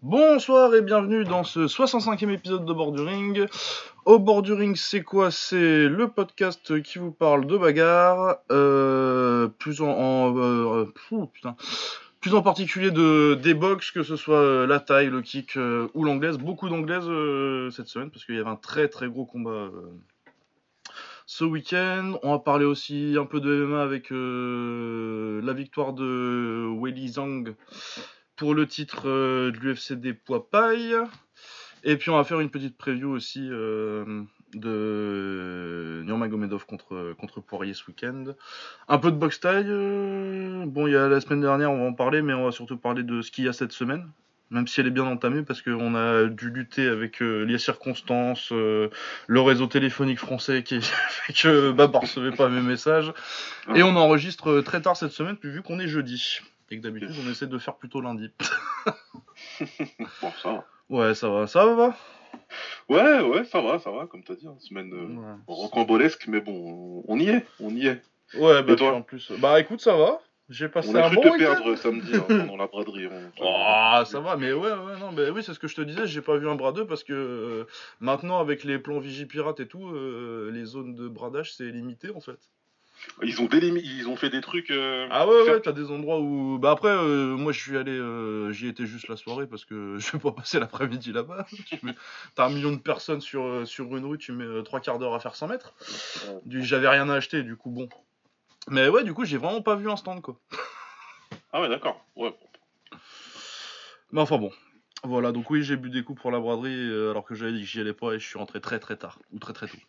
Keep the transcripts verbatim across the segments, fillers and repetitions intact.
Bonsoir et bienvenue dans ce soixante-cinquième épisode de Bord du Ring. Au Bord du Ring, c'est quoi? C'est le podcast qui vous parle de bagarre, euh, plus en, en euh, pfou, putain, plus en particulier de des box, que ce soit euh, la taille, le kick euh, ou l'anglaise. Beaucoup d'anglaises euh, cette semaine parce qu'il y avait un très très gros combat euh, ce week-end. On va parler aussi un peu de M M A avec euh, la victoire de Weili Zhang pour le titre euh, de l'U F C des poids paille. Et puis on va faire une petite preview aussi euh, de Nurmagomedov contre, contre Poirier ce week-end. Un peu de boxe taille. Euh, bon, il y a la semaine dernière, on va en parler, mais on va surtout parler de ce qu'il y a cette semaine. Même si elle est bien entamée, parce qu'on a dû lutter avec euh, les circonstances, euh, le réseau téléphonique français qui fait que Bab ne recevait pas mes messages. Et on enregistre très tard cette semaine, vu qu'on est jeudi. Et que d'habitude, on essaie de faire plutôt lundi. Bon, ça va. Ouais, ça va. Ça va? Ouais, ouais, ça va, ça va, comme t'as dit, une semaine euh, ouais. rocambolesque, mais bon, on y est, on y est. Ouais, bah, puis en plus, bah écoute, ça va. J'ai passé on a un cru bon te week-end. perdre samedi hein, pendant la braderie. On... Oh, ça va, mais ouais, ouais, non, mais oui, c'est ce que je te disais, j'ai pas vu un bras deux parce que euh, maintenant, avec les plans Vigipirate et tout, euh, les zones de bradage, c'est limité en fait. Ils ont, délim... Ils ont fait des trucs. Euh... Ah ouais, ouais, t'as des endroits où. Bah après, euh, moi je suis allé. Euh, j'y étais juste la soirée parce que je vais pas passer l'après-midi là-bas. mets... T'as un million de personnes sur, euh, sur une rue, tu mets euh, trois quarts d'heure à faire cent mètres. Ouais. Du... J'avais rien à acheter, du coup, bon. Mais ouais, du coup, j'ai vraiment pas vu un stand quoi. Ah ouais, d'accord. Ouais. Mais enfin bon. Voilà, donc oui, j'ai bu des coups pour la braderie euh, alors que j'avais dit que j'y allais pas et je suis rentré très très tard. Ou très très tôt.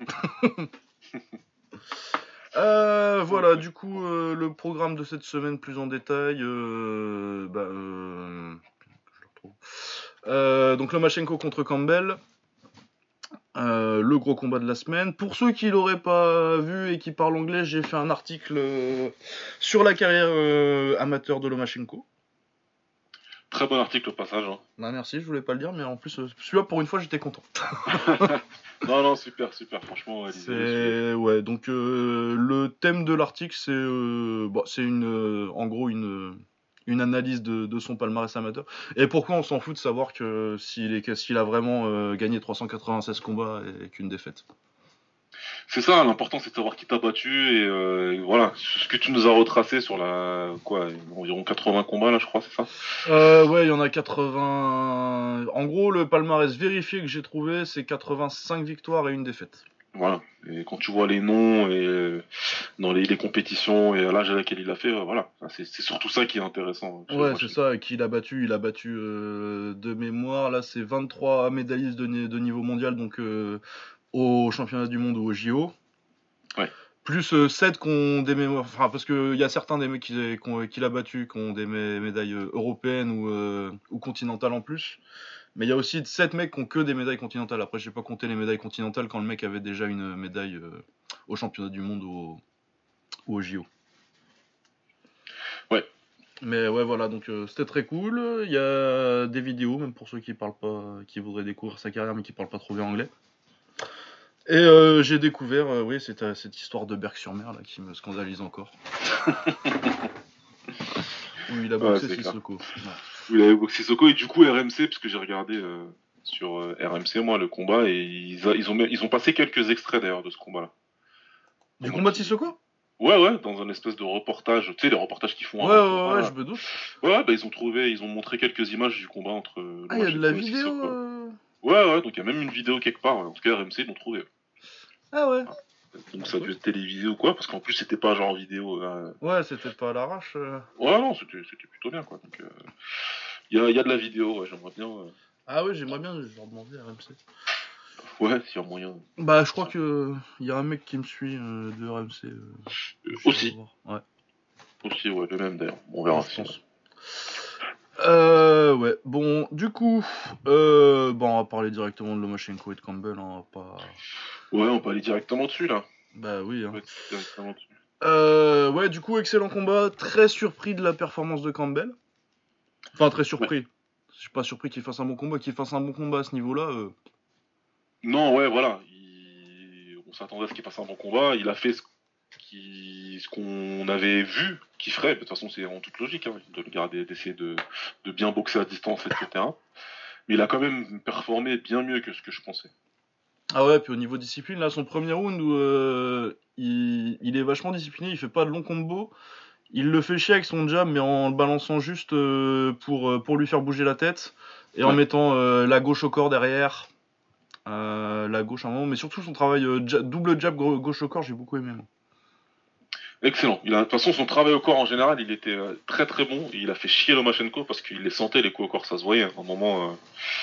Euh, voilà, du coup, euh, le programme de cette semaine plus en détail. Euh, bah, euh, je le retrouve. Euh, donc, Lomachenko contre Campbell. Euh, le gros combat de la semaine. Pour ceux qui l'auraient pas vu et qui parlent anglais, j'ai fait un article euh, sur la carrière euh, amateur de Lomachenko. Très bon article au passage. Hein. Bah, merci, je voulais pas le dire, mais en plus, euh, celui-là, pour une fois, j'étais content. non, non, super, super, franchement. Ouais, c'est... Ouais, donc euh, le thème de l'article, c'est, euh, bon, c'est une, euh, en gros une, une analyse de, de son palmarès amateur. Et pourquoi on s'en fout de savoir que s'il, est, s'il a vraiment euh, gagné trois cent quatre-vingt-seize combats et qu'une défaite. C'est ça, l'important c'est de savoir qui t'a battu et, euh, et voilà, ce que tu nous as retracé sur la quoi, environ quatre-vingts combats là, je crois, c'est ça. Euh, ouais, il y en a quatre-vingts. En gros, le palmarès vérifié que j'ai trouvé, c'est quatre-vingt-cinq victoires et une défaite. Voilà. Et quand tu vois les noms et euh, dans les, les compétitions et l'âge à laquelle il a fait, euh, voilà, c'est, c'est surtout ça qui est intéressant. Ouais, c'est ça. Et qui il a battu, il a battu euh, de mémoire. Là, c'est vingt-trois médaillistes de, de niveau mondial, donc. Euh, au championnat du monde ou au J O. Ouais. Plus euh, sept qui ont des mémoires. Enfin, parce qu'il y a certains des mecs qui, qui, qui l'a battu, qui ont des mé- médailles européennes ou, euh, ou continentales en plus. Mais il y a aussi sept mecs qui ont que des médailles continentales. Après, j'ai pas compté les médailles continentales quand le mec avait déjà une médaille euh, au championnat du monde ou au, ou au J O. Ouais. Mais ouais, voilà, donc euh, c'était très cool. Il y a des vidéos, même pour ceux qui parlent pas, qui voudraient découvrir sa carrière mais qui parlent pas trop bien anglais. Et euh, j'ai découvert, euh, oui, c'est euh, cette histoire de Berck-sur-Mer là qui me scandalise encore. Où il a boxé ouais, Sissoko. Ouais. Où il a boxé Sissoko et du coup R M C, parce que j'ai regardé euh, sur euh, R M C moi le combat et ils, a, ils, ont, ils ont passé quelques extraits d'ailleurs de ce combat-là. Du combat de Sissoko ? Ouais, ouais, dans un espèce de reportage, tu sais, les reportages qu'ils font. Ouais, ouais, combat, ouais, je me doute. Ouais, bah ils ont trouvé, ils ont montré quelques images du combat entre. Ah, il y a de la vidéo euh... Ouais, ouais, donc il y a même une vidéo quelque part, ouais. En tout cas R M C ils l'ont trouvé. Ah ouais. Donc ça a dû être télévisé ou quoi, parce qu'en plus c'était pas genre vidéo. Euh... Ouais, c'était pas à l'arrache. Euh... Ouais, non, c'était, c'était plutôt bien quoi. Donc il euh, y, a, y a de la vidéo, ouais, j'aimerais bien. Euh... Ah ouais, j'aimerais bien, je vais leur demander à R M C. Ouais, s'il y a moyen. Bah, je crois que il y a un mec qui me suit euh, de R M C. Euh, euh, aussi. Ouais. Aussi, ouais, le même d'ailleurs. On verra. Ouais, je pense. Euh, ouais, bon, du coup, euh, bon, on va parler directement de Lomachenko et de Campbell, hein, on va pas... Ouais, on peut aller directement dessus, là. Bah oui, hein. Ouais, directement dessus. Euh, ouais, du coup, excellent combat, très surpris de la performance de Campbell. Enfin, très surpris. Ouais. Je suis pas surpris qu'il fasse un bon combat, qu'il fasse un bon combat à ce niveau-là. Euh... Non, ouais, voilà. Il... On s'attendait à ce qu'il fasse un bon combat, il a fait ce Qui, ce qu'on avait vu qu'il ferait, de toute façon c'est en toute logique, hein, de le garder, d'essayer de, de bien boxer à distance, et cetera. mais il a quand même performé bien mieux que ce que je pensais. Ah ouais, puis au niveau discipline, là, son premier round où euh, il, il est vachement discipliné, il fait pas de longs combos. Il le fait chier avec son jab, mais en le balançant juste euh, pour, euh, pour lui faire bouger la tête. Et en Ouais. mettant euh, la gauche au corps derrière. Euh, la gauche à un moment, mais surtout son travail euh, ja- double jab gau- gauche au corps, j'ai beaucoup aimé. Moi. Excellent. Il a, de toute façon, son travail au corps en général, il était euh, très très bon. Et il a fait chier Lomachenko parce qu'il les sentait, les coups au corps, ça se voyait. À un moment, euh,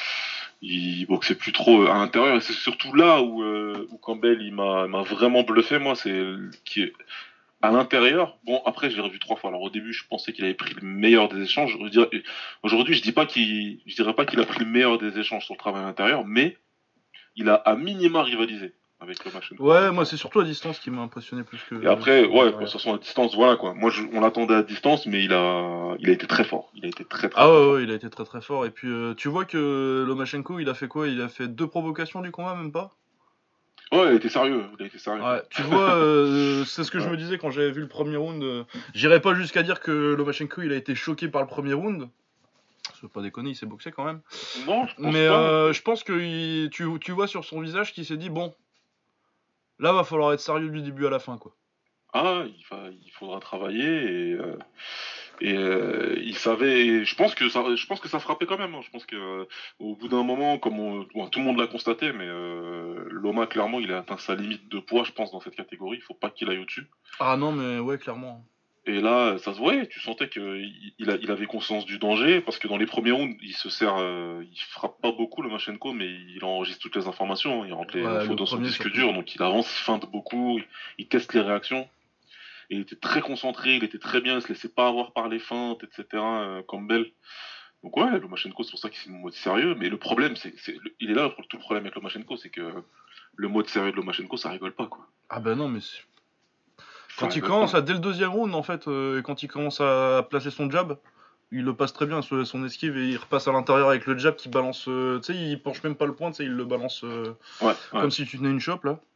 il boxait plus trop euh, à l'intérieur. Et c'est surtout là où, euh, où Campbell il m'a m'a vraiment bluffé, moi. C'est qui est à l'intérieur. Bon, après, je l'ai revu trois fois. Alors au début, je pensais qu'il avait pris le meilleur des échanges. Je dirais- Aujourd'hui, je dis pas qu'il, je dirais pas qu'il a pris le meilleur des échanges sur le travail à l'intérieur, mais il a à minima rivalisé avec Lomachenko à Ouais, moi l'intérieur. c'est surtout la distance qui m'a impressionné plus Et que après, sur ouais, de toute l'intérieur. façon, à distance, voilà quoi. Moi, je- on l'attendait à distance, mais il a, il a été très fort. Il a été très très Ah très ouais, fort. ouais, il a été très très fort. Et puis euh, tu vois que Lomachenko, il a fait quoi? Il a fait deux provocations du combat, même pas? Ouais, il a été sérieux. Il a été sérieux. Ouais, tu vois, euh, c'est ce que je Ouais. me disais quand j'avais vu le premier round. euh, J'irais pas jusqu'à dire que Lomachenko, il a été choqué par le premier round. Je veux pas déconner, il s'est boxé quand même. Non, je pense Mais pas. euh, je pense que il- tu, tu vois sur son visage qu'il s'est dit, bon, là va falloir être sérieux du début à la fin, quoi. Ah, il, va, il faudra travailler et, euh, et euh, il savait. Et je pense que ça, je pense que ça frappait quand même. Hein. Je pense que euh, au bout d'un moment, comme on- bon, tout le monde l'a constaté, mais euh, Loma clairement, il a atteint sa limite de poids, je pense, dans cette catégorie. Il faut pas qu'il aille au-dessus. Ah non, mais ouais, clairement. Et là, ça se voyait, tu sentais qu'il il, a- il avait conscience du danger, parce que dans les premiers rounds, il se sert, euh, il frappe pas beaucoup le Lomachenko, mais il enregistre toutes les informations, il rentre les Ouais, infos le dans son premier disque surtout. dur, donc il avance, il feinte beaucoup, il, il teste les réactions, et il était très concentré, il était très bien, il se laissait pas avoir par les feintes, et cetera, euh, Campbell. Donc ouais, Lomachenko, c'est pour ça qu'il s'est mis en mode sérieux, mais le problème, c'est, c'est, il est là, pour tout le problème avec Lomachenko, c'est que le mode sérieux de Lomachenko, ça rigole pas, quoi. Ah ben non, mais c'est- Ça quand il rigole commence, pas. à, dès le deuxième round, en fait, euh, quand il commence à placer son jab, il le passe très bien, son son esquive, et il repasse à l'intérieur avec le jab qui balance. euh, tu sais, il penche même pas le point, tu sais, il le balance euh, Ouais, ouais. comme si tu tenais une chope, là.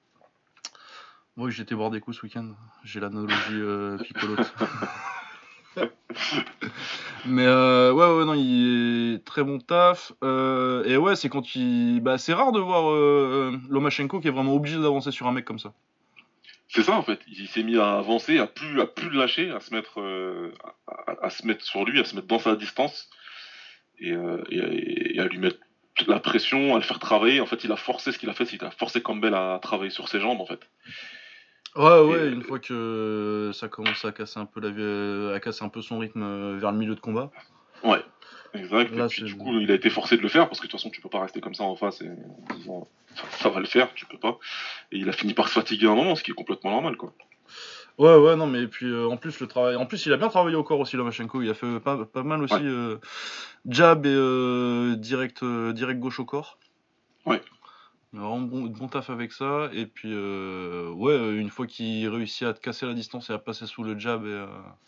Oui, j'étais boire des coups ce week-end. J'ai l'analogie euh, picolote. Mais euh, ouais, ouais, non, il est très bon taf. Euh, et ouais, c'est quand il. Bah, c'est rare de voir euh, Lomachenko qui est vraiment obligé d'avancer sur un mec comme ça. C'est ça en fait, il s'est mis à avancer, à plus, à plus le lâcher, à se mettre, euh, à, à- à se mettre sur lui, à se mettre dans sa distance et, euh, et- et à lui mettre la pression, à le faire travailler. En fait, il a forcé ce qu'il a fait, c'est qu'il a forcé Campbell à travailler sur ses jambes en fait. Ouais, Et ouais, euh, une fois que ça commence à casser un peu la, vie- à casser un peu son rythme euh, vers le milieu de combat. ouais, exact. Et Là, puis c'est. du coup, il a été forcé de le faire parce que de toute façon, tu peux pas rester comme ça en face et en disant ça, ça va le faire, tu peux pas. Et il a fini par se fatiguer à un moment, ce qui est complètement normal quoi. Ouais, ouais, non, mais puis euh, en plus, le travail. En plus, il a bien travaillé au corps aussi, Lomachenko. Il a fait pas, pas mal aussi Ouais, euh, jab et euh, direct, euh, direct gauche au corps. ouais. Il a vraiment bon, bon taf avec ça. Et puis, euh, ouais, euh, une fois qu'il réussit à te casser la distance et à passer sous le jab et, euh,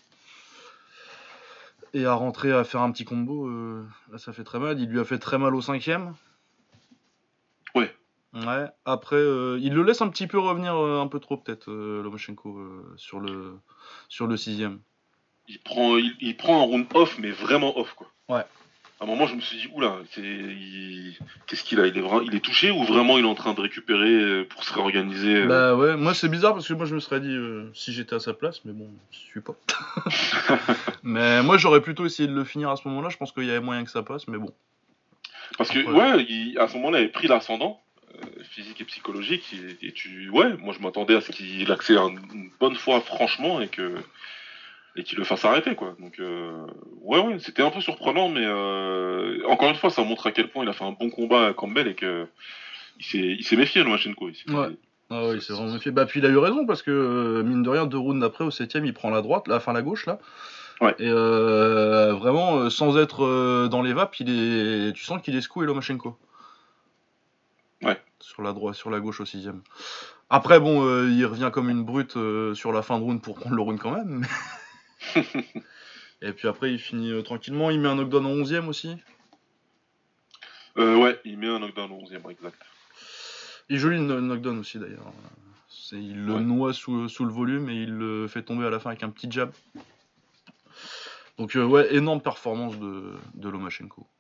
et à rentrer à faire un petit combo, euh, là, ça fait très mal. Il lui a fait très mal au cinquième. Ouais. Ouais. Après, euh, il le laisse un petit peu revenir euh, un peu trop, peut-être, euh, Lomachenko, euh, sur le, sur le sixième. Il prend, il, il prend un round off, mais vraiment off quoi. Ouais. À un moment, je me suis dit, oula, c'est, il- qu'est-ce qu'il a il est, vra- il est touché ou vraiment il est en train de récupérer euh, pour se réorganiser euh Bah ouais, moi c'est bizarre parce que moi je me serais dit euh, si j'étais à sa place, mais bon, je suis pas. Mais moi j'aurais plutôt essayé de le finir à ce moment-là, je pense qu'il y avait moyen que ça passe, mais bon. Parce que, Après. ouais, il- à ce moment-là, il avait pris l'ascendant, euh, physique et psychologique, et, et tu, ouais, moi je m'attendais à ce qu'il accélère une, une bonne fois franchement et que et qu'il le fasse arrêter, quoi. Donc, euh, ouais, ouais, c'était un peu surprenant, mais euh, encore une fois, ça montre à quel point il a fait un bon combat à Campbell et que il s'est, il s'est méfié, Lomachenko. Il Ouais. s'est- Ah ouais, il s'est vraiment méfié. Bah puis il a eu raison parce que euh, mine de rien, deux rounds après au septième, il prend la droite, la fin la gauche là. Ouais, Et euh, vraiment, euh, sans être euh, dans les vapes, il est. Tu sens qu'il est secoué Lomachenko. ouais. Sur la droite, sur la gauche au sixième. Après bon, euh, il revient comme une brute euh, sur la fin de round pour prendre le round quand même. Et puis après il finit euh, tranquillement, il met un knockdown en onzième aussi. Euh, ouais, il met un knockdown au onzième, exact. Il est joli le knockdown aussi d'ailleurs. C'est, il le Ouais. noie sous, sous le volume et il le fait tomber à la fin avec un petit jab. Donc euh, ouais, énorme performance de, de Lomachenko.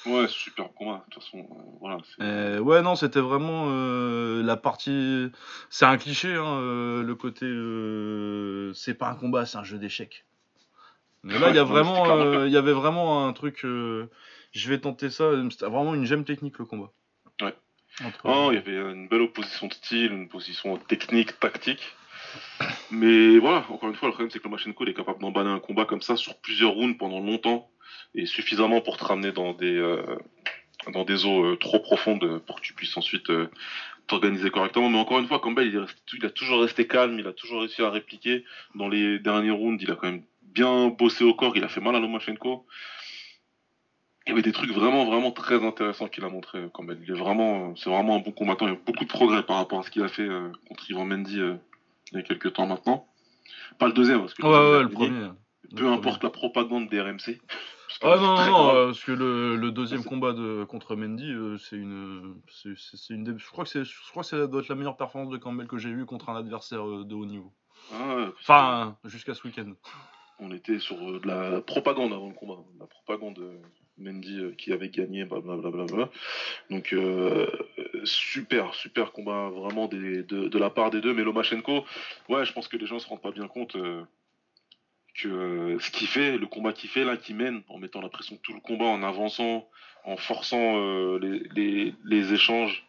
Ouais, super combat. De toute façon, euh, voilà. C'est... Euh, ouais, non, c'était vraiment euh, la partie. C'est un cliché, hein, euh, le côté. euh, C'est pas un combat, c'est un jeu d'échecs. Mais là, il y Ouais, a non, mais c'était vraiment, clairement le cas. euh, il y avait vraiment un truc. euh, Je vais tenter ça. C'était vraiment une gemme technique le combat. Ouais. Entre. Oh, il y avait une belle opposition de style, une position technique, tactique. Mais voilà, encore une fois, le problème c'est que Lomachenko il est capable d'emballer un combat comme ça sur plusieurs rounds pendant longtemps et suffisamment pour te ramener dans des euh, dans des eaux euh, trop profondes pour que tu puisses ensuite euh, t'organiser correctement. Mais encore une fois, Campbell il, est resté- il a toujours resté calme, il a toujours réussi à répliquer. Dans les derniers rounds, il a quand même bien bossé au corps, il a fait mal à Lomachenko. Il y avait des trucs vraiment vraiment très intéressants qu'il a montré euh, Campbell. Il est vraiment, c'est vraiment un bon combattant. Il y a beaucoup de progrès par rapport à ce qu'il a fait euh, contre Ivan Mendy euh, il y a quelques temps maintenant. Pas le deuxième, parce que le Ouais, deuxième, il a ouais, le gagné. premier. Le Peu premier. importe la propagande des R M C, parce qu'elle Ah est non, non, très non, grave. euh, parce que le, le Ça, deuxième c'est- combat de, contre Mendy, euh, c'est une, c'est, c'est- c'est une des- je crois que c'est, je crois que ça doit être la meilleure performance de Campbell que j'ai vue contre un adversaire euh, de haut niveau. Ah ouais, parce que Enfin, jusqu'à ce week-end. on était sur euh, de la propagande avant le combat. La propagande de Mendy euh, qui avait gagné, blablabla. Donc, euh, super, super combat vraiment des, de, de la part des deux. Mais Lomachenko, ouais, je pense que les gens se rendent pas bien compte euh, que euh, ce qu'il fait, le combat qu'il fait là, qu'il mène, en mettant la pression tout le combat, en avançant, en forçant euh, les, les, les échanges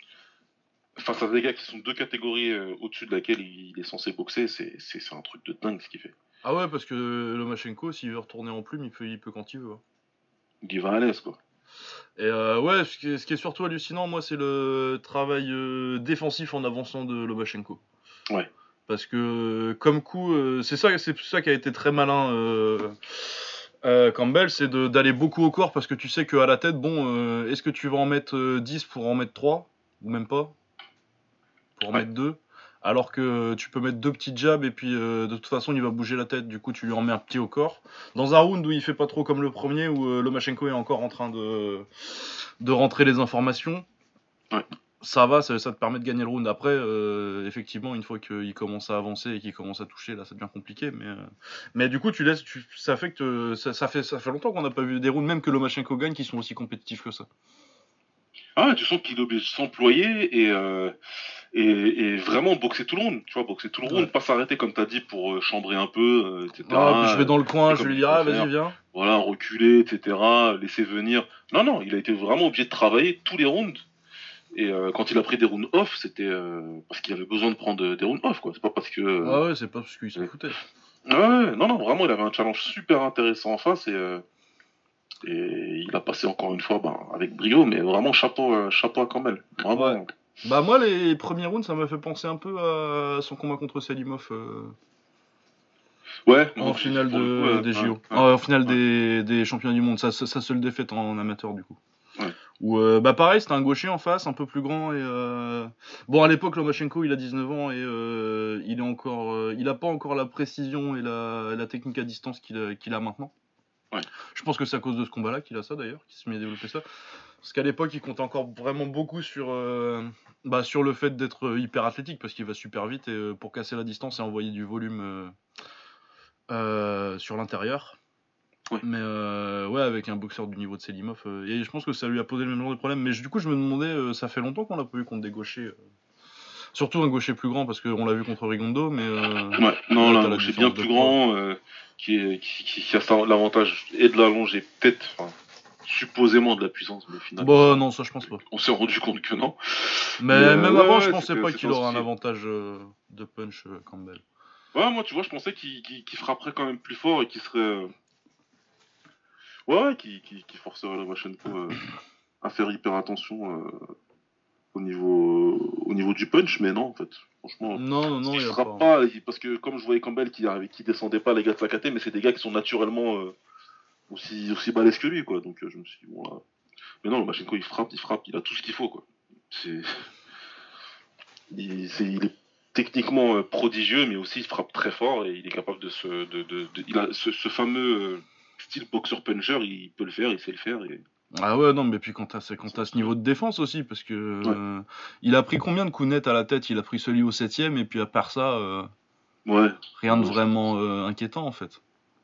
face à des gars qui sont deux catégories euh, au-dessus de laquelle il est censé boxer, c'est, c'est, c'est un truc de dingue ce qu'il fait. Ah ouais, parce que Lomachenko, s'il veut retourner en plume, il peut, il peut quand il veut, hein. Il va à l'aise, quoi. Et euh, ouais, ce qui, est, ce qui est surtout hallucinant, moi, c'est le travail euh, défensif en avançant de Lomachenko. Ouais. Parce que, comme coup, euh, c'est ça, c'est ça qui a été très malin, euh, euh, Campbell, c'est de- d'aller beaucoup au corps parce que tu sais qu'à la tête, bon, euh, est-ce que tu vas en mettre euh, dix pour en mettre trois ou même pas, pour en Ouais. mettre deux, alors que tu peux mettre deux petits jabs et puis euh, de toute façon il va bouger la tête, du coup tu lui en mets un petit au corps. Dans un round où il fait pas trop comme le premier, où euh, Lomachenko est encore en train de, de rentrer les informations, Ouais. ça va, ça, ça te permet de gagner le round. Après, euh, effectivement, une fois qu'il commence à avancer et qu'il commence à toucher, là, ça devient compliqué. Mais, euh, mais du coup, tu laisses, tu, ça fait que ça, ça fait, ça fait longtemps qu'on n'a pas vu des rounds, même que Lomachenko gagne, qui sont aussi compétitifs que ça. Ah ouais, tu sens qu'il est obligé de s'employer et, euh, et, et vraiment boxer tout le monde. Tu vois, boxer tout le Ouais. monde, pas s'arrêter comme t'as dit pour euh, chambrer un peu, euh, Ah, puis je et cetera. vais Euh, dans le C'est coin, je comme lui il dis, aime bien ah, vas-y, faire. viens. Voilà, reculer, et cetera. Laisser venir. Non, non, il a été vraiment obligé de travailler tous les rounds. Et euh, quand il a pris des rounds off, c'était euh, parce qu'il avait besoin de prendre des rounds off, quoi. C'est pas parce que. Euh, Ah ouais, c'est pas parce qu'il s'en ouais, foutait. ouais, non, non, vraiment, il avait un challenge super intéressant en face et, euh, et il a passé encore une fois ben, avec brio, mais vraiment chapeau, euh, chapeau à Campbell. Ouais. Vraiment. Bah moi, les premiers rounds, ça m'a fait penser un peu à son combat contre Salimov euh, Ouais, en moi j'ai dit finale pour le coup, de, ouais, des ouais, J O. ouais, Euh, en finale ouais, des, des championnats du monde, sa, sa, sa seule défaite en, en amateur du coup. ouais. Ou euh, bah pareil, c'était un gaucher en face, un peu plus grand et euh... bon à l'époque Lomachenko il a dix-neuf ans et euh, il est encore, euh, il a pas encore la précision et la, la technique à distance qu'il a, qu'il a maintenant. Ouais. Je pense que c'est à cause de ce combat-là qu'il a ça d'ailleurs, qu'il se met à développer ça. Parce qu'à l'époque il comptait encore vraiment beaucoup sur, euh, bah, sur le fait d'être hyper athlétique parce qu'il va super vite et euh, pour casser la distance et envoyer du volume euh, euh, sur l'intérieur. Ouais. Mais euh, ouais, avec un boxeur du niveau de Selimov, euh, et je pense que ça lui a posé le même genre de problème. Mais du coup, je me demandais, euh, ça fait longtemps qu'on l'a pas vu contre des gauchers. euh. Surtout un gaucher plus grand, parce qu'on l'a vu contre Rigondo, mais euh, Ouais, non, là, là, t'as un la gaucher bien différence de plus poids. grand, euh, qui, est, qui, qui, qui a ça- l'avantage et de l'allonge et peut-être, enfin, supposément de la puissance, mais au final, on s'est Bon, rendu, non, ça, je pense pas. on s'est rendu compte que non. Mais Mais euh, même ouais, avant, je ouais, pensais c'était, pas c'était qu'il un aurait un souci. avantage euh, de punch, euh, Campbell. Ouais, moi, tu vois, je pensais qu'il, qu'il, qu'il frapperait quand même plus fort et qu'il serait. euh, Ouais, ouais, qu'il, qu'il, qu'il forcerait Lomachenko euh, à faire hyper attention euh, au niveau, au niveau du punch, mais non, en fait. Franchement, Non, non, non, il il y a frappe pas. pas, il- parce que comme je voyais Campbell qui, arrivait- qui descendait pas les gars de sa caté, mais c'est des gars qui sont naturellement euh, aussi, aussi balèzes que lui, quoi. Donc euh, je me suis dit, bon là. Mais non, le Machenko il frappe, il frappe, il a tout ce qu'il faut, quoi. C'est, il, c'est, il est techniquement euh, prodigieux, mais aussi il frappe très fort et il est capable de se. De, de, de- il a ce, ce fameux euh, style boxer-puncher, il peut le faire, il sait le faire. Et Ah ouais, non, mais puis quand t'as ce, quand c'est t'as ce monstrueux. niveau de défense aussi, parce que Ouais, euh, il a pris combien de coups nets à la tête? Il a pris celui au septième, et puis à part ça, euh, ouais, rien de ouais, c'est- vraiment euh, inquiétant en fait.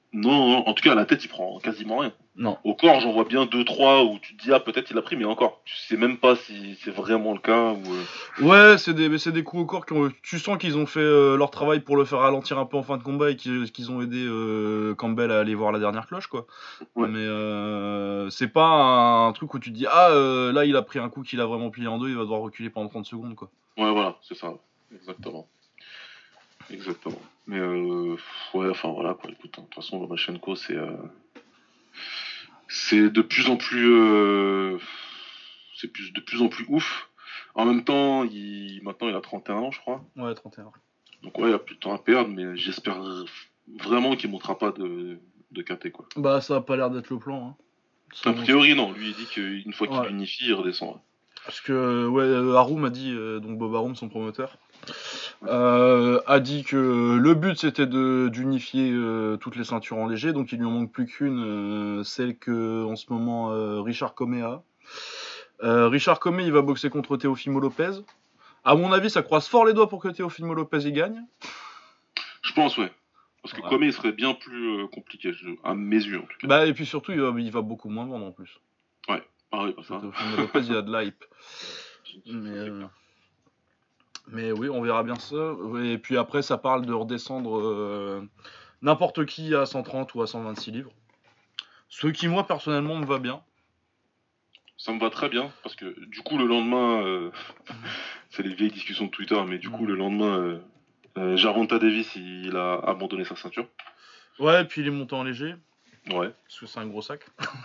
Non, non, en tout cas, à la tête, il prend quasiment rien. Non. Au corps, j'en vois bien deux trois où tu te dis, ah, peut-être il a pris, mais encore, tu sais même pas si c'est vraiment le cas ou. euh, Ouais, c'est des, c'est des coups au corps qui ont, tu sens qu'ils ont fait euh, leur travail pour le faire ralentir un peu en fin de combat et qu'ils qu'ils ont aidé euh, Campbell à aller voir la dernière cloche, quoi. Ouais, Mais euh, c'est pas un, truc où tu te dis, ah, euh, là, il a pris un coup qu'il a vraiment plié en deux, il va devoir reculer pendant trente secondes, quoi. ouais, voilà, c'est ça. Exactement. Exactement. Mais euh, ouais, enfin voilà, quoi. Écoute, hein, de toute façon, Lomachenko, c'est. euh, c'est de plus en plus. euh, c'est plus, de plus en plus ouf. En même temps, il, maintenant, il a trente et un ans, je crois. Ouais, trente et un. Donc ouais, il a plus de temps à perdre, mais j'espère vraiment qu'il ne montera pas de, de K T, quoi. Bah, ça a pas l'air d'être le plan, hein. A Selon- priori, non. Lui, il dit qu'une fois qu'il Ouais. unifie, il redescend. Parce que, ouais, euh, Haroum a dit, euh, donc Bob Haroum, son promoteur, euh, a dit que le but c'était de d'unifier euh, toutes les ceintures en léger, donc il lui en manque plus qu'une, euh, celle que en ce moment euh, Richard Comey a. Euh, Richard Comey il va boxer contre Teofimo Lopez. À mon avis, ça croise fort les doigts pour que Teofimo Lopez y gagne. Je pense, ouais. Parce que Ouais. Comey, il serait bien plus euh, compliqué, je- à mes yeux, en tout cas. Bah et puis surtout il va, il va beaucoup moins vendre en plus. Ouais, pareil, pas Parce que ça. Teofimo Lopez il a de l'hype. Mais, Ça, c'est euh, clair. mais oui, on verra bien ça. Et puis après, ça parle de redescendre euh, n'importe qui à cent trente ou à cent vingt-six livres. Ce qui, moi, personnellement, me va bien. Ça me va très bien, parce que du coup, le lendemain, euh, c'est les vieilles discussions de Twitter, mais du coup, Mm. le lendemain, euh, euh, Gervonta Davis, il a abandonné sa ceinture. Ouais, et puis il est monté en léger, Ouais. parce que c'est un gros sac.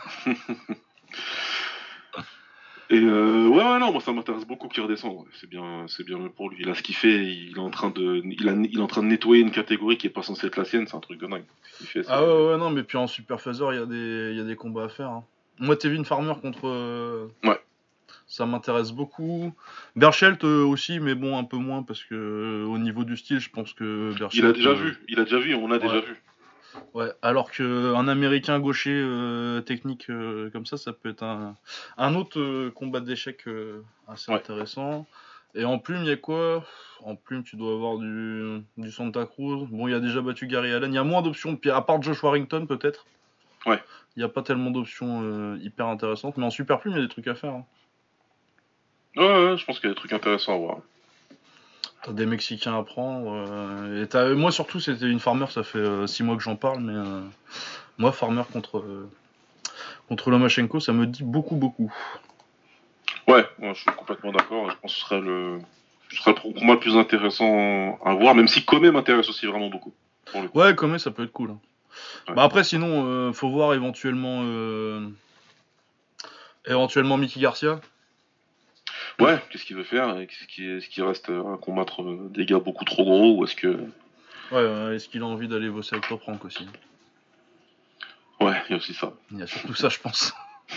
Et euh, ouais, ouais, non, moi ça m'intéresse beaucoup qu'il redescende. Ouais. C'est bien, c'est bien pour lui. Il a ce qu'il fait. Il est en train de, il, a, il est en train de nettoyer une catégorie qui est pas censée être la sienne. C'est un truc de dingue. Ce qu'il fait, c'est. Ah ouais, ouais, non, mais puis en Super Phaser, il y, a des- il y a des combats à faire. Hein. Moi, Tevin Farmer contre. euh, Ouais. Ça m'intéresse beaucoup. Berchelt euh, aussi, mais bon, un peu moins, parce que euh, au niveau du style, je pense que Berchelt. Il a déjà euh, vu. Il a déjà vu. On a Ouais. déjà vu. Ouais, alors qu'un américain gaucher euh, technique euh, comme ça, ça peut être un, un autre euh, combat d'échecs euh, assez Ouais. intéressant. Et en plume, il y a quoi? En plume, tu dois avoir du, du Santa Cruz. Bon, il y a déjà battu Gary Allen. Il y a moins d'options, puis à part Josh Warrington, peut-être. Ouais. Il n'y a pas tellement d'options euh, hyper intéressantes. Mais en super plume, il y a des trucs à faire. Hein. Ouais, ouais, ouais, je pense qu'il y a des trucs intéressants à voir. T'as des Mexicains à prendre. euh, et t'as- moi, surtout, c'était une Farmer. Ça fait six mois que j'en parle. Mais euh, moi, Farmer contre, euh, contre Lomachenko, ça me dit beaucoup, beaucoup. Ouais, ouais, je suis complètement d'accord. Je pense que ce serait le, ce serait le combat le plus intéressant à voir, même si Comé m'intéresse aussi vraiment beaucoup. Pour le coup. Ouais, comme ça peut être cool. Hein. Ouais. Bah après, sinon, euh, faut voir éventuellement, euh, éventuellement Mickey Garcia. Ouais, qu'est-ce qu'il veut faire? Est-ce qu'il est, qu'il reste à combattre euh, des gars beaucoup trop gros ou est-ce que. Ouais, euh, est-ce qu'il a envie d'aller bosser avec Top Rank aussi? Ouais, il y a aussi ça. Il y a surtout ça, je pense.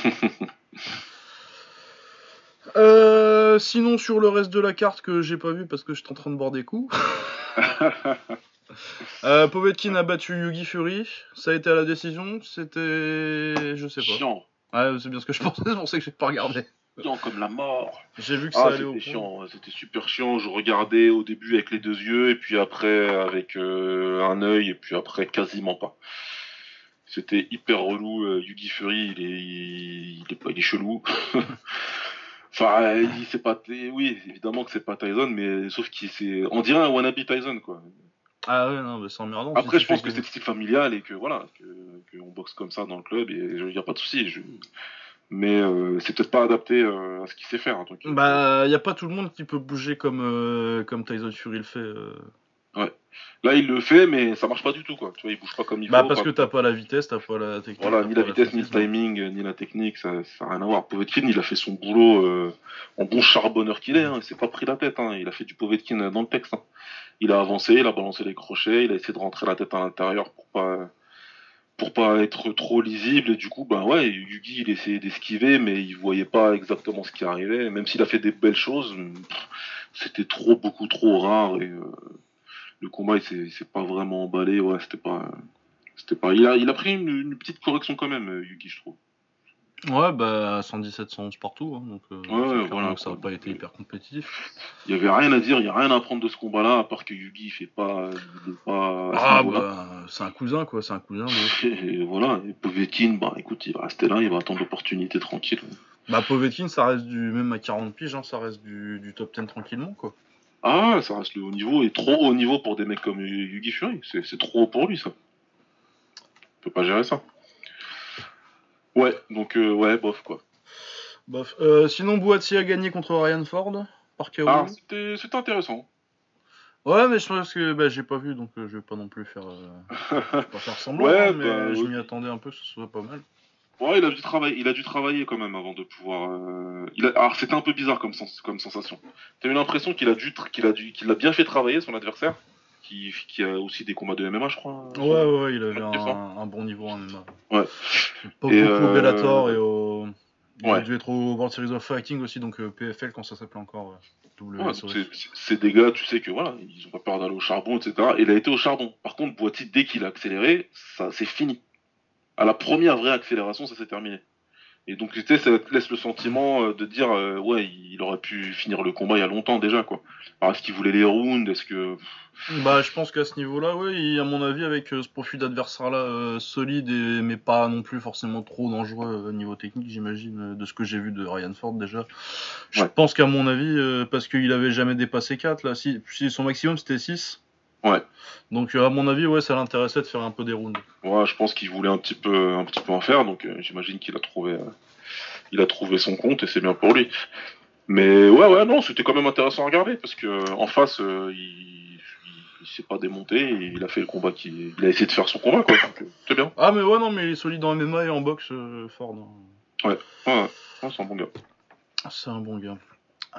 euh, sinon, sur le reste de la carte que j'ai pas vu parce que j'étais en train de boire des coups. euh, Povetkin a battu Yugi Fury. Ça a été à la décision. C'était. Je sais pas. Chiant. Ouais, c'est bien ce que je pensais, c'est pour ça que j'ai pas regardé. Chiant comme la mort. J'ai vu que Ah, ça allait au c'était point. chiant, c'était super chiant. Je regardais au début avec les deux yeux, et puis après avec euh, un œil, et puis après quasiment pas. C'était hyper relou. euh, Yugi Fury, il est, il, il est pas, il est chelou. Enfin, il c'est pas, oui, évidemment que c'est pas Tyson, mais sauf qu'il c'est, on dirait un wannabe Tyson quoi. Ah ouais, non, mais c'est emmerdant. si Après, tu je fais pense que c'est le style familial et que voilà, que, que on boxe comme ça dans le club et il y a pas de souci. Je... Mais euh, c'est peut-être pas adapté euh, à ce qu'il sait faire. Donc, euh, Bah, y a pas tout le monde qui peut bouger comme, euh, comme Tyson Fury le fait. euh. ouais. Là, il le fait, mais ça marche pas du tout quoi. Tu vois, il bouge pas comme il Bah, faut. parce Pas... que t'as pas la vitesse, t'as pas la technique, Voilà, t'as ni la pas vitesse, ni le l'athlétisme. timing, euh, ni la technique, ça, ça a rien à voir. Povetkin, il a fait son boulot euh, en bon charbonneur qu'il est. Hein, il s'est pas pris la tête. Hein, il a fait du Povetkin dans le texte. Hein. Il a avancé, il a balancé les crochets, il a essayé de rentrer la tête à l'intérieur pour pas pour pas être trop lisible et du coup bah ouais Yugi il essayait d'esquiver mais il voyait pas exactement ce qui arrivait même s'il a fait des belles choses pff, c'était trop beaucoup trop rare et euh, le combat il s'est, il s'est pas vraiment emballé ouais c'était pas c'était pas il a il a pris une, une petite correction quand même euh, Yugi je trouve Ouais, bah cent dix-sept, cent onze partout, hein, donc euh, Ouais, c'est ouais, clairement voilà que ça quoi. n'a pas Donc, été euh, hyper compétitif. il y avait rien à dire, il y a rien à apprendre de ce combat-là, à part que Yugi il fait pas, il est pas à ce Ah niveau-là. bah c'est un cousin quoi, c'est un cousin de ouf. Et voilà, et Povetkin, bah écoute, il va rester là, il va attendre l'opportunité tranquille. Bah Povetkin, ça reste du même à quarante piges, hein, ça reste du, du top dix tranquillement quoi. Ah, ça reste le haut niveau, et trop haut niveau pour des mecs comme Yugi Fury, c'est c'est trop haut pour lui ça. Il peut pas gérer ça. Ouais, donc euh, ouais, bof quoi. Bof. Euh, sinon Boatier a gagné contre Ryan Ford par Ah, K O. c'était c'était intéressant. Ouais, mais je pense que bah, j'ai pas vu, donc euh, je vais pas non plus faire, euh, je vais pas faire semblant, hein, Ouais, bah mais je euh, m'y attendais un peu que ce soit pas mal. ouais, il a dû travailler, il a dû travailler quand même avant de pouvoir. euh, Il a... Alors c'était un peu bizarre comme, sens... comme sensation. T'as eu l'impression qu'il a dû, tr- qu'il a dû, qu'il a bien fait travailler son adversaire, qui... qui a aussi des combats de M M A, je crois, Ouais, son, ouais, ouais, il son avait actif, hein. un, un bon niveau en M M A. Ouais. Pas Et beaucoup au Bellator et euh... au. Il a ouais. dû être au World Series of Fighting aussi, donc euh, P F L quand ça s'appelait encore euh, Ouais, donc c'est W S O F. c'est- c'est des gars, tu sais que voilà, ils ont pas peur d'aller au charbon, et cetera. Et il a été au charbon. Par contre, Boiti, dès qu'il a accéléré, ça c'est fini. À la première vraie accélération, ça s'est terminé. Et donc, tu sais, ça te laisse le sentiment euh, de dire, euh, ouais, il aurait pu finir le combat il y a longtemps déjà, quoi. Alors, est-ce qu'il voulait les rounds? Est-ce que. Bah, je pense qu'à ce niveau-là, ouais, il- à mon avis, avec euh, ce profil d'adversaire-là euh, solide, et, mais pas non plus forcément trop dangereux au niveau technique, j'imagine, euh, de ce que j'ai vu de Ryan Ford déjà. Je Ouais, pense qu'à mon avis, euh, parce qu'il avait jamais dépassé quatre, là, si, si son maximum c'était six. ouais. Donc, euh, à mon avis, ouais, ça l'intéressait de faire un peu des rounds. Ouais, je pense qu'il voulait un petit peu, un petit peu en faire, donc euh, j'imagine qu'il a trouvé, euh, il a trouvé son compte et c'est bien pour lui. Mais ouais, ouais, non, c'était quand même intéressant à regarder parce que euh, en face, euh, il, il, il s'est pas démonté, et il a fait le combat qui, il a essayé de faire son combat, quoi. Donc, euh, c'est bien. Ah, mais ouais, non, mais il est solide en M M A et en boxe, euh, Ford, hein. Ouais, ouais, ouais, ouais, c'est un bon gars. C'est un bon gars.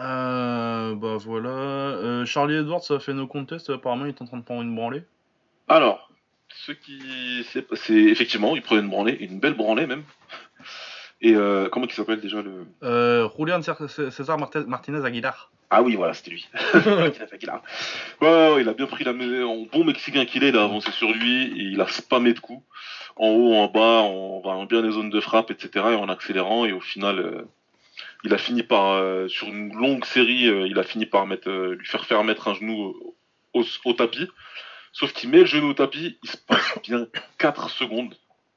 Euh, bah voilà. Euh, Charlie Edwards, ça a fait no contest. Apparemment, il est en train de prendre une branlée. Alors, ce qui, c'est c'est- effectivement, il prenait une branlée, une belle branlée même. Et euh, comment il s'appelle déjà le. Euh, Julian César Martinez Aguilar. Ah oui, voilà, c'était lui. Martin Aguilar. Ouais, ouais, ouais, il a bien pris la en bon Mexicain qu'il est, il a avancé sur lui et il a spammé de coups. En haut, en bas, en variant bien les zones de frappe, et cetera. Et en accélérant. Et au final, euh, il a fini par, euh, sur une longue série, euh, il a fini par mettre, euh, lui faire faire mettre un genou au, au, au tapis. Sauf qu'il met le genou au tapis, il se passe bien quatre secondes.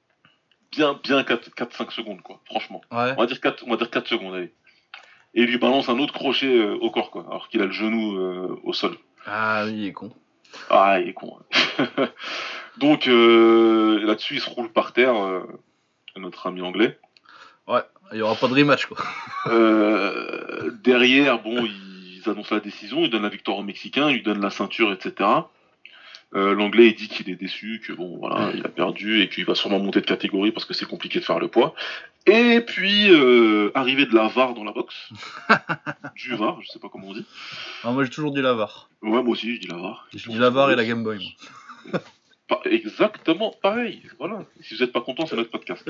Bien, bien quatre cinq secondes, quoi, franchement. Ouais. On va dire quatre, on va dire quatre secondes, allez. Et il lui balance un autre crochet euh, au corps, quoi, alors qu'il a le genou euh, au sol. Ah oui, il est con. Ah, il est con. Hein. Donc euh, là-dessus, il se roule par terre, euh, notre ami anglais. Ouais, il y aura pas de rematch quoi. Euh, derrière, bon, ils annoncent la décision, ils donnent la victoire au Mexicain, ils lui donnent la ceinture, et cetera. Euh, L'anglais il dit qu'il est déçu, que bon voilà, il a perdu et qu'il va sûrement monter de catégorie parce que c'est compliqué de faire le poids. Et puis euh, arrivée de la V A R dans la boxe, du V A R, je sais pas comment on dit. Ah, moi j'ai toujours dit la V A R. Ouais, moi aussi je dis la V A R. Je dis la V A R et la Game Boy. Moi. Pas exactement pareil. Voilà. Si vous êtes pas content, c'est notre podcast.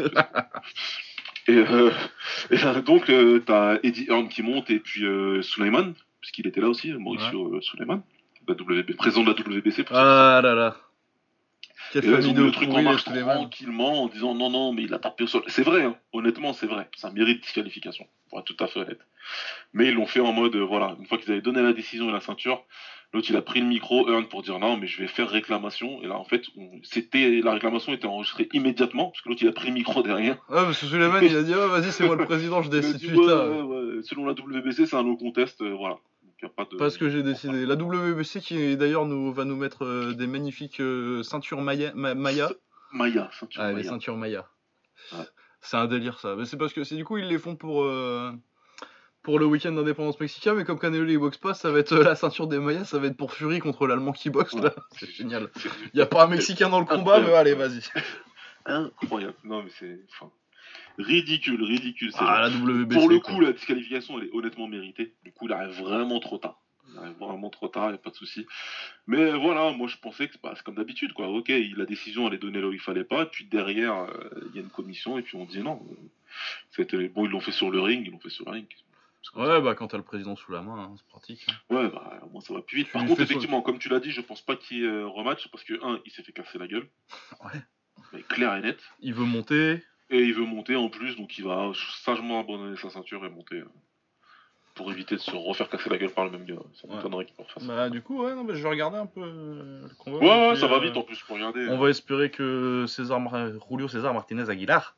Et, euh, et euh, donc euh, t'as Eddie Hearn qui monte et puis euh, Suleiman, puisqu'il était là aussi, Mauricio euh, Suleiman, la W B, président de la W B C pour ceux qui savent. Ah là là. Quelle Et là, ils famille ont mis de le truc en pourris les marche Suleiman. tranquillement en disant non, non, mais il a tapé au sol. C'est vrai, hein. Honnêtement, c'est vrai. Ça mérite disqualification, pour être tout à fait honnête. Mais ils l'ont fait en mode, euh, voilà, une fois qu'ils avaient donné la décision et la ceinture, l'autre il a pris le micro, Earn, pour dire non, mais je vais faire réclamation. Et là, en fait, on... c'était la réclamation était enregistrée immédiatement, parce que l'autre il a pris le micro derrière. Ouais, parce que Suleiman il a dit, ah vas-y, c'est moi le président, je Il a décide, dit ouais, putain. ouais, ouais. Selon la W B C, c'est un no contest, euh, voilà. Donc, y a pas de... Pas ce que j'ai décidé. La W B C qui d'ailleurs nous va nous mettre euh, des magnifiques euh, ceintures Maya. Ma- Maya. Maya, ceinture Ah, les Maya. ceintures Maya. Ouais. C'est un délire ça. Mais c'est parce que c'est du coup ils les font pour euh, pour le week-end d'indépendance mexicain, mais comme Canelo il boxe pas, ça va être euh, la ceinture des Mayas, ça va être pour Fury contre l'Allemand qui boxe Ouais. là. C'est génial. C'est Il y a pas un Mexicain dans le combat, incroyable. mais allez vas-y. Incroyable. Non, mais c'est... Enfin, ridicule, ridicule ces gens. Ah la Donc, pour le W B C quoi. coup, la disqualification, elle est honnêtement méritée. Du coup, il arrive vraiment trop tard. Il arrive vraiment trop tard, il n'y a pas de souci. Mais voilà, moi je pensais que bah, c'est comme d'habitude, quoi. Ok, la décision elle est donnée là où il fallait pas, puis derrière, euh, il y a une commission, et puis on dit non. C'était... Bon, ils l'ont fait sur le ring, ils l'ont fait sur le ring. C'est comme ça. Ouais bah quand t'as le président sous la main, hein, c'est pratique. Hein. Ouais, bah, moi ça va plus vite. Tu Par lui contre, fais sauter. effectivement, comme tu l'as dit, je pense pas qu'il y ait euh, rematch, parce que, un, il s'est fait casser la gueule. Ouais. Mais clair et net. Il veut monter. Et il veut monter en plus, donc il va sagement abandonner sa ceinture et monter. Euh, pour éviter de se refaire casser la gueule par le même gars. Ça Ouais. m'étonnerait qu'il le refasse. Bah, du coup, ouais, non, bah, je vais regarder un peu euh, le combat. Ouais, ouais, puis, ça va euh, vite en plus pour regarder. On euh. va espérer que César Mar- Julio César Martinez Aguilar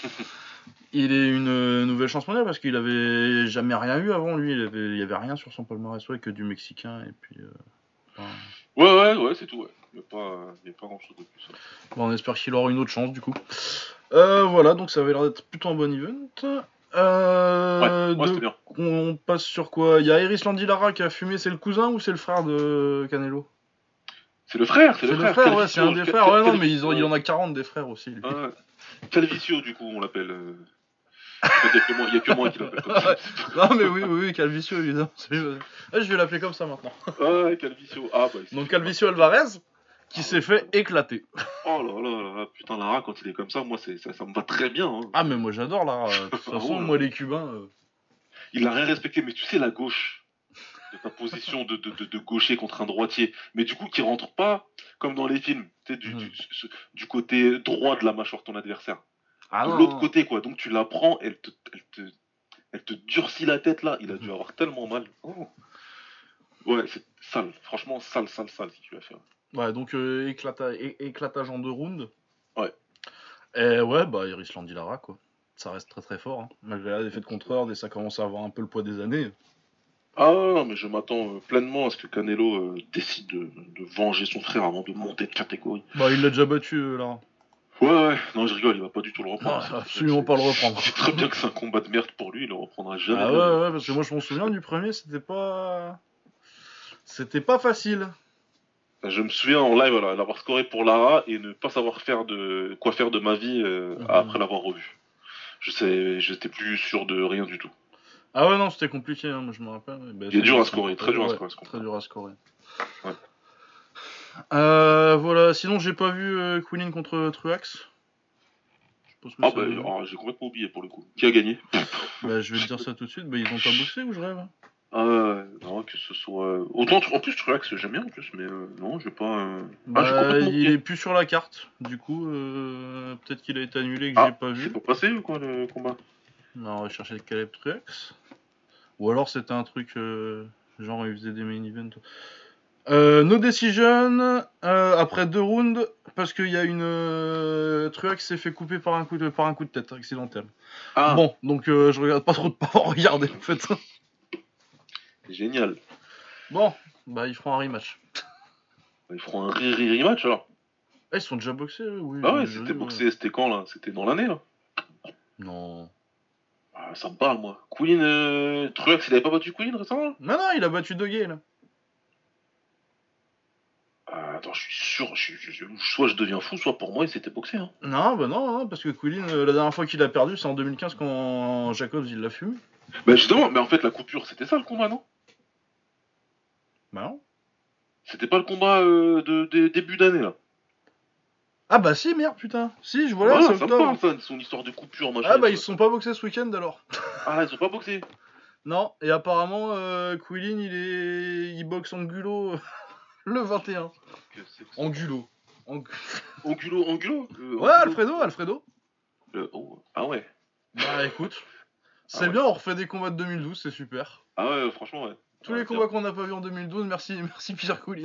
il ait une euh, nouvelle chance mondiale parce qu'il avait jamais rien eu avant lui. Il, avait, il y avait rien sur son palmarès, ouais, que du Mexicain et puis. Euh, enfin, Ouais, ouais, ouais, c'est tout, ouais. Il n'y a pas, il y a pas grand chose de plus. Ouais. bon, on espère qu'il aura une autre chance du coup. Euh, voilà, donc ça avait l'air d'être plutôt un bon event. Euh, Ouais, ouais, de- c'était bien. On passe sur quoi? Il y a Iris Landilara qui a fumé, c'est le cousin ou c'est le frère de Canelo? C'est le frère, c'est C'est le le frère. frère, ouais, Calvicio, c'est un des Cal- frères. Ouais, Cal- non, mais ils ont, il ouais. en a quarante des frères aussi, lui. Ouais. Calvicio, du coup, on l'appelle. euh. Il n'y a, que moi- il y a que moi qui l'appelle comme ça. Non, mais oui, oui, oui, Calvicio, évidemment. c'est lui. Ah, je vais l'appeler comme ça maintenant. Ouais, Calvicio. Ah, bah, il s'est Donc, fait Calvicio mal. Alvarez, qui Ah, s'est ouais. fait éclater. Oh là là là là, putain, Lara, quand il est comme ça, moi, c'est, ça, ça me va très bien. Hein. Ah, mais moi j'adore là. De toute Ah, façon, ouais, moi là. les Cubains. euh, Il l'a rien respecté, mais tu sais, la gauche, de ta position de, de, de, de gaucher contre un droitier, mais du coup, qui rentre pas comme dans les films, tu sais, du, Mhm. du, ce- du côté droit de la mâchoire de ton adversaire. Ah De non, l'autre non. côté, quoi. Donc tu la prends, elle te, elle te, elle te durcit la tête là. Il a dû Mhm. avoir tellement mal. Oh. Ouais, c'est sale. Franchement, sale, sale, sale, si tu vas faire. Ouais, donc euh, éclata- é- éclatage en deux rounds. Ouais. Et ouais, bah Iris Landilara, quoi. Ça reste très très fort. Hein. Malgré la défaite contre Heard et ça commence à avoir un peu le poids des années. Ah non, mais je m'attends euh, pleinement à ce que Canelo euh, décide de, de venger son frère avant de monter de catégorie. Bah, il l'a déjà battu, euh, Lara. Ouais, ouais, non, je rigole, il va pas du tout le reprendre. Ah, C'est très bien absolument que pas le c'est- reprendre. C'est très bien que c'est un combat de merde pour lui, il le reprendra jamais. Ah de la vie. ouais, ouais, parce que moi je m'en souviens du premier, c'était pas. C'était pas facile. Je me souviens en live, voilà, l'avoir scoré pour Lara et ne pas savoir faire de quoi faire de ma vie euh, Mhm. après l'avoir revu. Je sais, j'étais plus sûr de rien du tout. Ah ouais, non, c'était compliqué, hein, moi je me rappelle. Bah, Il est c'est- dur à c'est scorer, encore très dur à ouais, scorer ce combat. Très dur à scorer. Ouais. Euh, voilà, sinon j'ai pas vu euh, Queenin contre Truax. Je pense que Ah ça- bah alors, j'ai complètement oublié pour le coup. Qui a gagné? Bah, je vais te dire ça tout de suite. Bah, ils ont pas boxé ou je rêve? Ah ouais, non, que ce soit. Autant en plus Truax j'aime bien en plus, mais euh, non, je vais pas. euh, Ah, j'ai Bah, complètement il oublié. est plus sur la carte. Du coup, euh, peut-être qu'il a été annulé et que j'ai Ah, pas c'est vu. pas passé ou quoi le combat? Non, on va chercher le Caleb Truax. Ou alors c'était un truc euh, genre il faisait des main events. Euh, no decision euh, après deux rounds parce qu'il y a une euh, Truax s'est fait couper par un coup de par un coup de tête accidentel. Ah, Bon, donc euh, je regarde pas trop de pas avoir regardé en fait. génial. Bon, bah ils feront un rematch. Ils feront un re- rematch alors. Ah, ils sont déjà boxés, eux, oui. Ah ouais, je- c'était ouais. boxé, c'était quand là? C'était dans l'année là? Non. Ah, ça me parle moi. Queen, euh... Truax il avait pas battu Queen récemment? Non, non, il a battu Doguet là. Ah, attends, je suis sûr, je, je- je- soit je deviens fou, soit pour moi il s'était boxé. Hein. Non, bah non, non, parce que Quillin, euh, la dernière fois qu'il a perdu, c'est en deux mille quinze quand Jacobs il l'a fumé. Bah justement, mais en fait la coupure c'était ça le combat, non? Bah non. C'était pas le combat euh, de, de début d'année là. Ah bah si, merde, putain. Si, je vois là, Voilà, c'est ça me octobre. parle ça, son histoire de coupure machin. Ah bah et ils tout. se sont pas boxés ce week-end alors. Ah là, ils ont pas boxé. Non, et apparemment, euh, Quillin il est. il boxe Angulo le vingt et un. Que c'est que ça Angulo. Ang- Angulo, Angulo euh, Ouais, Angulo. Alfredo, Alfredo. Le- oh, ah ouais. Bah écoute, c'est Ah ouais. bien, on refait des combats de deux mille douze, c'est super. Ah ouais, franchement ouais. Tous Ouais, les bien. combats qu'on n'a pas vus en deux mille douze, merci, merci Pierre Quillin.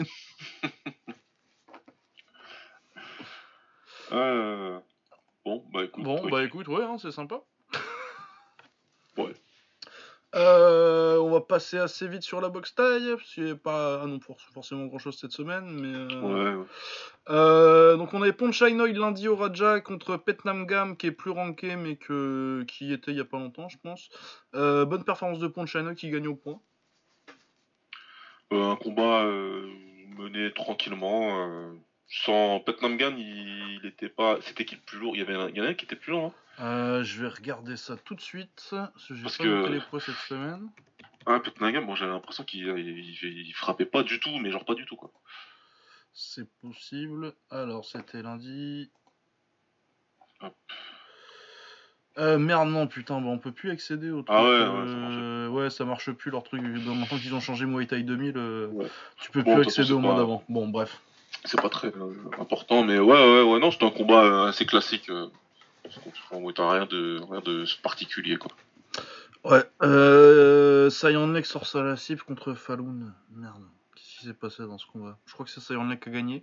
Euh... Bon, bah écoute. Bon, truc. bah écoute, ouais, hein, c'est sympa. Ouais. Euh, on va passer assez vite sur la boxe taille, parce qu'il n'y a pas ah non, pour- forcément grand chose cette semaine, mais. euh, Ouais, ouais. euh, donc on avait Ponchainoy lundi au Raja contre Petnam Gam qui est plus ranké mais que qui était il y a pas longtemps je pense. Euh, bonne performance de Ponchainoy qui gagne au point. Euh, un combat euh, mené tranquillement. Euh, sans Petnam Gan, il, il était pas. C'était qui le plus lourd? Il y avait un, il y en a un qui était plus lourd, hein. Euh, je vais regarder ça tout de suite parce que j'ai Parce pas que- noté les poids cette semaine. Ah, Petnam Gan, bon, j'avais l'impression qu'il il, il- il frappait pas du tout, mais genre pas du tout quoi. C'est possible. Alors c'était lundi. Hop. Euh, merde non putain bah on peut plus accéder au truc. Ah ouais, ouais, euh, ça marche ouais ça marche plus leur truc. Dans- Maintenant qu'ils ont changé Muay Thai deux mille, euh, Ouais. tu peux Bon, plus de toute façon, accéder au c'est mois pas- d'avant. Bon bref. C'est pas très euh, important, mais ouais, ouais, ouais, non, c'était un combat euh, assez classique. euh. Enfin, t'as rien de, rien de particulier, quoi. Ouais, euh, Saiyan Neck sort ça à la cible contre Falloon. Merde, qu'est-ce qui s'est passé dans ce combat? Je crois que c'est Saiyan Neck qui a gagné.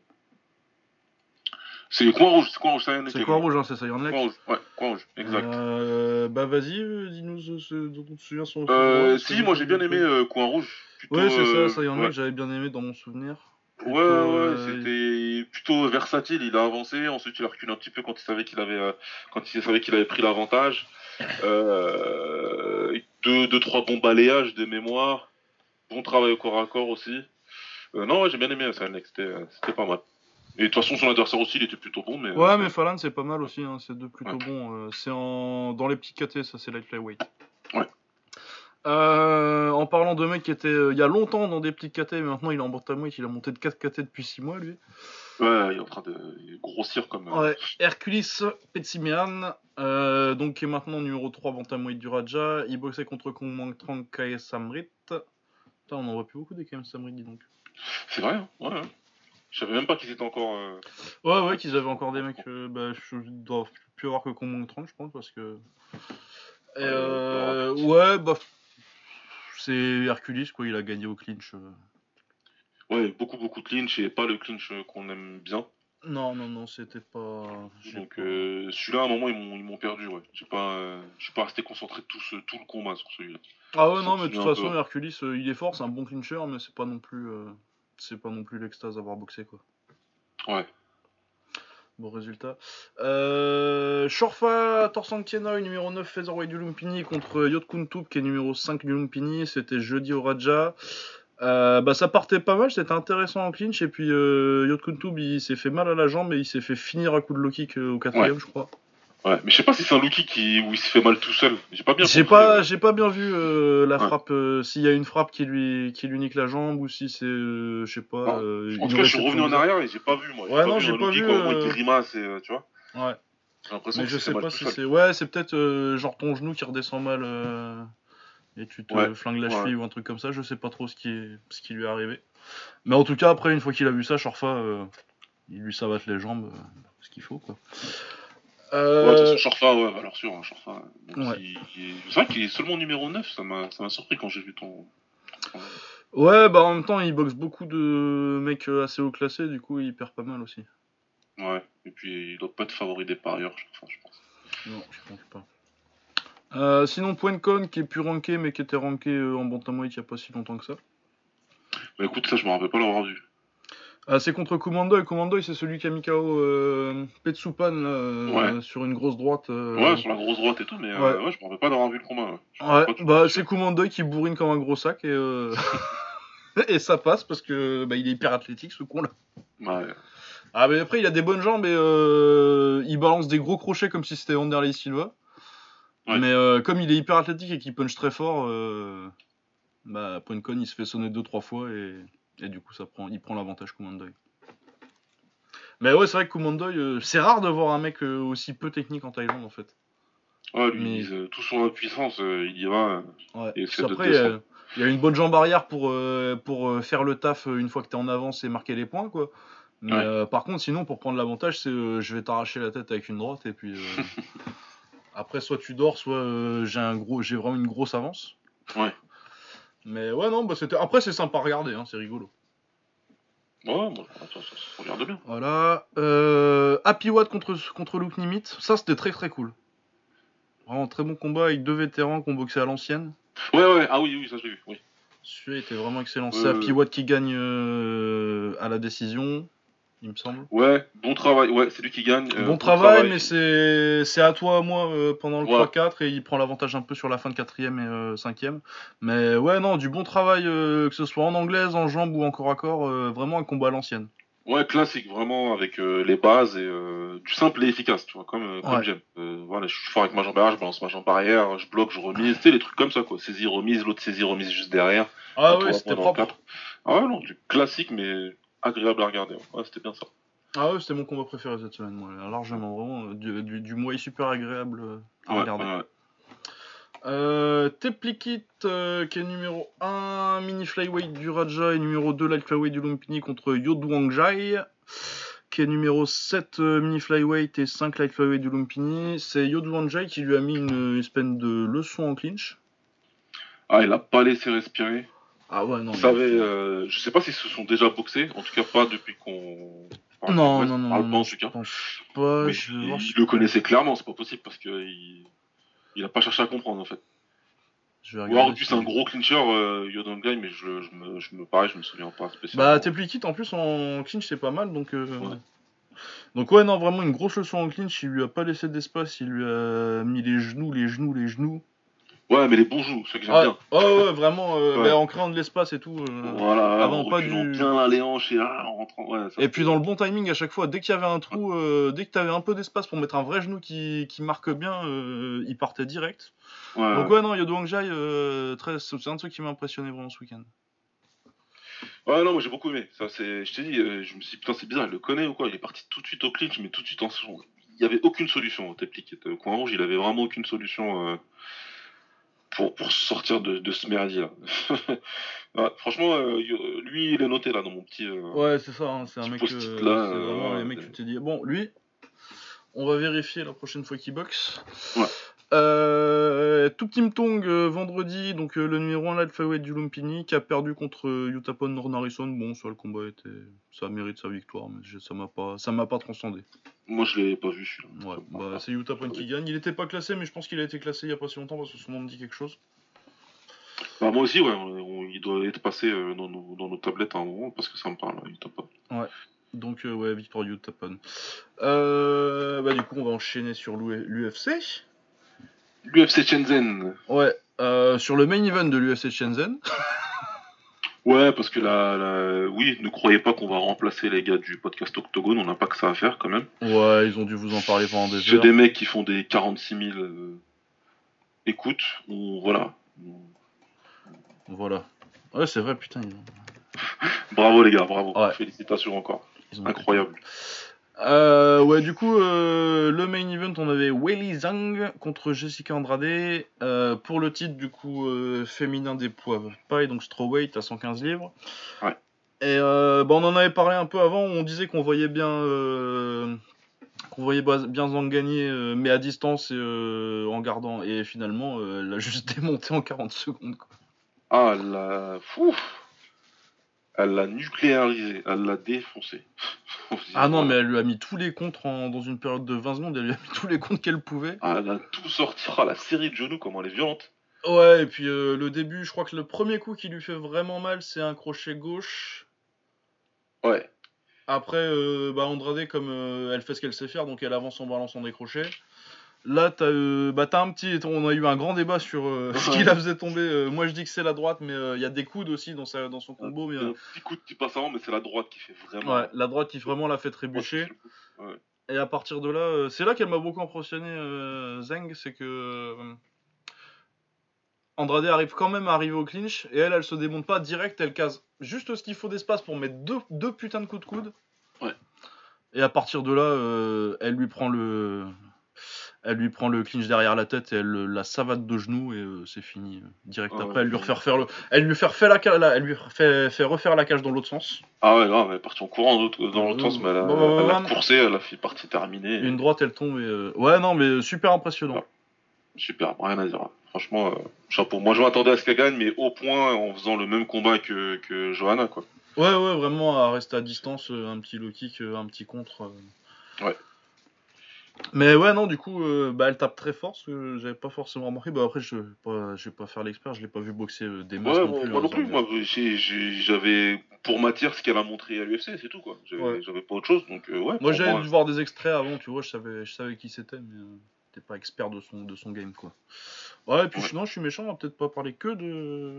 C'est Coin Rouge, c'est Coin Rouge, c'est Coin Rouge, hein, c'est Saiyan Neck. Coin Rouge, ouais, Coin Rouge, exact. Euh, bah vas-y, euh, dis-nous ce, ce dont tu te souviens sur ce euh, Si, moi j'ai bien aimé euh, Coin Rouge. Plutôt, ouais, c'est euh, ça, Saiyan ouais. Neck, j'avais bien aimé dans mon souvenir. Plutôt, ouais, ouais, euh... c'était plutôt versatile, il a avancé, ensuite il a reculé un petit peu quand il savait qu'il avait, euh, quand il savait qu'il avait pris l'avantage. Euh, deux, deux, trois bons balayages de mémoire, bon travail au corps à corps aussi. Euh, non, ouais, j'ai bien aimé Saiyan Neck, c'était, c'était pas mal. Et de toute façon, son adversaire aussi, il était plutôt bon. Mais, ouais, euh, mais Falan, c'est pas mal aussi, hein, c'est deux plutôt ouais. bons. Euh, c'est en... dans les petits K T, ça, c'est light flyweight. Ouais. Euh, en parlant de mec qui était euh, il y a longtemps dans des petits K T, mais maintenant il est en bantamweight, il a monté de quatre K T depuis six mois, lui. Ouais, il est en train de grossir comme... Euh... Ouais, Hercules Petsimian, euh, donc qui est maintenant numéro trois bantamweight du Raja. Il boxait contre Kong Trang K S Samrit. Putain, on en voit plus beaucoup des K S Samrit, dis donc. C'est vrai, hein, ouais. Je savais même pas qu'ils étaient encore... Euh... Ouais, ouais, qu'ils avaient encore des mecs... Euh, bah, je dois plus avoir que Kong Trang, je pense, parce que... Et euh, euh, ouais, bah... C'est Hercules, quoi, il a gagné au clinch. Euh... Ouais, beaucoup, beaucoup de clinch, et pas le clinch qu'on aime bien. Non, non, non, c'était pas... Donc pas... Euh, celui-là, à un moment, ils m'ont, ils m'ont perdu, ouais. J'ai pas, euh, je suis pas resté concentré tout, ce, tout le combat sur celui-là. Ah ouais, non, mais de toute façon, peu... Hercules, euh, il est fort, c'est un bon clincher, mais c'est pas non plus... Euh, c'est pas non plus l'extase d'avoir boxé, quoi. Ouais. Bon résultat. Euh, Shorfa Torsankienoi, numéro neuf, Featherweight du Lumpini, contre Yotkuntub, qui est numéro cinq du Lumpini. C'était jeudi au Raja. Euh, bah, ça partait pas mal, c'était intéressant en clinch. Et puis euh, Yotkuntub, il s'est fait mal à la jambe et il s'est fait finir à coup de low kick au quatrième, ouais. je crois. Ouais, mais je sais pas si c'est un low kick qui... où il se fait mal tout seul. J'ai pas bien J'ai compris, pas, ouais. j'ai pas bien vu euh, la ouais. frappe, euh, s'il y a une frappe qui lui, qui lui nique la jambe ou si c'est, euh, je sais pas. Euh, en tout cas, je suis revenu en arrière et j'ai pas vu, moi. Ouais, j'ai non, pas j'ai vu pas vu. Où euh... il grimace et, euh, tu vois. Ouais. J'ai l'impression mais que je c'est sais pas si c'est. Ouais, c'est peut-être euh, genre ton genou qui redescend mal euh, et tu te ouais. flingues la ouais. cheville ou un truc comme ça. Je sais pas trop ce qui, est... ce qui lui est arrivé. Mais en tout cas, après, une fois qu'il a vu ça, Shorfa, euh, il lui savate les jambes, euh, ce qu'il faut, quoi. Euh... Ouais, de toute façon, Shorfa, ouais, valeur sûre, hein, Shorfa. Ouais. Il... C'est vrai qu'il est seulement numéro neuf, ça m'a, ça m'a surpris quand j'ai vu ton. Ouais, bah en même temps, il boxe beaucoup de mecs assez haut classés, du coup, il perd pas mal aussi. Ouais, et puis il doit pas être favori des parieurs, enfin, je pense. Non, je pense pas. Euh, sinon, Poincon, qui est plus ranké, mais qui était ranké euh, en bantamweight il y a pas si longtemps que ça. Bah écoute, ça, je me rappelle pas l'avoir vu. Ah, c'est contre Kumandoi. Kumandoi, c'est celui qui a mis K O euh, Petsupan là, euh, ouais. sur une grosse droite. Euh... Ouais, sur la grosse droite et tout, mais ouais, euh, ouais je me rappelle pas d'avoir vu le combat. Ouais, ouais bah c'est Kumandoi qui bourrine comme un gros sac et, euh... et ça passe parce que bah, il est hyper athlétique ce con là. Ouais. Ah, mais après, il a des bonnes jambes et euh, il balance des gros crochets comme si c'était Wanderlei Silva. Ouais. Mais euh, comme il est hyper athlétique et qu'il punch très fort, euh, bah, Poincon il se fait sonner deux trois fois et, et du coup ça prend, il prend l'avantage Kumandoi. Mais ouais, c'est vrai que Kumandoi, euh, c'est rare de voir un mec euh, aussi peu technique en Thaïlande en fait. Ouais, lui, mais... il mise tout sur la puissance, euh, il y va. Ouais. Et après, il euh, y a une bonne jambe arrière pour, euh, pour faire le taf une fois que t'es en avance et marquer les points, quoi. Mais ouais. euh, par contre, sinon, pour prendre l'avantage, c'est euh, je vais t'arracher la tête avec une droite et puis euh, après, soit tu dors, soit euh, j'ai un gros, j'ai vraiment une grosse avance. Ouais. Mais ouais, non, bah c'était. Après, c'est sympa à regarder, hein, c'est rigolo. Ouais, bon, attends, ça se regarde bien. Voilà. Euh, Happy Watt contre, contre Luke Nimit, ça c'était très très cool. Vraiment très bon combat avec deux vétérans qui ont boxé à l'ancienne. Ouais, ouais, ah oui, oui, ça je l'ai vu, oui. Celui-là était vraiment excellent. Euh... C'est Happy Watt qui gagne euh, à la décision, il me semble. Ouais, bon travail, ouais, c'est lui qui gagne. Euh, bon, bon travail, travail, mais c'est, c'est à toi, à moi, euh, pendant le voilà. trois quatre, et il prend l'avantage un peu sur la fin de quatrième et euh, cinquième. Mais ouais, non, du bon travail, euh, que ce soit en anglaise, en jambes ou en corps à corps, euh, vraiment un combat à l'ancienne. Ouais, classique, vraiment, avec euh, les bases et euh, du simple et efficace, tu vois, comme, euh, comme ouais. j'aime. Euh, voilà, je suis fort avec ma jambe arrière, je balance ma jambe arrière, je bloque, je remise, tu sais, les trucs comme ça, quoi. Saisie, remise, l'autre saisie, remise juste derrière. Ah ouais, c'était propre. Ah ouais, non, du classique, mais agréable à regarder. Ouais, ouais c'était bien ça. Ah ouais, c'était mon combat préféré cette semaine, moi, largement, vraiment, du, du, du Muay super agréable à ouais, regarder. Ouais, ouais. Euh, Teplikit, euh, qui est numéro un mini flyweight du Raja et numéro deux light flyweight du Lumpini contre Yodwangjai. qui est numéro sept euh, mini flyweight et cinq light flyweight du Lumpini. C'est Yoduanjai qui lui a mis une espèce de leçon en clinch. Ah, il a pas laissé respirer. Ah ouais, non. Vous il savez, fait- euh, je sais pas s'ils se sont déjà boxés, en tout cas pas depuis qu'on parle Non, du West, non, non, on parle non, pas non, en je tout cas. pense pas. Mais Je vais il, voir. il le connaissait clairement, c'est pas possible parce que il, il a pas cherché à comprendre en fait. Je vais Ou alors regarder. lui si- c'est un gros clincher, euh, Yodangai, mais je, je me, je me pareil, je me souviens pas spécialement. Bah, Teplikit en plus en clinch c'est pas mal donc. euh, Ouais. Donc, ouais, non, vraiment une grosse leçon en clinch. Il lui a pas laissé d'espace. Il lui a mis les genoux, les genoux, les genoux. Ouais, mais les bons joues, ceux que j'aime Ah, bien. ouais, ouais, vraiment, euh, Ouais. mais en créant de l'espace et tout. euh, Voilà, avant en pas reculant du. bien là, les hanches et là, en rentrant. Ouais, ça, Et puis c'était- dans le bon timing à chaque fois, dès qu'il y avait un trou, euh, dès que tu avais un peu d'espace pour mettre un vrai genou qui, qui marque bien, euh, il partait direct. Ouais, Donc ouais. ouais, non, Yodo Hangjai, euh, très- c'est un de ceux qui m'a impressionné vraiment ce week-end. Ouais, non, moi j'ai beaucoup aimé. Ça, c'est, je t'ai dit, euh, je me suis dit, putain, c'est bizarre, il le connaît ou quoi? Il est parti tout de suite au clinch, mais tout de suite en. Il y avait aucune solution au Tepliquet. Au coin rouge, il avait vraiment aucune solution euh, pour, pour sortir de, de ce merdier là. Ouais, franchement, euh, yo- lui, il est noté là dans mon petit, euh, Ouais, c'est ça, hein, c'est un petit mec, post-it euh, là. c'est euh, vraiment les voilà. mecs que tu t'es dit, bon, lui, on va vérifier la prochaine fois qu'il boxe. Ouais. Euh, Tuptim Tong euh, vendredi, donc euh, le numéro un light flyweight du Lumpini qui a perdu contre euh, Utapon Nornarison. Bon, ça le combat était, ça mérite sa victoire, mais j'ai- ça m'a pas, ça m'a pas transcendé. Moi, je l'ai pas vu celui-là. Ouais, Ça me bah parle c'est Utapon pas. qui gagne. Il était pas classé, mais je pense qu'il a été classé il y a pas si longtemps parce que son nom me dit quelque chose. Bah, moi aussi, ouais, on- on- il doit être passé euh, dans, nos, dans nos tablettes à un moment parce que ça me parle, il tape pas. Ouais. Donc euh, ouais, victoire du Utapon. Euh, bah du coup, on va enchaîner sur l'U F C. L'U F C Shenzhen. Ouais. Euh, sur le main event de l'U F C Shenzhen. Ouais, parce que là, là, oui, ne croyez pas qu'on va remplacer les gars du podcast Octogone, on n'a pas que ça à faire quand même. Ouais, ils ont dû vous en parler pendant des C'est heures. des mecs qui font des quarante-six mille euh, écoutes, on- voilà. Voilà. Ouais, c'est vrai, putain. Ils ont... Bravo les gars, bravo. Ouais. Félicitations encore. ils ont Incroyable. Euh, ouais, du coup, euh, le main event, on avait Weili Zhang contre Jessica Andrade euh, pour le titre, du coup, euh, féminin des poids paille, donc strawweight à cent quinze livres. Ouais. Et euh, bah, on en avait parlé un peu avant, on disait qu'on voyait bien, euh, qu'on voyait bas- bien Zhang gagner, euh, mais à distance et euh, en gardant. Et finalement, euh, elle l'a juste démonté en quarante secondes. Quoi. Ah, la... Fou. Elle l'a nucléarisé, elle l'a défoncé. Faut dire, Ah non, voilà. mais elle lui a mis tous les contres en- dans une période de vingt secondes, elle lui a mis tous les contres qu'elle pouvait. Ah, elle a tout sorti. Ah, la série de genoux, comment elle est violente. Ouais, et puis euh, le début, je crois que le premier coup qui lui fait vraiment mal, c'est un crochet gauche. Ouais. Après, euh, bah Andrade, comme euh, elle fait ce qu'elle sait faire, donc elle avance en balançant des crochets. Là, t'as, euh, bah, t'as un petit. On a eu un grand débat sur euh, ce qui la faisait tomber. Euh, moi, je dis que c'est la droite, mais il euh, y a des coudes aussi dans, sa, dans son combo. Mais, Il y a euh, un petit coup de qui passe avant, mais c'est la droite qui fait vraiment. ouais, la droite qui vraiment l'a fait trébucher. Ouais. Et à partir de là, euh, c'est là qu'elle m'a beaucoup impressionné, euh, Zeng, c'est que. Euh, Andrade arrive quand même à arriver au clinch et elle, elle se démonte pas direct, elle case juste ce qu'il faut d'espace pour mettre deux, deux putains de coups de coude. Ouais. Et à partir de là, euh, elle lui prend le, elle lui prend le clinch derrière la tête et elle la savate de genoux et euh, c'est fini. Direct Ah après, ouais, elle lui ouais. refait refaire le, elle lui fait refaire la, ca- la- elle lui fait, fait refaire la cage dans l'autre sens. Ah ouais, grave, elle est partie en courant dans l'autre, dans l'autre Euh, sens, mais elle a, bah, bah, elle a bah, coursé, elle a fait partie terminée. Une droite, elle tombe et euh, ouais non mais super impressionnant. Ouais. Super, rien à dire. Franchement, euh, chapeau. Moi, je m'attendais à ce qu'elle gagne, mais au point en faisant le même combat que, que Johanna, quoi. Ouais ouais vraiment à rester à distance, euh, un petit low kick, euh, un petit contre. euh. Ouais. Mais ouais, non, du coup, euh, bah, elle tape très fort, ce que j'avais pas forcément remarqué. Bah, après, je vais pas, je vais pas faire l'expert, je l'ai pas vu boxer euh, des masses Ouais, non moi, plus. moi hein, non plus. Zang. Moi, j'ai- j'ai- j'avais pour matière ce qu'elle a montré à l'U F C, c'est tout, quoi. J'avais Ouais. j'avais pas autre chose, donc euh, ouais. Moi, pour j'avais moi, dû voir des extraits avant, tu vois, je savais, je savais qui c'était, mais euh, j'étais pas expert de son, de son game, quoi. Ouais, et puis Ouais. sinon, je suis méchant, on va peut-être pas parler que de,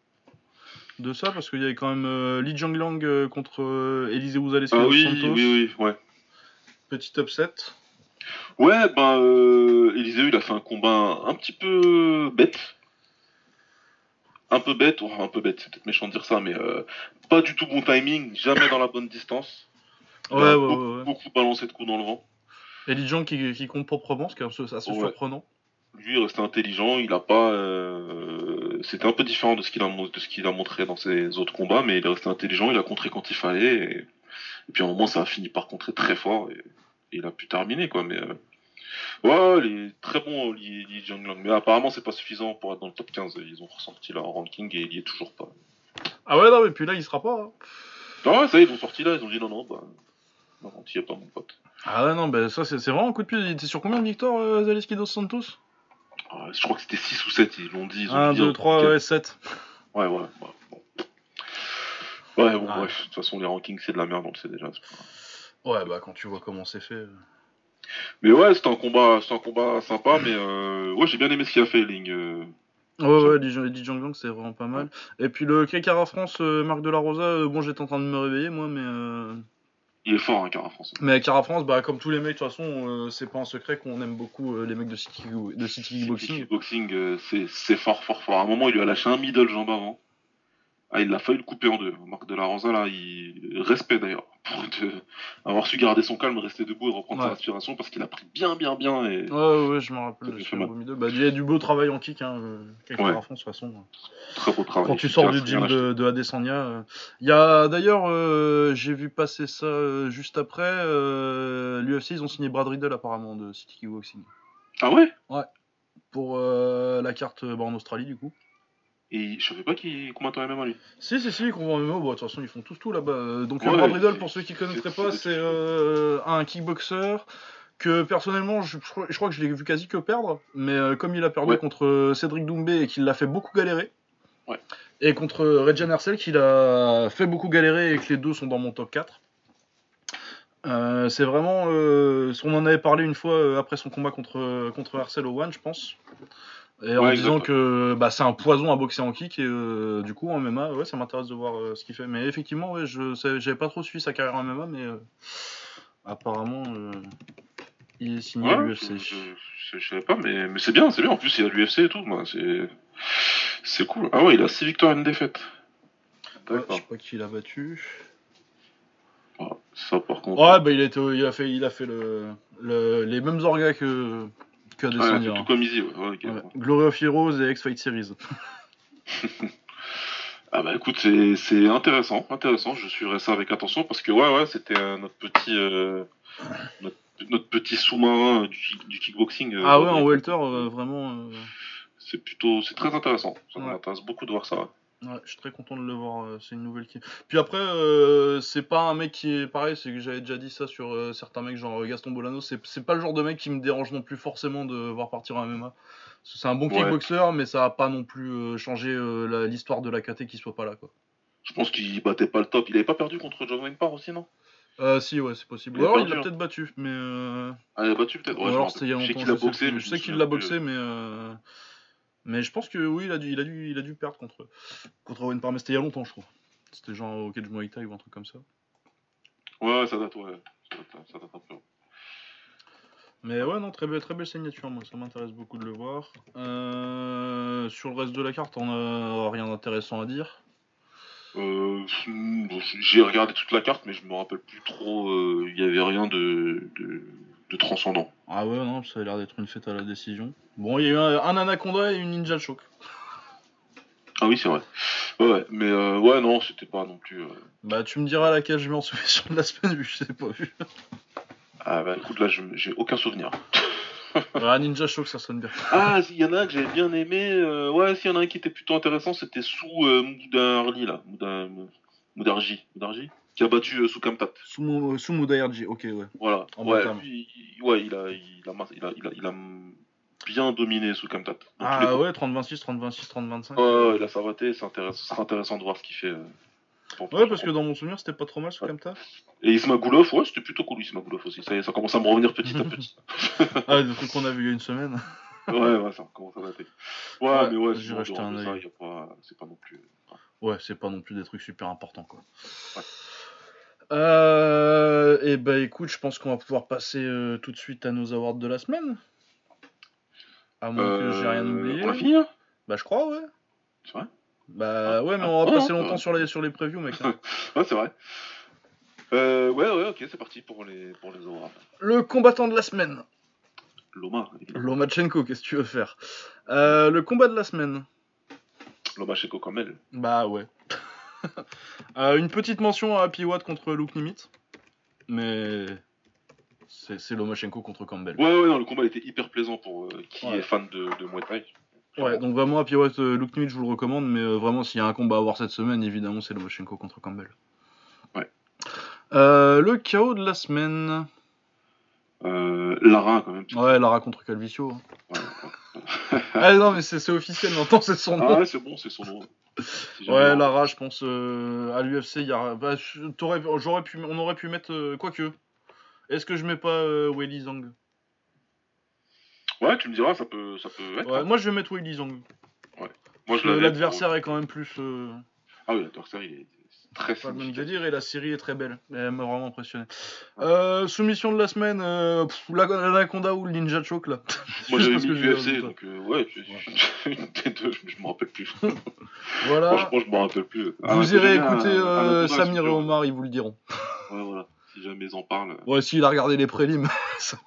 de ça, parce qu'il y avait quand même euh, Li Jiangliang euh, contre euh, Eliseu Zaleski Ah dos oui, Santos. oui, oui, ouais. Petit upset. Ouais, ben, euh, Eliseu, il a fait un combat un, un petit peu bête. Un peu bête, enfin, un peu bête, c'est peut-être méchant de dire ça, mais euh, pas du tout bon timing, jamais dans la bonne distance. Il Ouais, a ouais, beaucoup, ouais, ouais. beaucoup balancé de coups dans le vent. Et Li Jiang qui, qui compte proprement, ce qui est assez, assez Ouais. surprenant. Lui, il restait intelligent, il a pas. Euh... C'était un peu différent de ce qu'il a, de ce qu'il a montré dans ses autres combats, mais il est resté intelligent, il a contré quand il fallait. Et... Et puis à un moment, ça a fini par contrer très fort et, et il a pu terminer, quoi. Mais euh, ouais, il est très bon, Li, Li Jiangliang. Mais apparemment, c'est pas suffisant pour être dans le top quinze. Ils ont ressorti leur ranking et il y est toujours pas. Ah ouais, non, mais puis là, il sera pas. Hein. Ah ouais, ça y est, ils ont sorti là, ils ont dit non, non, bah. Non, t'y es pas, mon pote. Ah ouais, non, bah ça, c'est, c'est vraiment un coup de pied. Il était sur combien de victoires, euh, Zaleski dos Santos? Ah, je crois que c'était six ou sept, ils l'ont dit, ils ont un, dit. deux, trois, ouais, sept. Ouais, ouais, ouais. Bon. Ouais, bon, Ouais. bref, de toute façon, les rankings, c'est de la merde, on le sait déjà. C'est pas... Ouais, bah quand tu vois comment c'est fait. Mais ouais, c'était un combat, c'était un combat sympa, mais euh, ouais, j'ai bien aimé ce qu'il a fait, Ling. Euh... Ouais, ouais, Li Jiangliang, c'est vraiment pas mal. Ouais. Et puis le Kekara France, euh, Marc de la Rosa, euh, bon, j'étais en train de me réveiller, moi, mais. Euh... Il est fort, hein, Kara France. Mais Kara France, bah, comme tous les mecs, de toute façon, euh, c'est pas un secret qu'on aime beaucoup euh, les mecs de City, de City Kickboxing. City Kickboxing, euh, c'est, c'est fort, fort, fort. À un moment, il lui a lâché un middle jambe avant. Ah, il a failli le couper en deux. Marc de la Rosa, là, il. Respect d'ailleurs. Pour de... avoir su garder son calme, rester debout et reprendre ouais. sa respiration parce qu'il a pris bien, bien, bien. Et... Ouais, ouais, je me rappelle de ce beau middle. Bah, il y a du beau travail en kick, hein, euh, Kekara ouais. France, de toute façon. Très beau travail. Quand tu sors du gym de, de Adesanya. Il euh... y a d'ailleurs, euh, j'ai vu passer ça euh, juste après. Euh, L'U F C, ils ont signé Brad Riddle apparemment de City Kickboxing. Ah ouais? Ouais. Pour euh, la carte bah, en Australie, du coup. Et je savais pas qu'il combattait en M M A lui. Si, si, si, ils combattent en M M A. Bon, de toute façon, ils font tous tout là-bas. Donc, ouais, Brad Riddle, pour ceux qui ne connaîtraient pas, c'est euh, un kickboxer que personnellement, je, je crois que je l'ai vu quasi que perdre. Mais euh, comme il a perdu ouais. contre Cédric Doumbé et qu'il l'a fait beaucoup galérer. Ouais. Et contre Reggian Hercel, qu'il a fait beaucoup galérer et que les deux sont dans mon top quatre. Euh, c'est vraiment. Euh, on en avait parlé une fois euh, après son combat contre, contre Hercel au One, je pense. Et ouais, en disant que bah, c'est un poison à boxer en kick. Et euh, du coup, en M M A, ouais, ça m'intéresse de voir euh, ce qu'il fait. Mais effectivement, ouais, je j'avais pas trop suivi sa carrière en M M A, mais euh, apparemment, euh, il est signé ouais, à l'U F C. Je, je, je savais pas, mais, mais c'est bien, c'est bien. En plus, il y a l'U F C et tout. Moi, c'est. C'est cool. Ah ouais, il a six victoires et une défaite. Ouais, je sais pas qui l'a battu. Ah, ça par contre. Ouais, bah il a, été, il a fait, il a fait le, le, les mêmes orgas que, que Adesanya. Ouais, tout comme Easy, ouais. ouais, okay, ouais. Ouais. Glory of Heroes et X-Fight Series. Ah bah écoute, c'est, c'est intéressant, intéressant. Je suivrai ça avec attention parce que ouais, ouais, c'était euh, notre petit, euh, notre, notre petit sous-marin du, du kickboxing. Euh, ah ouais, en welter, euh, vraiment. Euh... C'est plutôt, c'est très intéressant. Ça ouais. m'intéresse beaucoup de voir ça. Ouais. Ouais, je suis très content de le voir, euh, c'est une nouvelle qui... Puis après, euh, c'est pas un mec qui est pareil, c'est que j'avais déjà dit ça sur euh, certains mecs, genre Gaston Bolano, c'est, c'est pas le genre de mec qui me dérange non plus forcément de voir partir en M M A. C'est un bon kickboxer, ouais. mais ça a pas non plus euh, changé euh, la, l'histoire de la K T qu'il soit pas là, quoi. Je pense qu'il battait pas le top, il avait pas perdu contre John Wayne Parr aussi, non? Euh, si, ouais, c'est possible. Il Alors, perdu, il l'a hein. peut-être battu, mais... Euh... Ah, il a battu peut-être, ouais, alors, c'était il y a longtemps, je sais qu'il, a boxé, mais je sais qu'il l'a boxé, mais... Euh... Mais je pense que oui, il a dû, il a dû, il a dû perdre contre, contre Owen Parr, mais c'était il y a longtemps, je trouve. C'était genre au Cage Muay Thai ou un truc comme ça. Ouais, ça date, ouais. Ça date, ça date un peu. Mais ouais, non, très belle, très belle signature, moi, ça m'intéresse beaucoup de le voir. Euh, sur le reste de la carte, on a rien d'intéressant à dire. Euh, j'ai regardé toute la carte, mais je me rappelle plus trop. Il euh, y avait rien de, de, de transcendant. Ah ouais, non, ça a l'air d'être une fête à la décision. Bon, il y a eu un, un Anaconda et une Ninja Choke. Ah oui, c'est vrai. Ouais, ouais. mais euh, ouais, non, c'était pas non plus. Euh... Bah, tu me diras laquelle je mets en soumission de la semaine, vu que je l'ai pas vu. Ah bah écoute, là, je, j'ai aucun souvenir. Ah, Ninja Choke, ça sonne bien. Ah, il y en a un que j'avais bien aimé. Euh, ouais, s'il y en a un qui était plutôt intéressant, c'était sous euh, Moudarli, là. Moudar... Moudarji. Moudarji qui a battu euh, sous Kamtat. Sous, euh, sous Moudarji, ok, ouais. Voilà. En ouais, lui, il, ouais, il a, il, a, il, a, il, a, il a bien dominé sous Kamtat. Ah ouais, trente vingt-six, trente vingt-six, trente vingt-cinq. Ouais, ouais, il a savaté, c'est intéressant, ce sera intéressant de voir ce qu'il fait. Euh, ouais, parce que dans mon souvenir, c'était pas trop mal sous ouais. Kamtat. Et Ismagoulov, ouais, c'était plutôt cool, Ismagoulov aussi. Ça, ça commence à me revenir petit à petit. Ah, le truc qu'on a vu il y a une semaine. Ouais, ouais, ça commence à dater. Ouais, ouais, mais ouais, sinon, sinon, un ça, y a pas, c'est pas non plus. Ouais, ouais c'est pas non plus des trucs super importants, quoi. Ouais. Euh, et bah écoute, je pense qu'on va pouvoir passer euh, tout de suite à nos awards de la semaine. À moins euh, que j'ai rien oublié. On a fini, hein? Bah je crois, ouais. C'est vrai? Bah ah, ouais, mais on va ah, passer ah, longtemps ah. sur les sur les previews, mec. Hein. Ouais, c'est vrai. Euh, ouais, ouais, ok, c'est parti pour les pour les awards. Le combattant de la semaine. Loma. Lomachenko, qu'est-ce que tu veux faire euh, Le combat de la semaine. Lomachenko comme elle. Bah ouais. Euh, une petite mention à Happy Watt contre Luke Nimitz. Mais c'est, c'est Lomachenko contre Campbell. Ouais, ouais, non, le combat était hyper plaisant pour euh, qui Ouais. est fan de, de Muay Thai. Ouais, donc vraiment Happy Watt, euh, Luke Nimitz, je vous le recommande. Mais euh, vraiment, s'il y a un combat à voir cette semaine, évidemment, c'est Lomachenko contre Campbell. Ouais. Euh, le K O de la semaine. Euh, Lara, quand même. Ouais, Lara contre Calvicio. Hein. Ouais, ouais. Ah non, mais c'est, c'est officiel maintenant, c'est son nom. Ah ouais, c'est bon, c'est son nom. Si Ouais, jamais, Lara, je pense euh, à l'U F C, il y a, bah, je- t'aurais- j'aurais pu, on aurait pu mettre euh, quoique. Est-ce que je mets pas euh, Weili Zhang? Ouais, tu me diras, ça peut, ça peut être. Ouais, Hein. moi je vais mettre Weili Zhang. Ouais. Moi, Parce je que l'avais l'adversaire pour- est quand même plus. Euh, Ah oui, l'adversaire, il est très pas le même significatif. délire et la série est très belle. Elle m'a vraiment impressionné. Euh, soumission de la semaine, euh, pff, la- l'Anaconda ou le Ninja Choke là. Moi, Juste j'avais parce mis que j'ai U F C, vu ça. donc euh, ouais, tu- une des deux, je, je me rappelle plus. Voilà. Franchement, je me rappelle plus. Vous irez écouter euh, Samir et et Omar, ils vous le diront. Ouais, voilà. Si jamais ils en parlent. Ouais, s'il a regardé les prélims. ça-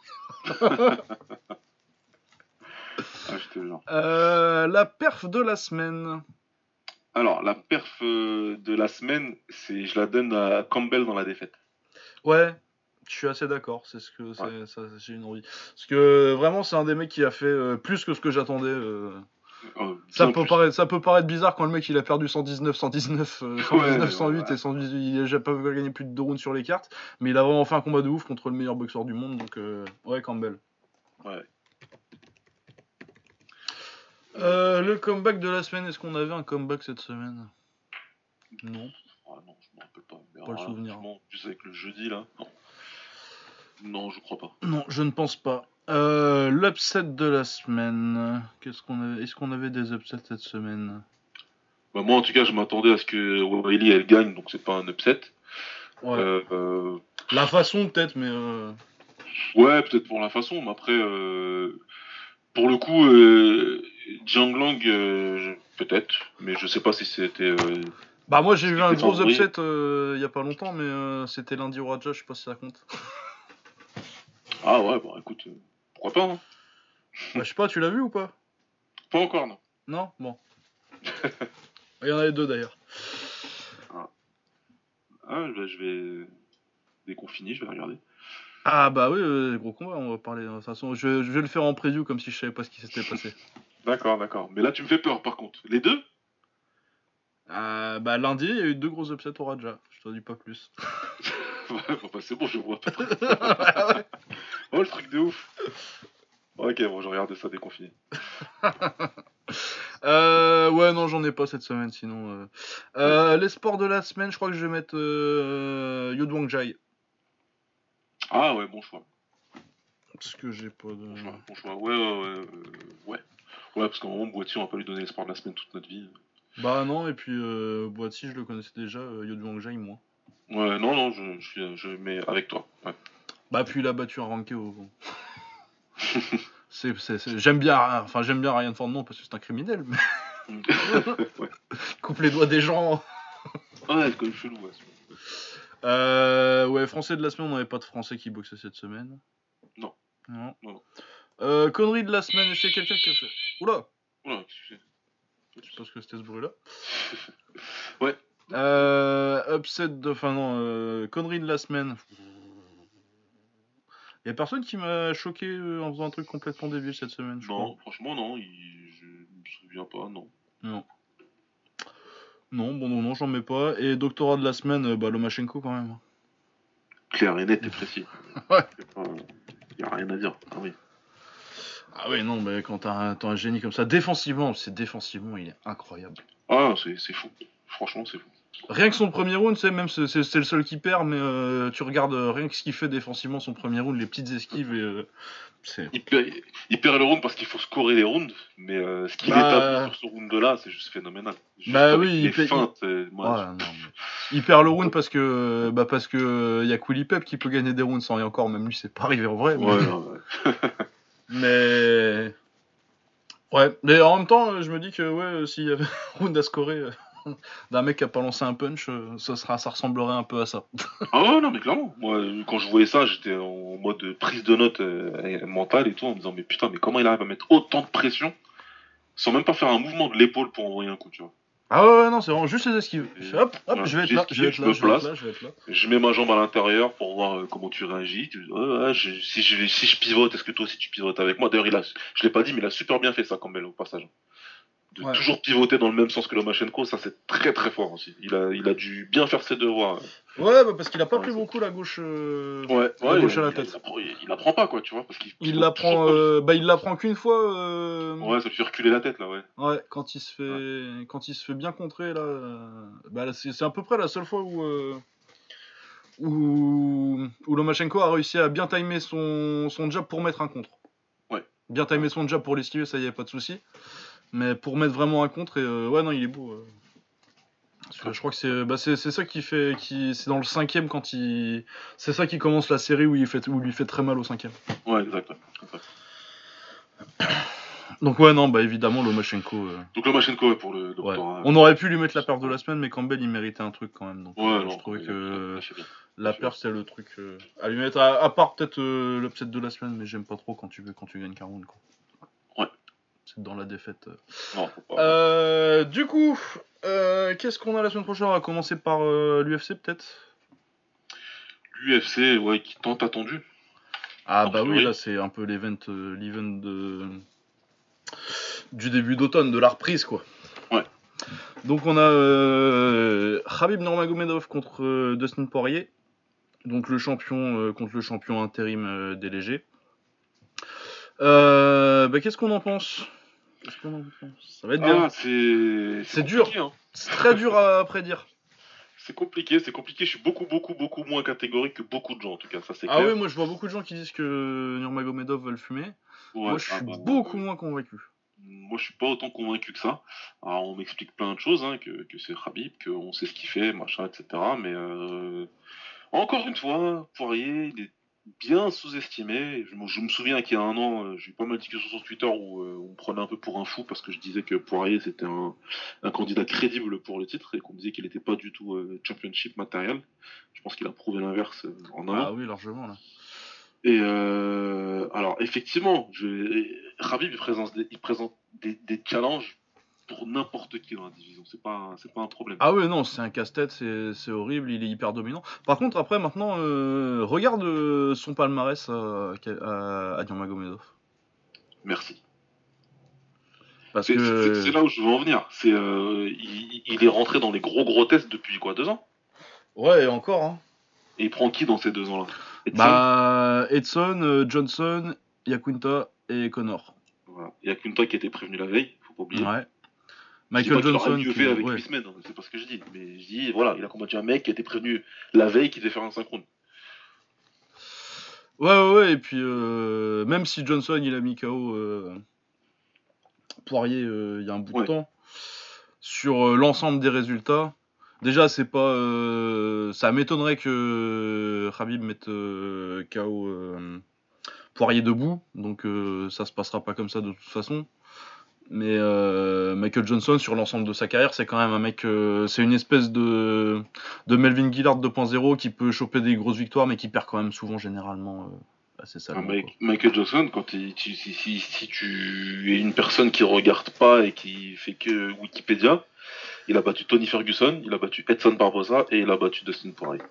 Ah, je te jure. Euh, la perf de la semaine. Alors, la perf euh, de la semaine, c'est, je la donne à Campbell dans la défaite. Ouais, je suis assez d'accord. C'est ce que c'est, Ouais. ça, j'ai une envie. Parce que vraiment, c'est un des mecs qui a fait euh, plus que ce que j'attendais. euh. Euh, Ça bien peut, plus. paraître, ça peut paraître bizarre quand le mec il a perdu cent dix-neuf, cent dix-neuf, euh, cent dix-neuf, Ouais, cent huit ouais. et cent dix-huit. Il a déjà pas gagné plus de deux rounds sur les cartes. Mais il a vraiment fait un combat de ouf contre le meilleur boxeur du monde. Donc, euh, ouais, Campbell. Ouais. Euh, le comeback de la semaine, est-ce qu'on avait un comeback cette semaine? Non. Ah non, je me rappelle pas. Mais Pas le alors là, souvenir. franchement, juste avec le jeudi là. Non. Non, je crois pas. Non, je ne pense pas. Euh, l'upset de la semaine. Qu'est-ce qu'on avait... Est-ce qu'on avait des upsets cette semaine? Bah, moi, en tout cas, je m'attendais à ce que Weili elle gagne, donc c'est pas un upset. Ouais. Euh, euh, La façon peut-être, mais... Euh... Ouais, peut-être pour la façon, mais après, euh, pour le coup, euh, Jiang Lang, euh, je- peut-être, mais je sais pas si c'était. Euh, Bah moi j'ai ce vu qui un était gros favori. upset euh, il y a pas longtemps, mais euh, c'était lundi au Raja, je sais pas si ça compte. Ah ouais, bon, écoute, euh, pourquoi pas, hein. Bah, je sais pas, tu l'as vu ou pas? Pas encore, non. Non. Bon. Il y en avait deux d'ailleurs. Ah, bah, je vais. Dès qu'on finit, je vais regarder. Ah bah oui, euh, gros combat, on va parler. De toute façon, je, je vais le faire en preview comme si je savais pas ce qui s'était passé. D'accord, d'accord. Mais là, tu me fais peur, par contre. Les deux? Euh, bah lundi, il y a eu deux gros upsets au Raja. Je t'en dis pas plus. Ouais, bah, c'est bon, je vois pas trop. Ouais. Oh, le truc de ouf. Ok, bon, je regarde ça dès qu'on finit. Euh, ouais, non, j'en ai pas cette semaine, sinon. Euh... Euh, les sports de la semaine, je crois que je vais mettre euh, Yodwang Jai. Ah ouais, bon choix. Parce que j'ai pas de. Bon choix, bon choix. Ouais, ouais, ouais. euh, ouais. Ouais, parce qu'à un moment, Boitier, on va pas lui donner l'espoir de la semaine toute notre vie. Bah non, et puis euh, Boissy, je le connaissais déjà, euh, Yodwang Jai, moi. Ouais, non, non, je, je suis, je mets avec toi. Ouais. Bah puis il a battu un ranké au. c'est, c'est, c'est... J'aime bien, enfin j'aime bien Ryan Ford, non, parce que c'est un criminel, mais Ouais. coupe les doigts des gens. Ouais, c'est quand même chelou. Ouais. Euh, ouais, français de la semaine, on n'avait pas de français qui boxait cette semaine. Non. Non. Non, non. Euh, connerie de la semaine, est-ce qu'il y a quelqu'un qui a fait. Oula, Oula, qu'est-ce que c'est? je sais pas ce que c'était ce bruit-là. Ouais. Euh, upset de. Enfin non, euh, connerie de la semaine. Y a personne qui m'a choqué euh, en faisant un truc complètement débile cette semaine, je Non, crois. franchement, non. Il... Je me souviens pas, non. Non. Non, bon, non, non, j'en mets pas. Et doctorat de la semaine, euh, bah, Lomachenko quand même. Clair et net et précis. Ouais. Il y a rien à dire. Ah oui. Ah oui, non, mais quand t'as un, t'as un génie comme ça, défensivement, c'est défensivement, il est incroyable. Ah, c'est, c'est fou. Franchement, c'est fou. Rien que son premier round, tu sais, même c'est, c'est, c'est le seul qui perd, mais euh, tu regardes euh, rien que ce qu'il fait défensivement son premier round, les petites esquives, et euh, c'est... Il perd, il perd le round parce qu'il faut scorer les rounds, mais euh, ce qu'il Bah... établit sur ce round-là, c'est juste phénoménal. Juste Bah avec oui, les il fait- feintes, euh, moi, Ouais, non, mais... Il perd le round parce que bah parce que euh, y a Willy Pep qui peut gagner des rounds sans rien encore, même lui c'est pas arrivé en vrai. je- Mais... Ouais, non, ouais. mais ouais, mais en même temps euh, je me dis que ouais euh, s'il y avait un round à scorer euh, d'un mec qui a pas lancé un punch, euh, ça sera ça ressemblerait un peu à ça. Ah ouais, non, mais clairement. Moi, euh, quand je voyais ça, j'étais en mode prise de notes euh, mentale et tout, en me disant, mais putain, mais comment il arrive à mettre autant de pression sans même pas faire un mouvement de l'épaule pour envoyer un coup, tu vois. Ah ouais, ouais, non, c'est vraiment juste les esquives. Et, Je fais hop, hop, voilà, je vais être là, je vais être je là, me je vais être place, là, je vais être là. je mets ma jambe à l'intérieur pour voir euh, comment tu réagis. Tu dis, ouais, ouais, je- si, je, si je pivote, est-ce que toi aussi tu pivotes avec moi? D'ailleurs, il a, je l'ai pas dit, mais il a super bien fait ça, Campbell, au passage. De Ouais. toujours pivoter dans le même sens que Lomachenko, ça c'est très très fort aussi. Il a, il a dû bien faire ses devoirs. Ouais, bah parce qu'il a pas Ouais, pris c'est- beaucoup la gauche, euh, Ouais, la ouais, gauche à il, la il, il, tête. apprend, il, il apprend pas quoi, tu vois, parce qu'il Il pivote toujours l'apprend, pas. euh, bah il l'apprend qu'une fois. Euh... Ouais, ça lui fait reculer la tête là, ouais. Ouais, quand il se Ouais. fait, quand il se fait bien contrer là, euh, bah là, c'est c'est à peu près la seule fois où euh, où, où Lomachenko a réussi à bien timer son, son jab pour mettre un contre. Ouais. Bien timer Ouais. son jab pour l'esquiver, ça y est, pas de souci. Mais pour mettre vraiment un contre, et euh, ouais, non, il est beau. euh. Parce que je crois que c'est bah c'est c'est ça qui fait. Qui, c'est dans le cinquième quand il. C'est ça qui commence la série où il, fait, où il lui fait très mal au cinquième. Ouais, exact. exact. Donc, ouais, non, bah évidemment, Lomachenko. Euh, Donc Lomachenko, ouais, pour le ouais. doctorat. On aurait pu lui mettre la perte de la semaine, mais Campbell il méritait un truc quand même. Donc, Ouais, euh, non, je trouvais il a, que il a fait bien. la perte c'est le truc euh, à lui mettre. À, à part peut-être euh, l'upset de la semaine, mais j'aime pas trop quand tu, quand tu gagnes quarante quoi. Ouais. C'est dans la défaite. euh. Non, faut pas. Euh, du coup, euh, qu'est-ce qu'on a la semaine prochaine? On va commencer par euh, l'U F C peut-être. L'U F C, ouais, qui tant attendu. Ah A bah oui, priori. là c'est un peu l'event, euh, l'event de... du début d'automne, de la reprise quoi. Ouais. Donc on a euh, Khabib Nurmagomedov contre euh, Dustin Poirier, donc le champion euh, contre le champion intérim euh, des légers. Euh, bah, qu'est-ce qu'on en pense? Qu'est-ce qu'on en pense? Ça va être bien. Ah, c'est. C'est compliqué, dur. hein. C'est très dur à prédire. C'est compliqué, c'est compliqué. Je suis beaucoup, beaucoup, beaucoup moins catégorique que beaucoup de gens, en tout cas, ça c'est Ah clair. oui, moi je vois beaucoup de gens qui disent que Nurmagomedov va le fumer. Ouais, Moi je ah suis bah, beaucoup euh, moins convaincu. moi je suis pas autant convaincu que ça. Alors on m'explique plein de choses, hein, que, que c'est Khabib, qu'on sait ce qu'il fait, machin, et cetera. Mais euh, encore une fois, Poirier, il est bien sous-estimé. Je, me- je me souviens qu'il y a un an, euh, j'ai eu pas mal de discussions sur Twitter où euh, on me prenait un peu pour un fou parce que je disais que Poirier c'était un, un candidat crédible pour le titre et qu'on me disait qu'il n'était pas du tout euh, championship matériel. Je pense qu'il a prouvé l'inverse euh, en un Ah an. oui, largement là. Et euh, alors effectivement, je, Khabib il présente des, il présente des, des challenges pour n'importe qui dans la division. C'est pas, un- c'est pas un problème. Ah oui, non, c'est un casse-tête, c'est, c'est horrible, il est hyper dominant. Par contre, après, maintenant, euh, regarde euh, son palmarès à, à, à Nurmagomedov. Merci. Parce C'est c'est- c'est- c'est que. là où je veux en venir. C'est euh, il, il est rentré dans les gros gros tests depuis quoi, deux ans? Ouais, et encore, hein. Et il prend qui dans ces deux ans-là? Edson. Bah, Edson, euh, Johnson, Yakunta et Connor. Voilà. Il y a qu'une toi qui était prévenu la veille, faut pas oublier. Ouais. Je dis Michael pas qu'il aurait Johnson mieux qui. fait avec Ouais. huit semaines, hein, c'est pas ce que je dis. Mais je dis, voilà, il a combattu un mec qui était prévenu la veille qui devait faire un synchrone. Ouais, ouais, ouais, et puis euh, même si Johnson il a mis K O euh, Poirier euh, il y a un bout de Ouais. temps, sur euh, l'ensemble des résultats, déjà c'est pas. euh, ça m'étonnerait que Khabib mette euh, K O euh, Poirier debout, donc euh, ça se passera pas comme ça de toute façon. Mais euh, Michael Johnson, sur l'ensemble de sa carrière, c'est quand même un mec. euh, c'est une espèce de, de Melvin Gillard deux point zéro qui peut choper des grosses victoires, mais qui perd quand même souvent, généralement, euh, assez Un salement. mec- Quoi. Michael Johnson, quand il- tu- si, si, si tu es une personne qui regarde pas et qui fait que Wikipédia, il a battu Tony Ferguson, il a battu Edson Barboza et il a battu Dustin Poirier.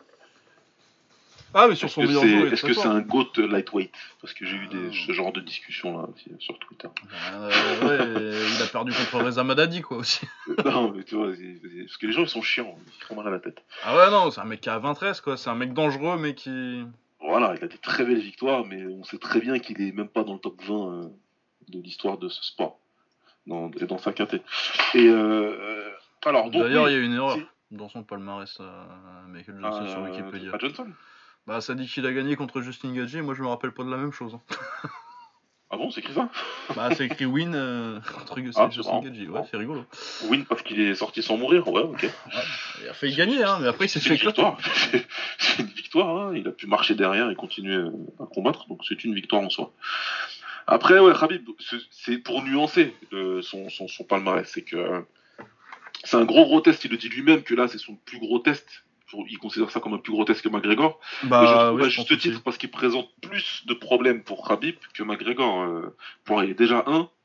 Ah, mais sur Est-ce son que meilleur c'est jour, il est est-ce très que c'est fort. un GOAT lightweight? Parce que j'ai eu des, Ah. ce genre de discussion là aussi, sur Twitter. Euh, ouais, il a perdu contre Reza Madadi, quoi, aussi. Non, mais tu vois, c'est- c'est- parce que les gens ils sont chiants, ils font mal à la tête. Ah ouais, non, c'est un mec qui a vingt treize, quoi. C'est un mec dangereux, mais qui. Voilà, il a des très belles victoires, mais on sait très bien qu'il est même pas dans le top vingt euh, de l'histoire de ce sport, dans, et dans sa caté. Et euh, alors, donc D'ailleurs, oui, il y a une erreur c'est- dans son palmarès, euh, Michael Johnson sur euh, Wikipédia. à Johnson. Bah, ça dit qu'il a gagné contre Justin Gaethje, moi je me rappelle pas de la même chose. hein. Ah bon, c'est écrit ça? Bah, c'est écrit win euh, contre Ah, c'est Justin marrant. Gaethje. Ouais, Marrant. c'est rigolo. Win parce qu'il est sorti sans mourir, ouais, ok. Ouais, il a failli gagner, hein, mais après il s'est C'est fait une éclater. victoire. C'est une victoire, hein. Il a pu marcher derrière et continuer euh, à combattre, donc c'est une victoire en soi. Après, ouais, Khabib, c'est- c'est pour nuancer euh, son, son, son palmarès, c'est que euh, c'est un gros gros test, il le dit lui-même que là c'est son plus gros test. Il considère ça comme un plus gros test que McGregor. Bah, et je trouve oui, à je juste pense titre aussi. parce qu'il présente plus de problèmes pour Khabib que McGregor. Euh, pour il est déjà un,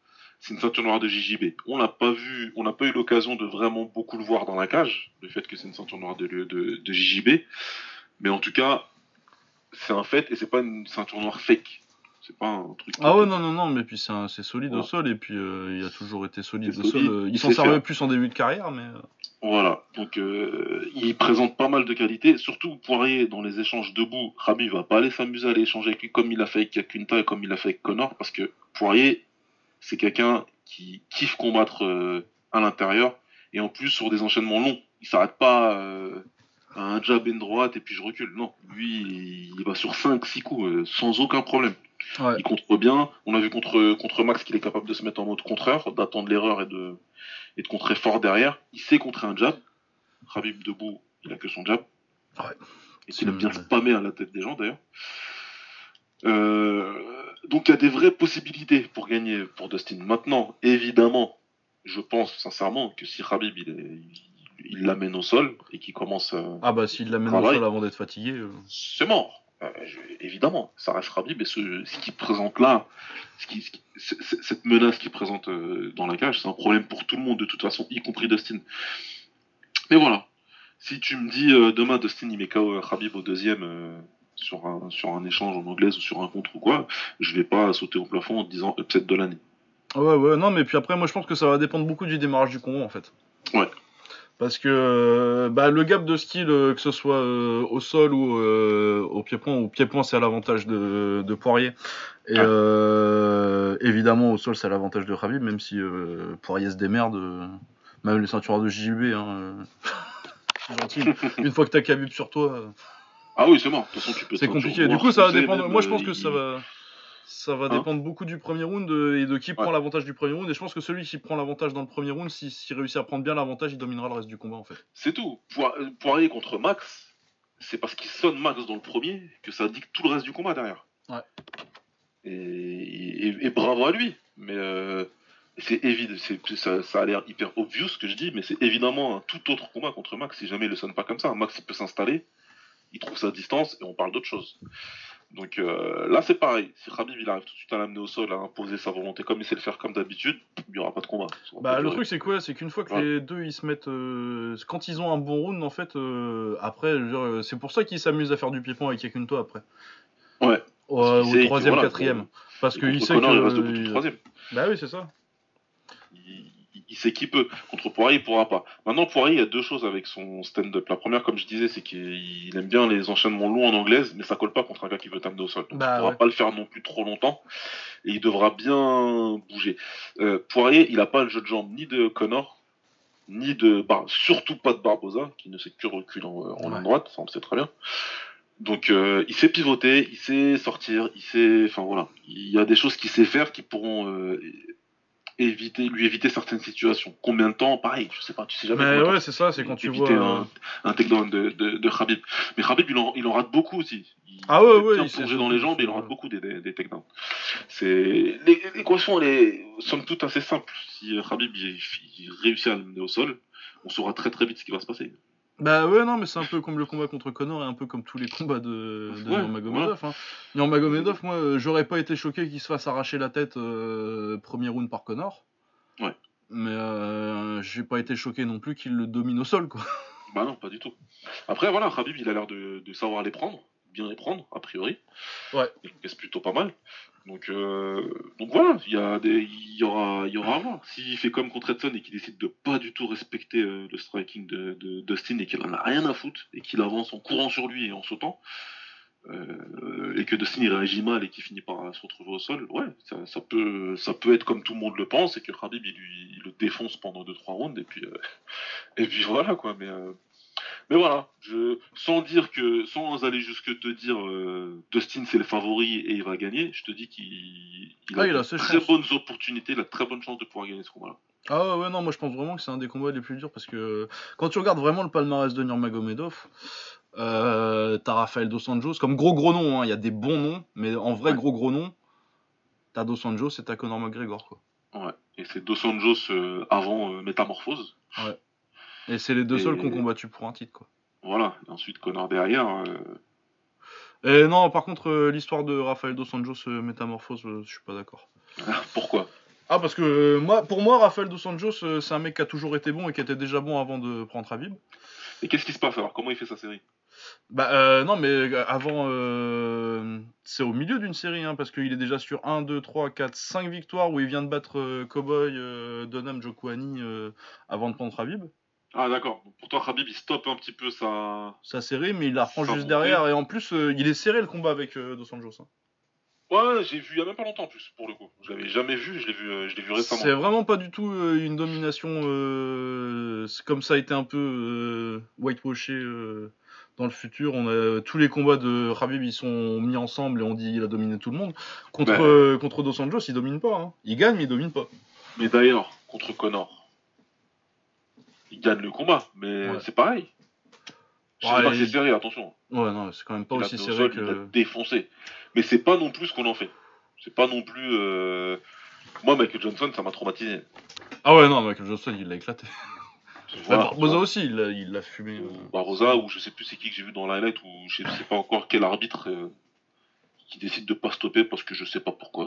c'est une ceinture noire de J J B. On l'a pas vu, on n'a pas eu l'occasion de vraiment beaucoup le voir dans la cage, le fait que c'est une ceinture noire de, de, de J J B. Mais en tout cas, c'est un fait et c'est pas une ceinture noire fake. C'est pas un truc. Ah ouais, non, non, non, mais puis c'est, un, c'est solide Voilà. au sol, et puis euh, il a toujours été solide C'est au solide, sol. Euh, il il s'en sait servait faire. plus en début de carrière, mais. euh, Voilà, donc euh, il présente pas mal de qualités, surtout Poirier dans les échanges debout. Khabib va pas aller s'amuser à aller échanger avec lui comme il a fait avec Yakunta et comme il a fait avec Connor, parce que Poirier, c'est quelqu'un qui kiffe combattre euh, à l'intérieur, et en plus sur des enchaînements longs. Il s'arrête pas euh, à un jab et une droite et puis je recule. Non, lui, il va sur cinq six coups euh, sans aucun problème. Ouais. Il contre bien. On a vu contre, contre Max qu'il est capable de se mettre en mode contreur, d'attendre l'erreur et de, et de contrer fort derrière. Il sait contrer un jab. Khabib debout, il a que son jab. Ouais. Et qu'il aime C'est- bien spammer à la tête des gens d'ailleurs. Euh, donc il y a des vraies possibilités pour gagner pour Dustin. Maintenant, évidemment, je pense sincèrement que si Khabib il, est- il- il l'amène au sol et qu'il commence à Ah bah s'il l'amène au travail, sol avant d'être fatigué. euh, c'est mort. Euh, je- évidemment, ça reste Khabib et ce, ce qu'il présente là, ce qui, ce qui- c- c- cette menace qu'il présente euh, dans la cage, c'est un problème pour tout le monde de toute façon, y compris Dustin. Mais voilà, si tu me dis euh, demain Dustin il met K O Khabib au deuxième euh, sur, un, sur un échange en anglaise ou sur un contre ou quoi, je vais pas sauter au plafond en te disant upset de l'année. Ouais, ouais, non, mais puis après, moi je pense que ça va dépendre beaucoup du démarrage du combat en fait. Ouais. Parce que euh, bah, le gap de style, euh, que ce soit euh, au sol ou euh, au pied-point, au pied-point c'est à l'avantage de, de Poirier. Et Ouais. euh, évidemment au sol c'est à l'avantage de Khabib, même si euh, Poirier se démerde. euh, même les ceintures de J J B, hein, euh, c'est gentil. Une fois que t'as Khabib sur toi, euh, Ah oui, c'est mort. De toute façon, tu peux c'est être ceinture compliqué. Du noire coup, ça va foncée, dépendre. même. Moi je euh, pense que ça il- va. Ça va Hein dépendre beaucoup du premier round euh, et de qui prend Ouais. l'avantage du premier round. Et je pense que celui qui prend l'avantage dans le premier round, s'il s'il réussit à prendre bien l'avantage, il dominera le reste du combat en fait. C'est tout. Poi- euh, Poirier contre Max, c'est parce qu'il sonne Max dans le premier que ça dicte tout le reste du combat derrière. Ouais. Et, et- et bravo à lui. Mais euh, c'est évident, c'est, ça, ça a l'air hyper obvious ce que je dis, mais c'est évidemment un tout autre combat contre Max si jamais il le sonne pas comme ça. Max il peut s'installer, il trouve sa distance et on parle d'autre chose. Donc euh, là c'est pareil. Si Khabib il arrive tout de suite à l'amener au sol, à imposer sa volonté comme il sait le faire comme d'habitude, il n'y aura pas de combat. Ça va pas Bah le durer. truc c'est quoi? C'est qu'une fois que Ouais. les deux ils se mettent, euh, quand ils ont un bon round en fait, euh, après je veux dire, euh, c'est pour ça qu'ils s'amusent à faire du pied-point avec Yakunto après. Ouais. Au, Parce qu'il au sait que, troisième, voilà, quatrième. euh, Parce et qu'il contre sait Connor, que. il reste debout tout le il- troisième. Bah oui c'est ça. Il, il- il sait qu'il peut. Contre Poirier, il pourra pas. Maintenant, Poirier, il y a deux choses avec son stand-up. La première, comme je disais, c'est qu'il il aime bien les enchaînements longs en anglaise, mais ça colle pas contre un gars qui veut t'amener au sol. Donc, Bah il pourra ouais. pas le faire non plus trop longtemps, et il devra bien bouger. Euh, Poirier, il a pas le jeu de jambes ni de Connor, ni de Bar- surtout pas de Barboza, qui ne sait que reculer en, en Ouais. ligne droite, ça on le sait très bien. Donc euh, il sait pivoter, il sait sortir, il sait, enfin voilà, il y a des choses qu'il sait faire qui pourront euh, éviter, lui éviter certaines situations. Combien de temps? Pareil, je sais pas, tu sais jamais Mais combien de ouais temps c'est ça, c'est quand tu vois. éviter euh, un, un takedown de, de, de Khabib. Mais Khabib, il en, il en rate beaucoup aussi. Il, Ah ouais il est ouais, bien il sait plongé dans surtout. les jambes et il en se- rate beaucoup des, des, des takedowns. C'est, les- l'équation, elle est somme toute assez simple. Si euh, Khabib il, il réussit à le mener au sol, on saura très très vite ce qui va se passer. Bah ouais non mais c'est un peu comme le combat contre Connor et un peu comme tous les combats de, de Ouais, Nurmagomedov. voilà. Hein. Nurmagomedov, moi euh, j'aurais pas été choqué qu'il se fasse arracher la tête euh, premier round par Connor. Ouais. Mais euh, j'ai pas été choqué non plus qu'il le domine au sol quoi. Bah non, pas du tout. Après, voilà, Khabib, il a l'air de, de savoir les prendre, bien les prendre, a priori. Ouais. Il encaisse plutôt pas mal. Donc, euh, donc voilà, il y, a des- il y, aura, il y aura à voir. S'il fait comme contre Edson et qu'il décide de pas du tout respecter euh, le striking de, de Dustin et qu'il en a rien à foutre et qu'il avance en courant sur lui et en sautant, euh, et que Dustin il réagit mal et qu'il finit par se retrouver au sol, ouais, ça, ça peut, ça peut être comme tout le monde le pense et que Khabib il, lui, il le défonce pendant deux trois rounds et puis, euh, et puis voilà quoi. Mais, euh, mais voilà, je, sans dire que, sans aller jusque te dire euh, Dustin c'est le favori et il va gagner, je te dis qu'il il Ah a il a de ses très chances. bonnes opportunités, il a de très bonnes chances de pouvoir gagner ce combat-là. Ah ouais, ouais non moi je pense vraiment que c'est un des combats les plus durs parce que quand tu regardes vraiment le palmarès de Nurmagomedov, euh, t'as Rafael Dos Anjos comme gros gros nom, hein. Il y a des bons noms, mais en vrai Ouais. gros gros nom, t'as Dos Anjos et t'as Conor McGregor quoi. Ouais. Et c'est Dos Anjos euh, avant euh, Métamorphose. Ouais. Et c'est les deux seuls qui ont Et combattu pour un titre quoi. voilà, et ensuite Connor derrière. euh, Et non par contre euh, l'histoire de Rafael Dos Anjos euh, Métamorphose, euh, je suis pas d'accord. Pourquoi? Ah, parce que euh, moi, pour moi, Rafael Dos Anjos, euh, c'est un mec qui a toujours été bon et qui était déjà bon avant de prendre Khabib. Et qu'est-ce qui se passe alors? Comment il fait sa série? Bah euh, non, mais euh, avant, euh, c'est au milieu d'une série, hein, parce qu'il est déjà sur un, deux, trois, quatre, cinq victoires où il vient de battre euh, Cowboy, euh, Donham, Jokuani euh, avant de prendre Khabib. Ah d'accord. Donc, pour toi, Khabib, il stoppe un petit peu sa, Sa série, mais il la reprend sa juste montée. derrière. Et en plus, euh, il est serré le combat avec euh, Dos Anjos, hein. Ouais, ouais, j'ai vu il y a même pas longtemps en plus, pour le coup. Je l'avais jamais vu, je l'ai vu, euh, je l'ai vu récemment, C'est je crois. vraiment pas du tout euh, une domination euh, c'est comme ça a été un peu euh, whitewashé euh, dans le futur. On a tous les combats de Khabib, ils sont mis ensemble et on dit il a dominé tout le monde. Contre Mais, euh, contre Dos Anjos, il domine pas, hein. Il gagne, mais il domine pas. mais d'ailleurs, contre Connor, il gagne le combat, mais Ouais. c'est pareil. Je sais Ouais, pas que c'est et- serré, attention. ouais, non, c'est quand même pas Il l'a aussi mis au serré sol, il l'a que. défoncé. Mais c'est pas non plus ce qu'on en fait. C'est pas non plus. euh, Moi, Michael Johnson, ça m'a traumatisé. Ah ouais, non, Michael Johnson, il l'a éclaté. Bah, Voilà, tu Barboza vois. aussi, il l'a il l'a fumé. Ou euh, Barroza, ou je sais plus c'est qui que j'ai vu dans l'highlight, ou je sais, sais pas encore quel arbitre euh, qui décide de pas stopper parce que je sais pas pourquoi.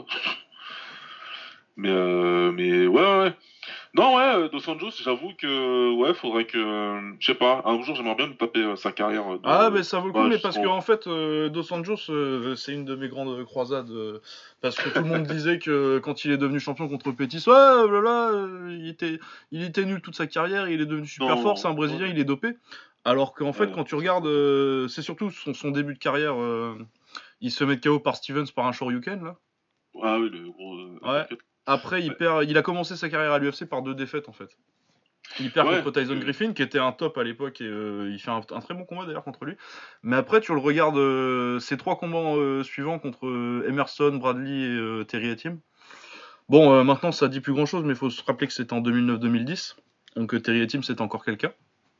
Mais, euh, mais ouais, ouais, ouais. Non, ouais, euh, Dos Anjos, j'avoue que, ouais, faudrait que, euh, je sais pas, un jour j'aimerais bien me taper euh, sa carrière euh, Ah, de mais ça vaut le coup, combat, mais parce que justement. en fait, euh, Dos Anjos, euh, c'est une de mes grandes croisades. euh, parce que tout le monde disait que quand il est devenu champion contre Pettis, ouais, là, là, euh, il était, il était nul toute sa carrière, il est devenu super fort, c'est Non, un ouais, Brésilien, ouais, il est dopé. Alors qu'en fait, ouais, quand tu ça, regardes, c'est ça. euh, c'est surtout son, son début de carrière, euh, il se met K O par Stevens par un Shoryuken, là. Ah oui, le gros euh, Ouais. uppercut. Après, il Ouais, perd, il a commencé sa carrière à l'U F C par deux défaites, en fait. Il perd ouais, contre parce Tyson que, Griffin, qui était un top à l'époque, et euh, il fait un, un très bon combat d'ailleurs contre lui. Mais après, tu le regardes, euh, ces trois combats euh, suivants contre euh, Emerson, Bradley et euh, Terry Etim. Bon, euh, maintenant ça dit plus grand chose, mais il faut se rappeler que c'était en deux mille neuf deux mille dix. Donc euh, Terry Etim, c'était encore quelqu'un.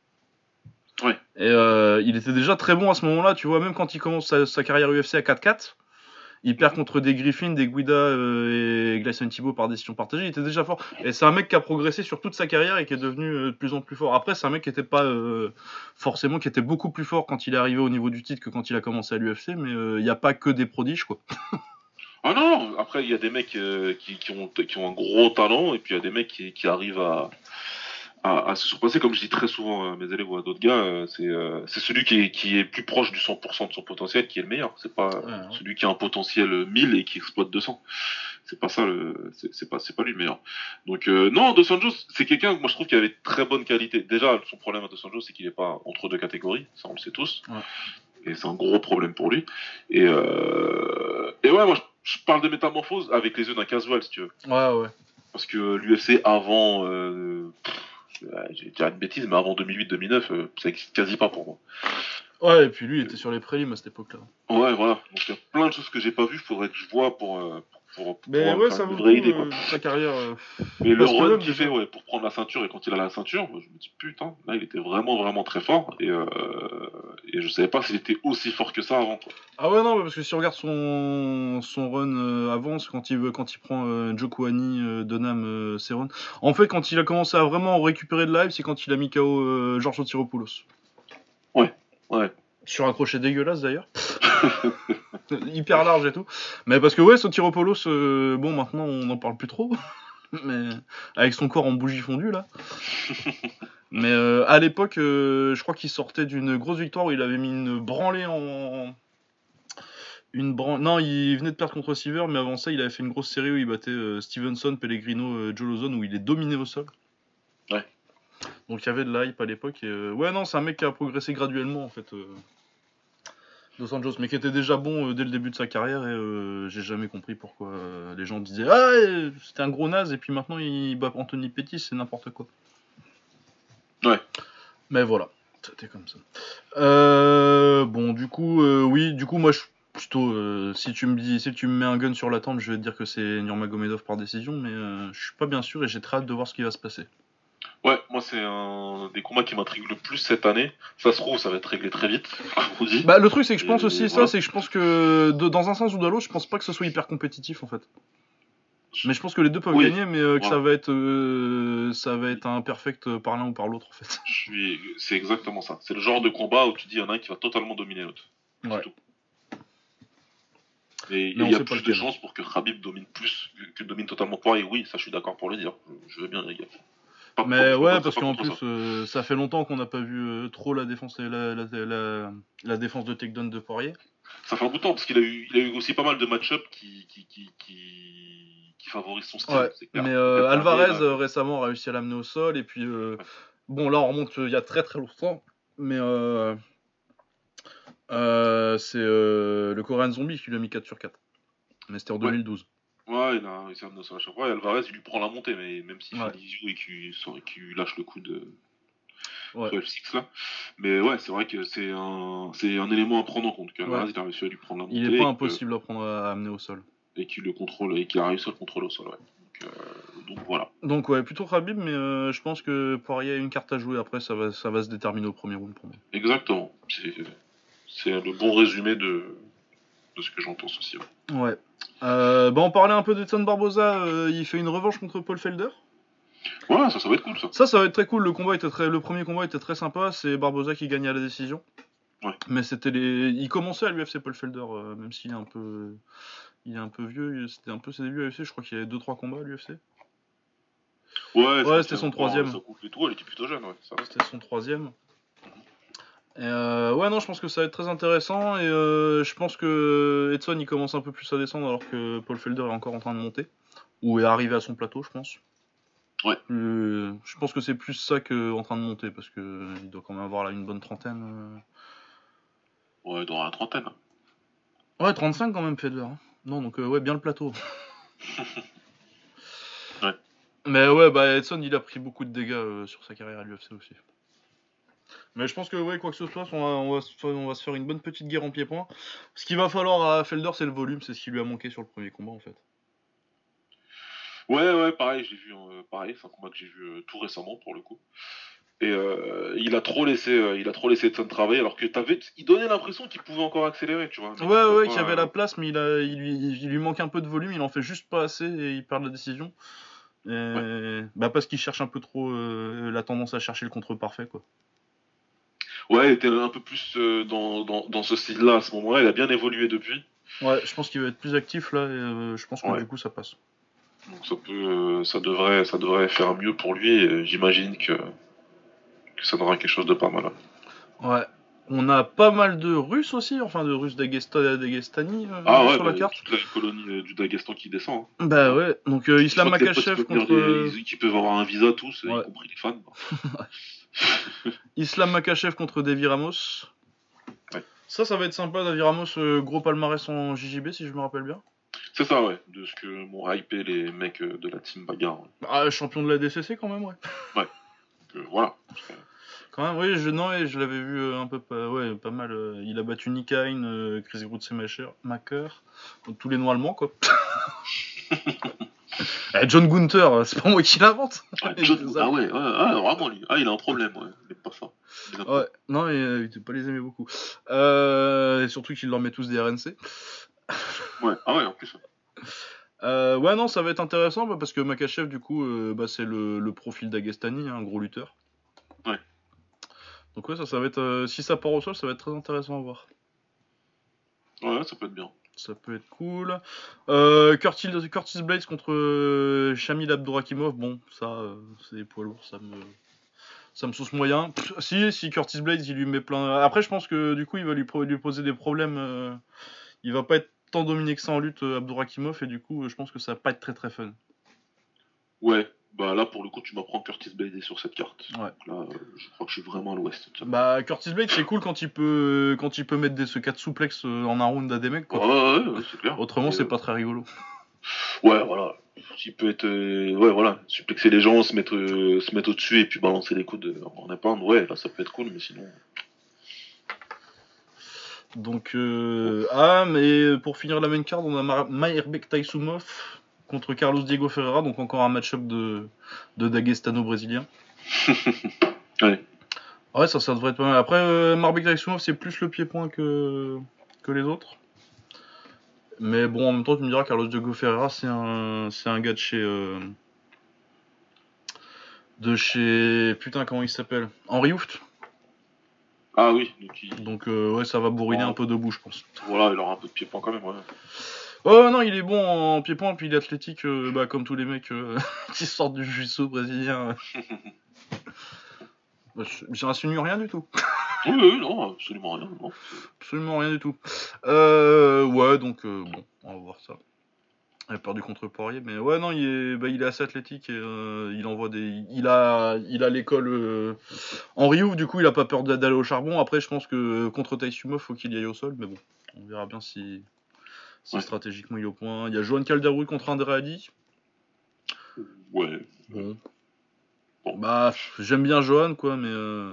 ouais, Et euh, il était déjà très bon à ce moment-là, tu vois, même quand il commence sa, sa carrière U F C à quatre quatre. Il perd mhm. contre des Griffin, des Guida euh, et Gleison Thibault par décision partagée. Il était déjà fort. Et c'est un mec qui a progressé sur toute sa carrière et qui est devenu euh, de plus en plus fort. Après, c'est un mec qui était pas euh, forcément, qui était beaucoup plus fort quand il est arrivé au niveau du titre que quand il a commencé à l'U F C. Mais il euh, n'y a pas que des prodiges, quoi. Ah non, non, après, il y a des mecs euh, qui, qui, ont, qui ont un gros talent, et puis il y a des mecs qui, qui arrivent à, à, à se surpasser, comme je dis très souvent à mes élèves ou à d'autres gars, euh, c'est euh, c'est celui qui est, qui est plus proche du cent pour cent de son potentiel qui est le meilleur. C'est pas Ouais, ouais. celui qui a un potentiel mille et qui exploite deux cents. C'est pas ça, le, c'est c'est pas, c'est pas lui le meilleur. Donc euh, non, Dos Anjos, c'est quelqu'un que moi je trouve qui avait très bonne qualité. Déjà, son problème à Dos Anjos, c'est qu'il est pas entre deux catégories, ça on le sait tous, Ouais. et c'est un gros problème pour lui. Et, euh, et ouais, moi je, je parle de métamorphose avec les yeux d'un casual, si tu veux. Ouais, ouais. Parce que l'U F C avant, euh, ouais, j'ai dire une bêtise, mais avant deux mille huit deux mille neuf, euh, ça existe quasi pas pour moi. Ouais, et puis lui, il était sur les prélims à cette époque-là. Ouais, voilà. Donc il y a plein de choses que j'ai pas vues, faudrait que je vois pour, euh, pour, pour Mais pouvoir me ouais, faire ça une vaut le vraie coup, idée, quoi. euh, sa carrière. euh, Mais le Parce que run même qu'il fait, déjà. ouais, pour prendre la ceinture, et quand il a la ceinture, je me dis putain, là il était vraiment vraiment très fort, et, euh, et je savais pas s'il était aussi fort que ça avant, quoi. Ah ouais, non, parce que si on regarde son, son run euh, avance, quand il, veut, quand il prend euh, Jokuani, euh, Donham, euh, ses runs. En fait, quand il a commencé à vraiment récupérer de live, c'est quand il a mis K O euh, George Sotiropoulos. Ouais, ouais. Sur un crochet dégueulasse d'ailleurs. Hyper large et tout. Mais parce que ouais, Sotiropoulos, euh, bon, maintenant on n'en parle plus trop. Mais avec son corps en bougie fondue là. Mais euh, à l'époque, euh, je crois qu'il sortait d'une grosse victoire où il avait mis une branlée en, une bran... Non, il venait de perdre contre Seaver, mais avant ça, il avait fait une grosse série où il battait euh, Stevenson, Pellegrino, euh, Joe Lozon, où il est dominé au sol. Ouais. Donc il y avait de la hype à l'époque. Et, euh, ouais, non, c'est un mec qui a progressé graduellement, en fait, euh, Dos Anjos, mais qui était déjà bon euh, dès le début de sa carrière. Et euh, j'ai jamais compris pourquoi euh, les gens disaient ah, euh, c'était un gros naze, et puis maintenant il bat Anthony Pettis, c'est n'importe quoi. Ouais. Mais voilà, c'était comme ça. Euh, bon, du coup, euh, oui, du coup, moi, je plutôt, euh, si tu me dis, si tu me mets un gun sur la tempe, je vais te dire que c'est Nurmagomedov par décision, mais euh, je suis pas bien sûr et j'ai très hâte de voir ce qui va se passer. Ouais, moi c'est un des combats qui m'intrigue le plus cette année. Ça se trouve, ça va être réglé très vite, comme on dit. Bah, le truc, c'est que je pense Et aussi ça, voilà. c'est que je pense que de- dans un sens ou dans l'autre, je pense pas que ce soit hyper compétitif en fait. Mais je pense que les deux peuvent Oui, gagner, mais euh, que ça voilà. va être, euh, ça va être un perfect par l'un ou par l'autre en fait. Je suis, c'est exactement ça. C'est le genre de combat où tu dis il y en a un qui va totalement dominer l'autre. C'est Ouais. tout. Et mais il on y a sait pas plus de lequel. chances pour que Khabib domine plus, que, que domine totalement Poirier. Oui, ça je suis d'accord pour le dire. Je, je veux bien, les gars. Pas de Mais problème, je me ouais, battrai parce pas qu'en contre plus, ça. euh, ça fait longtemps qu'on n'a pas vu euh, trop la défense, la, la, la, la défense de takedown de Poirier. Ça fait un bout de temps parce qu'il a eu, il a eu aussi pas mal de match-up qui, qui, qui, qui, qui favorisent son style. Ouais, C'est clair. mais Le euh, dernier, Alvarez là, euh, récemment a réussi à l'amener au sol, et puis euh, ouais. bon, là on remonte euh, il y a très très longtemps, mais euh, euh, c'est euh, le Korean Zombie qui lui a mis quatre sur quatre. Mais c'était en Ouais. deux mille douze. Ouais, il a réussi à amener ça à chaque fois. Et Alvarez, il lui prend la montée, mais même s'il fait Ouais, l'idiot et qu'il sort- qu'il lâche le coup de ouais, F six là. Mais ouais, c'est vrai que c'est un, c'est un élément à prendre en compte. ouais. Qu'Alvarez, il a réussi à lui prendre la Il est montée pas et que, impossible à prendre à amener au sol. et qu'il le contrôle, et qu'il a réussi à le contrôler au sol, ouais. Donc, euh, donc voilà. Donc ouais, plutôt Khabib, mais euh, je pense que Poirier a une carte à jouer. Après, ça va, ça va se déterminer au premier round pour moi. Exactement. C'est, c'est le bon résumé de, de ce que j'en pense aussi. Ouais. Ouais. Euh, bah on parlait un peu d'Edson Barboza. Euh, il fait une revanche contre Paul Felder. Ouais, ça, ça va être cool, ça. Ça, ça va être très cool. Le combat était très, le premier combat était très sympa. C'est Barboza qui gagne à la décision. Ouais. Mais c'était les, il commençait à l'U F C Paul Felder, euh, même s'il est un peu, il est un peu vieux. C'était un peu ses débuts à l'U F C. Je crois qu'il y avait deux trois combats à l'U F C. Ouais, Ouais, ça, c'était c'est son encore, troisième. ça coupe et tout. Elle était plutôt jeune, ouais. Ça va. C'était son troisième. Et euh, ouais, non, je pense que ça va être très intéressant. Et euh, je pense que Edson il commence un peu plus à descendre alors que Paul Felder est encore en train de monter. Ou est arrivé à son plateau, je pense. Ouais. Euh, je pense que c'est plus ça qu'en train de monter parce que euh, il doit quand même avoir là une bonne trentaine. euh. Ouais, dans la trentaine. Ouais, trente-cinq quand même, Felder. Hein. Non, donc euh, ouais, bien le plateau. Ouais. Mais ouais, bah Edson il a pris beaucoup de dégâts euh, sur sa carrière à l'U F C aussi. Mais je pense que ouais, quoi que ce soit, on va, on, va se, on va se faire une bonne petite guerre en pied-point. Ce qu'il va falloir à Felder, c'est le volume, c'est ce qui lui a manqué sur le premier combat en fait. Ouais, ouais, pareil, j'ai vu, euh, pareil, c'est un combat que j'ai vu euh, tout récemment pour le coup. Et euh, il a trop laissé, euh, il a trop laissé Edson travailler, alors que t'avais, il donnait l'impression qu'il pouvait encore accélérer, tu vois. Mais Ouais, qu'il ouais, va ouais, qu'il y pas. avait la euh, place, mais il, a, il, lui, il lui manque un peu de volume, il en fait juste pas assez et il perd la décision. Ouais. Et... Bah parce qu'il cherche un peu trop euh, la tendance à chercher le contre parfait quoi. Ouais, il était un peu plus euh, dans, dans, dans ce style-là à ce moment-là. Il a bien évolué depuis. Ouais, je pense qu'il va être plus actif là et euh, je pense que Ouais. du coup ça passe. Donc ça peut, euh, ça devrait, ça devrait faire mieux pour lui. Et j'imagine que, que ça donnera quelque chose de pas mal. Ouais. On a pas mal de Russes aussi, enfin de Russes d'Agesta- d'Agestani Ah euh, ouais, sur bah, la carte. toute la colonie euh, du Daghestan qui descend. Hein. Bah Voilà. ouais, donc euh, Une Islam fois que les potes ils Makhachev peuvent venir contre... euh, des, qui peuvent avoir un visa tous, y Ouais. compris les fans. Bah. Islam Makhachev contre Davy Ramos. Ouais. Ça, ça va être sympa, Davy Ramos, euh, gros palmarès en J J B si je me rappelle bien. C'est ça, ouais, de ce que m'ont hypé les mecs euh, de la team bagarre. Ouais, Ah, champion de la D C C quand même, ouais. ouais. Donc, euh, voilà. Quand même, oui, je, non, ouais, je l'avais vu euh, un peu, pas, ouais, pas mal. euh, il a battu Nikain, euh, Chris Grutzemacher, Macker, tous les noms allemands, quoi. Eh, John Gunther, euh, c'est pas moi qui l'invente. Ah, Les John- ah Allemands. ouais, ouais, ah, vraiment lui. Ah, il a un problème, ouais. Il aime pas ça. Il aime pas. Ouais, non, mais euh, il ne pas les aimer beaucoup. Euh, et surtout qu'il leur met tous des R N C. Ouais, ah ouais, en plus. Euh, ouais, non, ça va être intéressant bah, parce que Makachev, du coup, euh, bah, c'est le, le profil d'Agestani, hein, un gros lutteur. Ouais. Donc, ouais, ça, ça va être. euh, si ça part au sol, ça va être très intéressant à voir. Ouais, ça peut être bien. Ça peut être cool. Euh, Curtis, Curtis Blades contre euh, Shamil Abdourakimov, bon, ça, euh, c'est des poids lourds, ça me. Ça me sauce moyen. Pff, si, si Curtis Blades, il lui met plein. Après, je pense que du coup, il va lui, pro- lui poser des problèmes. euh, Il va pas être tant dominé que ça en lutte, euh, Abdourakimov, et du coup, euh, je pense que ça va pas être très très fun. Ouais, bah là, pour le coup, tu m'apprends Curtis Blade sur cette carte. Ouais. Donc là, euh, je crois que je suis vraiment à l'ouest. tiens. Bah, Curtis Blades, c'est cool quand il peut, quand il peut mettre des ce quatre souplex euh, en un round à des mecs, Ouais, quoi. ouais, ouais, ouais, c'est clair. Autrement, Et, c'est euh, pas très rigolo. ouais, voilà. Il peut être. euh, ouais, voilà. Suplexer les gens, se mettre, euh, se mettre au-dessus et puis balancer les coudes euh, en épingle. Ouais, là, ça peut être cool, mais sinon. Donc, euh... ah, mais pour finir la main card, on a Mar- Maherbek Taisumov contre Carlos Diego Ferreira, donc encore un match-up de, de Dagestano-brésilien. Ouais. Ouais, ça, ça devrait être pas mal. Après, euh, Marbek Taisumov, c'est plus le pied-point que, que les autres. Mais bon, en même temps, tu me diras, Carlos Diego Ferreira, c'est un, c'est un gars de chez. euh, de chez. Putain, comment il s'appelle Henri Hooft. Ah oui, donc il... Donc euh, ouais, ça va bourriner Oh. un peu debout, je pense. Voilà, il aura un peu de pied-point quand même, ouais. Oh non, il est bon en pied-point, puis il est athlétique, euh, bah, comme tous les mecs euh, qui sortent du jiu-jitsu brésilien. Bah, j'ai insinué rien du tout. Oui, oui, non, absolument rien, non. Absolument rien du tout. Euh, ouais, donc euh, bon, on va voir ça. Il a perdu contre Poirier, mais ouais, non, il est, bah, il est assez athlétique et euh, il envoie des. Il a, il a l'école euh, Henri Ouf, du coup, il a pas peur d'a- d'aller au charbon. Après, je pense que euh, contre Taïsumov, faut qu'il y aille au sol, mais bon, on verra bien si, si Ouais. stratégiquement il est au point. Il y a Johan Calderwood contre André Ali. Ouais. Bon. Bon. Bah, j'aime bien Johan, quoi, mais euh,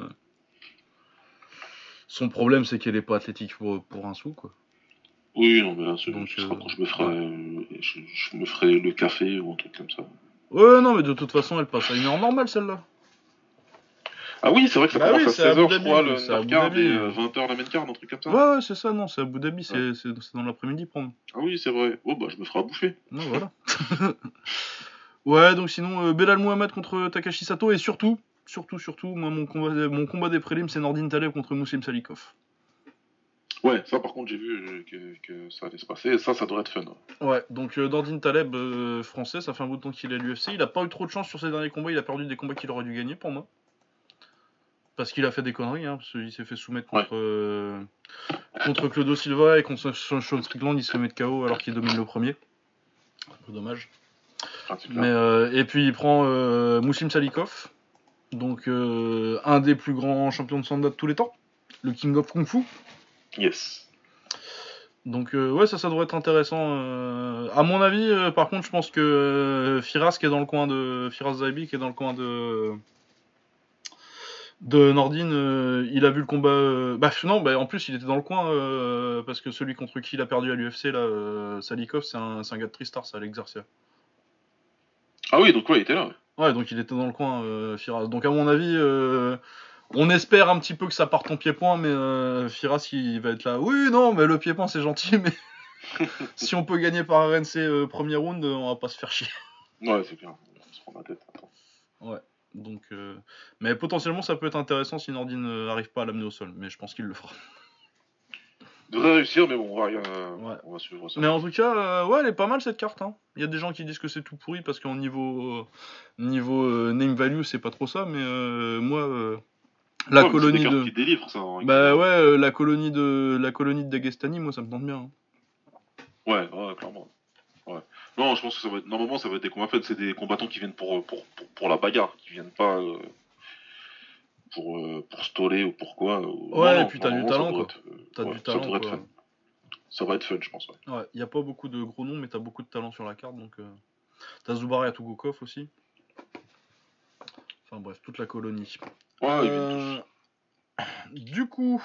son problème, c'est qu'elle est pas athlétique pour, pour un sou, quoi. Oui, non, mais là, ce, Donc, ce sera euh, quand je me ferai, ouais. euh, je, je me ferai le café ou un truc comme ça. Ouais, non, mais de toute façon, elle passe à une heure normale, celle-là. Ah oui, c'est vrai que ça Bah commence oui, à c'est à seize Abu heures, je crois, Dhabi, le c'est à Abu undercard et Dhabi. euh, vingt heures la main card, un truc comme ça. Ouais, ouais, c'est ça, non, c'est à Abu Dhabi, Ouais. c'est, c'est, c'est dans l'après-midi pour moi. Ah oui, c'est vrai. Oh, bah, je me ferai à bouffer. Non, voilà. Ouais, donc sinon, euh, Belal Mohamed contre Takashi Sato, et surtout, surtout, surtout, moi, mon combat, mon combat des prélims, c'est Nordin Taleb contre Muslim Salikov. Ouais, ça par contre, j'ai vu euh, que, que ça allait se passer, et ça, ça devrait être fun. Ouais. Ouais, donc euh, Nordin Taleb, euh, français, ça fait un bout de temps qu'il est à l'U F C. Il a pas eu trop de chance sur ses derniers combats, il a perdu des combats qu'il aurait dû gagner pour moi. Parce qu'il a fait des conneries, hein, parce qu'il s'est fait soumettre Ouais. contre, euh, contre Clodo Silva et contre Sean Strickland, il se fait mettre K O alors qu'il domine le premier. Un peu dommage. Ah, c'est clair. Mais, euh, et puis il prend euh, Muslim Salikov, donc euh, un des plus grands champions de Sanda de tous les temps, le King of Kung Fu. Yes. Donc euh, ouais, ça, ça devrait être intéressant. Euh, à mon avis, euh, par contre, je pense que euh, Firas qui est dans le coin de Firas Zahabi qui est dans le coin de de Nordin, euh, il a vu le combat. Euh... Bah non, bah, en plus il était dans le coin euh, parce que celui contre qui il a perdu à l'U F C là, euh, Salikov, c'est un, c'est un gars de Tristar, c'est à l'Exercia. Ah oui, donc ouais, il était là. Ouais. Ouais, donc il était dans le coin, euh, Firas. Donc à mon avis, euh, on espère un petit peu que ça parte en pied-point, mais euh, Firas il va être là. Oui, non, mais le pied-point c'est gentil, mais si on peut gagner par R N C euh, premier round, on va pas se faire chier. Ouais, c'est clair. On se prend la tête. Attends. Ouais. Donc, euh... mais potentiellement ça peut être intéressant si Nordin n'arrive pas à l'amener au sol, mais je pense qu'il le fera. Il devrait réussir, mais bon, on va, euh, Ouais. on va suivre ça. Mais en tout cas, euh, ouais, elle est pas mal cette carte. Hein. Il y a des gens qui disent que c'est tout pourri parce qu'en niveau, euh, niveau euh, name value, c'est pas trop ça, mais euh, moi, euh, la Ouais, mais c'est des colonie cartes de. qui délivrent ça. Hein, Bah qui, ouais, euh, la colonie de la colonie de Dagestani, moi ça me tente bien. Hein. Ouais, ouais, clairement. Ouais. Non, je pense que ça va être... normalement ça va être des combats faits, c'est des combattants qui viennent pour, pour, pour, pour la bagarre, qui viennent pas euh, pour, euh, pour stoller ou pourquoi. Ou... Non, Ouais, et non, puis t'as du normalement ça talent devrait quoi. être, euh, T'as ouais, du ça talent devrait être quoi. fun. Ça va être fun, je pense. Ouais. Ouais, y a pas beaucoup de gros noms, mais t'as beaucoup de talent sur la carte, donc euh... t'as Zubar et Tugukov aussi. Enfin bref, toute la colonie. Ouais, euh... ils viennent tous. Du coup,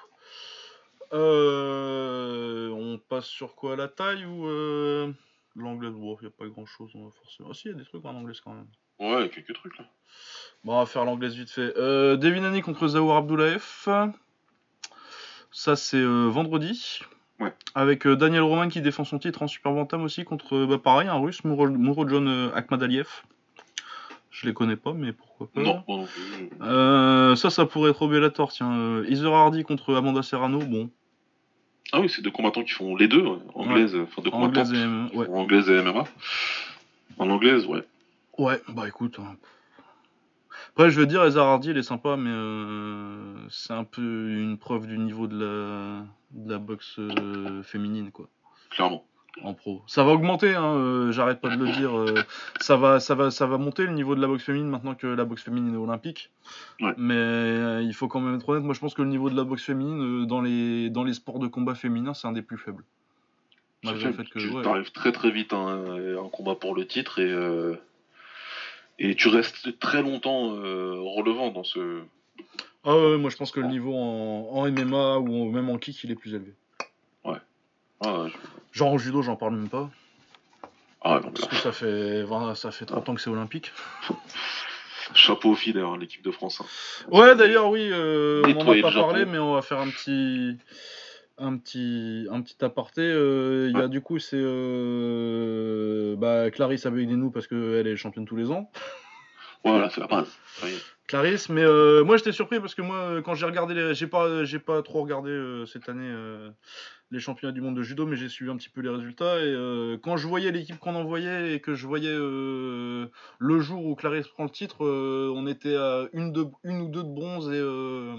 euh... on passe sur quoi, la taille ou euh... l'anglaise? Bon, y a pas grand chose forcément. Ah si, y a des trucs en anglaise quand même. Ouais, quelques trucs là. Bon, on va faire l'anglaise vite fait. Euh, Devin Haney contre Zaour Abdoulayev. Ça, c'est euh, vendredi. Ouais. Avec euh, Daniel Roman qui défend son titre en super bantam aussi contre, euh, bah, pareil, un russe, Murodjon euh, Akhmadaliev. Je les connais pas, mais pourquoi pas. Non, moi non plus. Euh, ça, ça pourrait être au Bellator, tiens. Euh, Heather Hardy contre Amanda Serrano, bon. Ah oui, c'est deux combattants qui font les deux, ouais. Anglaise, enfin deux combattants Anglaise et M M A, qui ouais. font anglaise et M M A. En anglaise, ouais. Ouais, bah écoute. Hein. Après, je veux dire, Heather Hardy, elle est sympa, mais euh, c'est un peu une preuve du niveau de la, de la boxe euh, féminine, quoi. Clairement. En pro. Ça va augmenter, hein, euh, j'arrête pas de le dire. Euh, ça, va, ça, va, ça va monter le niveau de la boxe féminine maintenant que la boxe féminine est olympique. Ouais. Mais euh, il faut quand même être honnête, moi je pense que le niveau de la boxe féminine euh, dans, les, dans les sports de combat féminins, c'est un des plus faibles. Malgré le fait que. Tu Ouais. arrives très très vite à un, un combat pour le titre et, euh, et tu restes très longtemps euh, relevant dans ce. Ah ouais, moi je pense que le niveau en, en M M A ou même en kick, il est plus élevé. Ouais. Ah, ouais je... Genre en judo, j'en parle même pas. Ah, non, parce que ça fait, vingt, ça fait trente ans que c'est olympique. Chapeau aux filles d'ailleurs, l'équipe de France. Hein. Ouais, d'ailleurs, oui, euh, on en a pas parlé, Japon. mais on va faire un petit. Un petit, un petit aparté, il euh, y a ouais. Du coup c'est euh, bah, Clarisse Abeidinou parce qu'elle est championne tous les ans. Voilà, c'est la base. Ça y est. Clarisse, mais euh, moi j'étais surpris parce que moi euh, quand j'ai regardé les, j'ai pas, j'ai pas trop regardé euh, cette année euh, les championnats du monde de judo, mais j'ai suivi un petit peu les résultats et euh, quand je voyais l'équipe qu'on envoyait et que je voyais euh, le jour où Clarisse prend le titre, euh, on était à une, de, une ou deux de bronze et euh,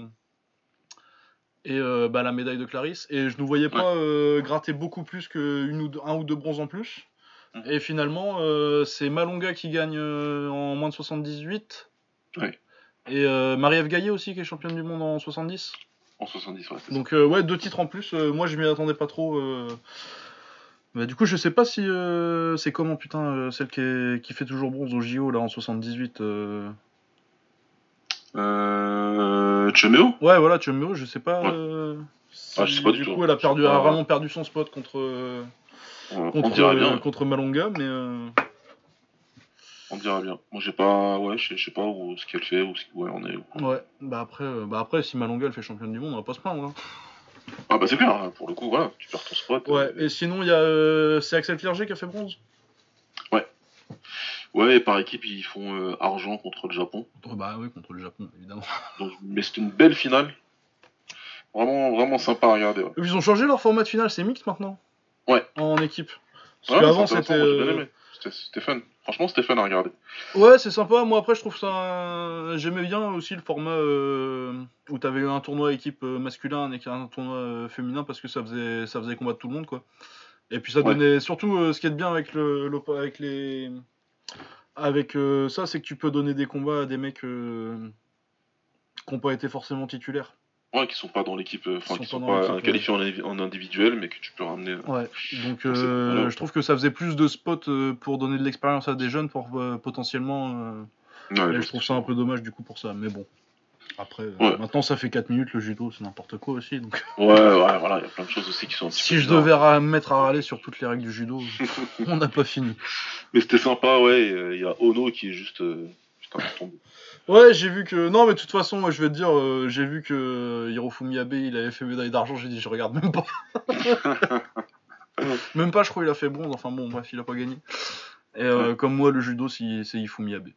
et euh, bah, la médaille de Clarisse et je ne voyais Ouais. pas euh, gratter beaucoup plus que une ou deux, un ou deux bronzes en plus. Mhm. Et finalement, euh, c'est Malonga qui gagne euh, en moins de soixante-dix-huit. Ouais. Et euh, Marie-Ève Gaillet aussi qui est championne du monde en soixante-dix. En soixante-dix, ouais, c'est Donc euh, ouais, deux titres en plus. Euh, moi je m'y attendais pas trop. Euh... Bah, du coup je sais pas si euh, c'est comment putain euh, celle qui, est... qui fait toujours bronze au J O là en soixante-dix-huit. Euh... ça. Euh. Chemeo Ouais voilà, Chumio, je sais pas Ouais. euh, si Ah, je sais pas du du tout. coup elle a Je sais perdu, pas. a vraiment perdu son spot contre euh, On, on contre dirait euh, bien. contre Malonga, mais euh... On dirait bien. Moi, j'ai pas. Ouais, je sais- je sais pas où, ce qu'elle fait, où, ce- où elle en est. ou- ouais. Bah après, euh, bah après si Malonga elle fait championne du monde, on va pas se plaindre. Hein. Ah, bah, c'est clair. hein, Pour le coup, voilà. Tu perds ton spot. Ouais. euh, Et sinon il y a euh, c'est Axel Clerget qui a fait bronze. Ouais. Ouais, et par équipe, ils font euh, argent contre le Japon. Oh, bah oui contre le Japon évidemment. Donc, mais c'était une belle finale. Vraiment, vraiment sympa à regarder. Ouais. Ils ont changé leur format de finale, c'est mixte maintenant Ouais. en équipe. Parce Ouais, mais c'est qu'avant c'était. intéressant. Moi, j'ai bien euh, aimé. C'était c'était fun. Franchement, c'était fun à regarder. Ouais, c'est sympa. Moi après je trouve ça. euh, J'aimais bien aussi le format euh, où t'avais eu un tournoi équipe euh, masculin et un tournoi euh, féminin parce que ça faisait ça faisait combattre tout le monde quoi. Et puis ça Ouais. donnait surtout euh, ce qui est bien avec le, le- avec les avec euh, ça c'est que tu peux donner des combats à des mecs euh, qui n'ont pas été forcément titulaires. Ouais, qui sont pas dans l'équipe. euh, Qui Enfin, sont qui pas sont dans pas l'équipe. euh, Ouais. qualifiés en, invi- en individuel, mais que tu peux ramener euh, Ouais. Donc dans ces euh, combats-là. je trouve que ça faisait plus de spots euh, pour donner de l'expérience à des jeunes pour euh, potentiellement. euh, Ouais, je Et vois je ce que trouve tu ça veux un dire. peu dommage du coup pour ça. Mais bon. Après, euh, Ouais. maintenant ça fait quatre minutes le judo, c'est n'importe quoi aussi. Donc Ouais, ouais, voilà, il y a plein de choses aussi qui sont un petit si peu je bizarres. devais ra- me mettre à râler sur toutes les règles du judo, on n'a pas fini. Mais c'était sympa, ouais. et, euh, Il y a Ono qui est juste. euh, Putain, laisse tomber. Ouais, j'ai vu que. Non, mais de toute façon, moi je vais te dire, euh, j'ai vu que euh, Hirofumi Abe il avait fait médaille d'argent, j'ai dit je regarde même pas. Même pas, je crois il a fait bronze, enfin bon, bref, il a pas gagné. Et euh, Ouais. comme moi, le judo, c'est c'est Hifumi Abe.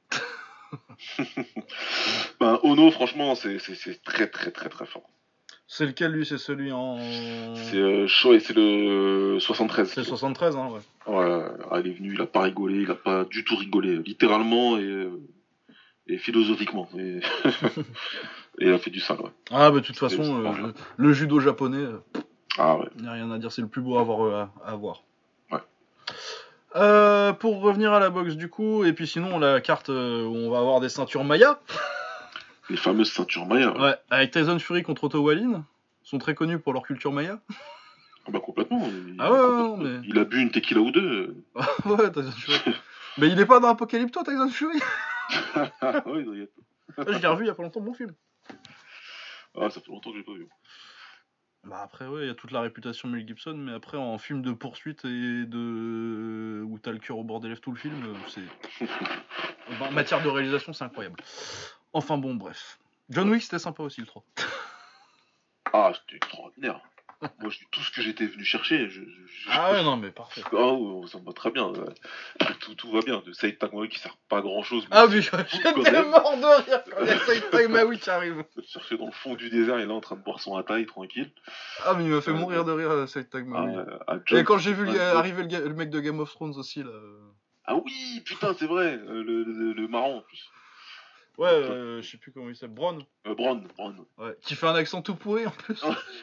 Ben, Ono, franchement, c'est c'est- c'est très très très très fort. C'est lequel lui? C'est celui en. C'est euh, chaud et c'est le soixante-treize C'est kilos. soixante-treize, hein, ouais. Ouais, ah, il est venu, il a pas rigolé, il a pas du tout rigolé, littéralement et, euh, et philosophiquement. Et... et il a fait du sale, ouais. Ah, bah de toute C'était façon, c'était euh, agréable. le, le judo japonais, euh, Ah ouais, y a rien à dire, c'est le plus beau à avoir. euh, à, à voir. ouais. Euh, pour revenir à la boxe du coup, et puis sinon la carte euh, où on va avoir des ceintures Maya, Les fameuses ceintures Maya, ouais. ouais, avec Tyson Fury contre Otto Wallin, sont très connus pour leur culture Maya. Ah bah complètement, il, Ah ouais, ouais, complètement. non, mais. Il a bu une tequila ou deux. Ouais, Tyson Fury. Mais il est pas dans Apocalypto, Tyson Fury. Ouais, il doit y être. Je l'ai revu il y a pas longtemps, bon film. Ah, ça fait longtemps que j'ai pas vu. Bah après, ouais, il y a toute la réputation de Mel Gibson, mais après, en film de poursuite et de. Où t'as le cœur au bord des lèvres tout le film, euh, c'est. En matière de réalisation, c'est incroyable. Enfin bon, bref. John Wick, c'était sympa aussi le trois. Ah, c'était extraordinaire. Moi, je- tout ce que j'étais venu chercher, je, je- je- Ah ouais, non, mais parfait. Ah, ouais, ça me va très bien. euh, Tout, tout va bien. De Saïd Taghmaoui qui sert pas à grand chose. Ah oui, quand j'étais même. mort de rire quand il y a Saïd Taghmaoui qui arrive. Chercher dans le fond du désert, il est là en train de boire son ataï tranquille. Ah, mais il m'a fait Euh, mourir de rire, euh, Saïd À, Taghmaoui. à Et John, quand j'ai vu le un gars- job. arriver le, gars- le mec de Game of Thrones aussi, là. euh, Ah oui, putain, c'est vrai. euh, le, le, le marrant en plus. Ouais, Putain. euh, je sais plus comment il s'appelle. Bron. Euh, Bron, Bron. Ouais. Qui fait un accent tout pourri en plus.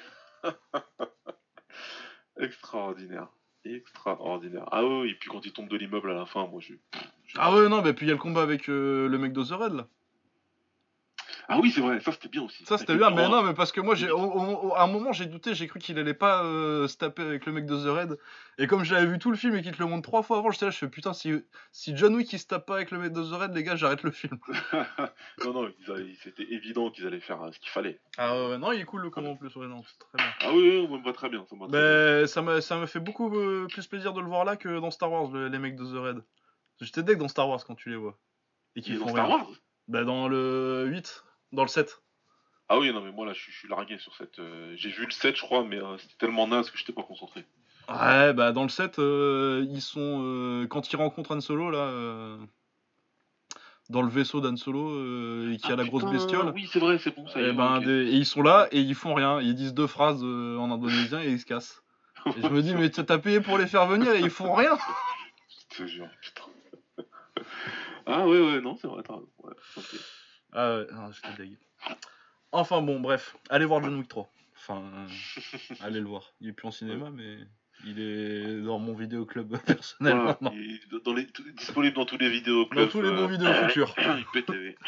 Extraordinaire. Extraordinaire. Ah oui, et puis quand il tombe de l'immeuble à la fin, moi je. je- Ah ouais, non, mais puis il y a le combat avec euh, le mec d'Otherhead là. Ah oui, c'est vrai, ça c'était bien aussi. Ça Avec c'était le bien, mais miroir. non, mais parce que moi, j'ai, au- au- au- à un moment, j'ai douté, j'ai cru qu'il allait pas euh, se taper avec le mec d'Otherhead. Et comme j'avais vu tout le film et qu'il te le montre trois fois avant, j'étais là, je fais putain, si, si John Wick il se tape pas avec le mec d'Otherhead, les gars, j'arrête le film. non, non, ils allaient- c'était évident qu'ils allaient faire euh, ce qu'il fallait. Ah ouais, ouais, non, il est cool le combat en plus, ouais, non, c'est très bien. Ah oui, oui, ça me va très bien. Ça me va très bien. Mais ça m'a, ça m'a fait beaucoup euh, plus plaisir de le voir là que dans Star Wars, le- les mecs d'Otherhead. J'étais deg dans Star Wars quand tu les vois. Et Il qu'ils est dans font Star rien. Wars. Bah dans le huit, dans le sept. Ah oui, non, mais moi là je suis, je suis largué sur cette. euh, J'ai vu le sept, je crois, mais euh, c'était tellement naze que j'étais pas concentré. Ouais, bah dans le sept, euh, ils sont. euh, quand ils rencontrent Han Solo, là. euh, dans le vaisseau d'Han Solo euh, et qui Ah, a la grosse putain, bestiole. Oui, c'est vrai, c'est bon ça. Et, y est, ben, ok. des- et ils sont là et ils font rien. Ils disent deux phrases euh, en indonésien et ils se cassent. Et je me dis, mais t'as payé pour les faire venir et ils font rien. Je te jure, putain. Ah ouais, ouais, non, c'est vrai, t'as raison. Ouais, ok. Ah ouais, non, j'étais deg. Enfin bon, bref, allez voir John Wick trois. Enfin, euh, allez le voir. Il est plus en cinéma, mais il est dans mon vidéoclub personnel Voilà, maintenant. il est dans les, tout- disponible dans tous les vidéos Dans tous les bons vidéos futurs. I P T V.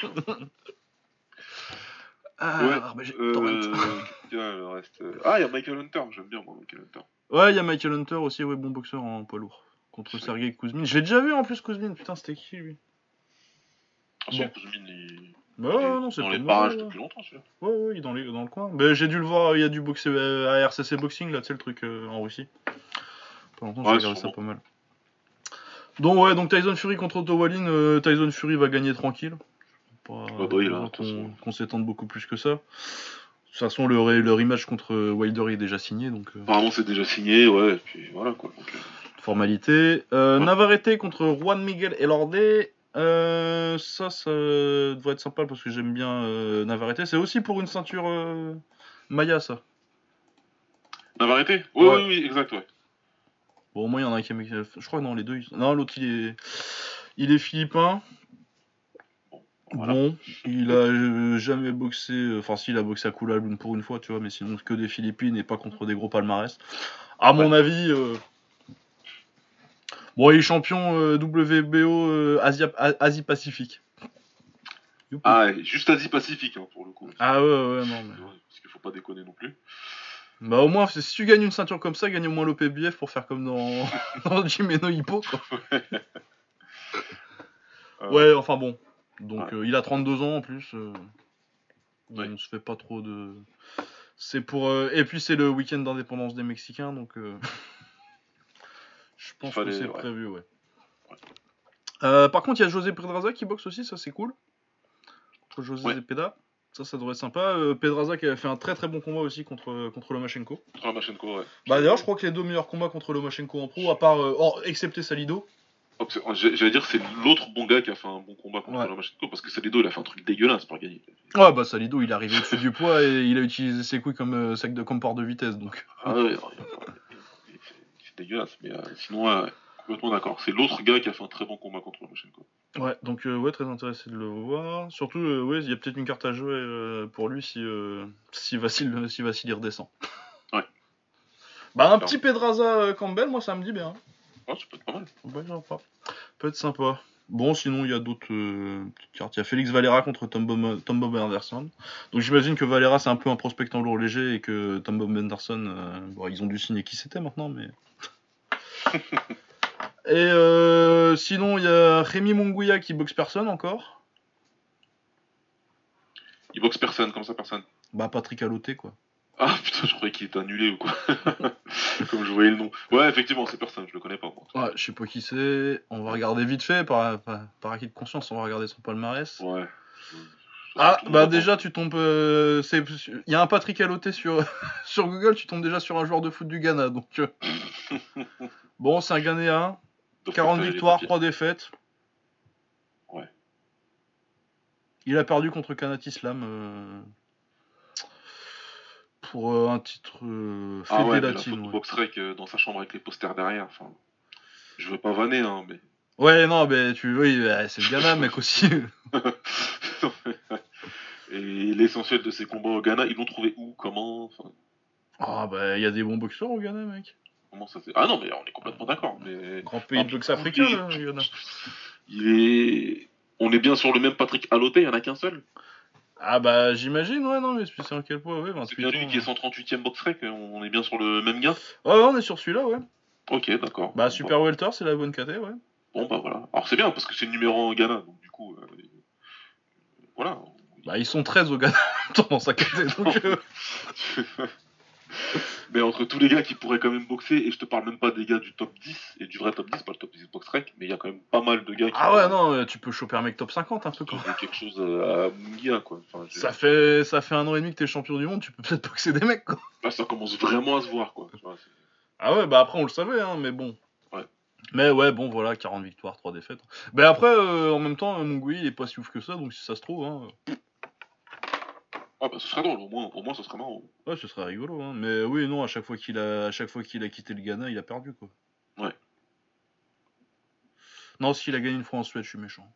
Ah, Ouais, alors, bah, j'ai torrent. euh, qu'est-ce qu'il y a, le reste euh, Ah, il y a Michael Hunter, j'aime bien moi, Michael Hunter. Ouais, il y a Michael Hunter aussi, ouais, bon boxeur en poids lourd. Contre Ouais. Sergei Kuzmin. Je l'ai déjà vu en plus, Kuzmin. Putain, c'était qui lui? Ah, si, Bon. Kuzmin, il... Bah il ouais, est non, c'est dans pas les mauvais. parages Ouais, depuis longtemps, celui-là. ouais, ouais, il est dans, les, dans le coin. Bah, j'ai dû le voir, il y a du boxer euh, à R C C Boxing, là, tu sais, le truc euh, en Russie. Pas longtemps, j'ai Ouais, regardé ça sûrement. pas mal. Donc, ouais, donc Tyson Fury contre Otto Wallin. euh, Tyson Fury va gagner tranquille. Pas Ah bah oui, là, besoin de toute qu'on façon. qu'on s'étende beaucoup plus que ça. De toute façon, le, ré- le rematch contre Wilder est déjà signé, donc euh, Apparemment, c'est déjà signé, ouais, et puis voilà, quoi. Donc, euh, formalité. Euh, Ouais. Navarrete contre Juan Miguel Elorde. Euh, ça, ça devrait être sympa parce que j'aime bien euh, Navarrete. C'est aussi pour une ceinture euh, Maya, ça. Navarrete Oui, Ouais. oui, oui, exact, ouais. Bon, au moins, il y en a un qui est... Je crois que non, les deux... Ils... Non, l'autre, il est... Il est philippin. Voilà. Bon, il a euh, jamais boxé... euh, Enfin, si, il a boxé à Kula Lune pour une fois, tu vois, mais sinon, que des Philippines et pas contre des gros palmarès. À mon Ouais. avis... euh, Bon, il est champion euh, W B O euh, Asia- A- Asie-Pacifique. Youpi. Ah, ouais, juste Asie-Pacifique, hein, pour le coup. Ah ouais, ouais, non, mais... Ouais, parce qu'il faut pas déconner non plus. Bah au moins, si tu gagnes une ceinture comme ça, gagne au moins l'O P B F pour faire comme dans, dans Jimeno Hippo, quoi. Euh, Ouais, enfin bon. Donc Ouais. euh, il a trente-deux ans en plus. euh, On Ouais. se fait pas trop de... C'est pour... euh, Et puis c'est le week-end d'indépendance des Mexicains, donc... euh, Je Il pense fallait, que c'est ouais. prévu, ouais. Ouais. Euh, par contre, il y a José Pedraza qui boxe aussi, ça c'est cool. Contre José Ouais. Zepeda. Ça, ça devrait être sympa. Euh, Pedraza qui avait fait un très très bon combat aussi contre, contre Lomachenko. Contre Lomachenko, ouais. Bah d'ailleurs, je crois que les deux meilleurs combats contre Lomachenko en pro, à part... euh, oh, excepté Salido. Oh, c'est- j'ai- J'allais dire c'est l'autre bon gars qui a fait un bon combat contre Ouais. Lomachenko parce que Salido il a fait un truc dégueulasse pour gagner. Ouais, bah Salido, il est arrivé au-dessus du poids et il a utilisé ses couilles comme euh, sac de comme port de vitesse, donc... Ah ouais, non, il y a pas- il- il- c'est dégueulasse, mais euh, sinon, ouais, complètement d'accord. C'est l'autre gars qui a fait un très bon combat contre Lomachenko. Ouais, donc euh, ouais, très intéressé de le voir. Surtout, euh, ouais, il y a peut-être une carte à jouer euh, pour lui si, euh, si, Vassil, si Vassil y redescend. Ouais. Bah un Alors. petit Pedraza euh, Campbell, moi ça me dit bien. Ouais, ça peut être pas mal. Ouais, sympa. Peut être sympa. Bon, sinon il y a d'autres euh, petites cartes. Il y a Félix Valera contre Tom Bob, Tom Bob Anderson. Donc j'imagine que Valera c'est un peu un prospect en lourd léger et que Tom Bob Anderson, euh, bon, ils ont dû signer qui c'était maintenant, mais... Et euh, sinon il y a Rémi Munguia qui boxe personne encore. Il boxe personne, comme ça, personne. Bah Patrick Aloté quoi. Ah putain, je croyais qu'il était annulé ou quoi. Comme je voyais le nom. Ouais, effectivement, c'est personne, je le connais pas moi. Ouais, je sais pas qui c'est. On va regarder vite fait, par, par, par acquis de conscience, on va regarder son palmarès. Ouais. Ah, bah déjà, tu tombes. Euh, il y a un Patrick Aloté sur, sur Google, tu tombes déjà sur un joueur de foot du Ghana. Donc, euh... bon, c'est un Ghanéen. quarante victoires, trois défaites. Ouais. Il a perdu contre Kanat Islam. Euh... Pour euh, un titre euh, Ah ouais, mais la latine. photo Ouais. boxrec euh, dans sa chambre avec les posters derrière. Enfin, je veux pas vanner, hein, mais. Ouais, non, mais tu, oui, bah, c'est le Ghana, mec aussi. Et l'essentiel de ces combats au Ghana, ils l'ont trouvé où, comment, enfin. Ah bah, il y a des bons boxeurs au Ghana, mec. Comment ça fait Ah non, mais on est complètement d'accord. Mais Grand pays de boxe africain, là, le Ghana. Il est. On est bien sur le même Patrick Aloté, il y en a qu'un seul. Ah bah j'imagine, ouais, non, mais c'est en quel poids, ouais, vingt-huit C'est bien lui ans, qui est cent trente-huitième boxrec, on est bien sur le même gars. Ouais, ouais, on est sur celui-là, ouais. Ok, d'accord. Bah bon, Super bah. Welter, c'est la bonne caté, ouais. Bon bah voilà. Alors c'est bien parce que c'est le numéro un au Ghana, donc du coup. Euh... Voilà. Bah ils sont treize au Ghana dans sa caté, donc... Euh... Mais entre tous les gars qui pourraient quand même boxer, et je te parle même pas des gars du top dix, et du vrai top dix, pas le top dix boxrec, mais il y a quand même pas mal de gars qui... Ah ouais, non, tu peux choper un mec top cinquante un peu, quoi. Quelque chose à Mungia, quoi. Enfin, ça, fait, ça fait un an et demi que t'es champion du monde, tu peux peut-être boxer des mecs, quoi. Là, ça commence vraiment à se voir, quoi. Ah ouais, bah après on le savait, hein, mais bon. Ouais. Mais ouais, bon, voilà, quarante victoires, trois défaites. Mais après, euh, en même temps, Mongui, il est pas si ouf que ça, donc si ça se trouve, hein, Ah bah ce serait drôle, au moins, au moins ce serait marrant. ouais, ce serait rigolo. Hein. Mais oui, non, à chaque fois qu'il a, à chaque fois qu'il a quitté le Ghana, il a perdu, quoi. Ouais. Non, s'il a gagné une fois en Suède, je suis méchant.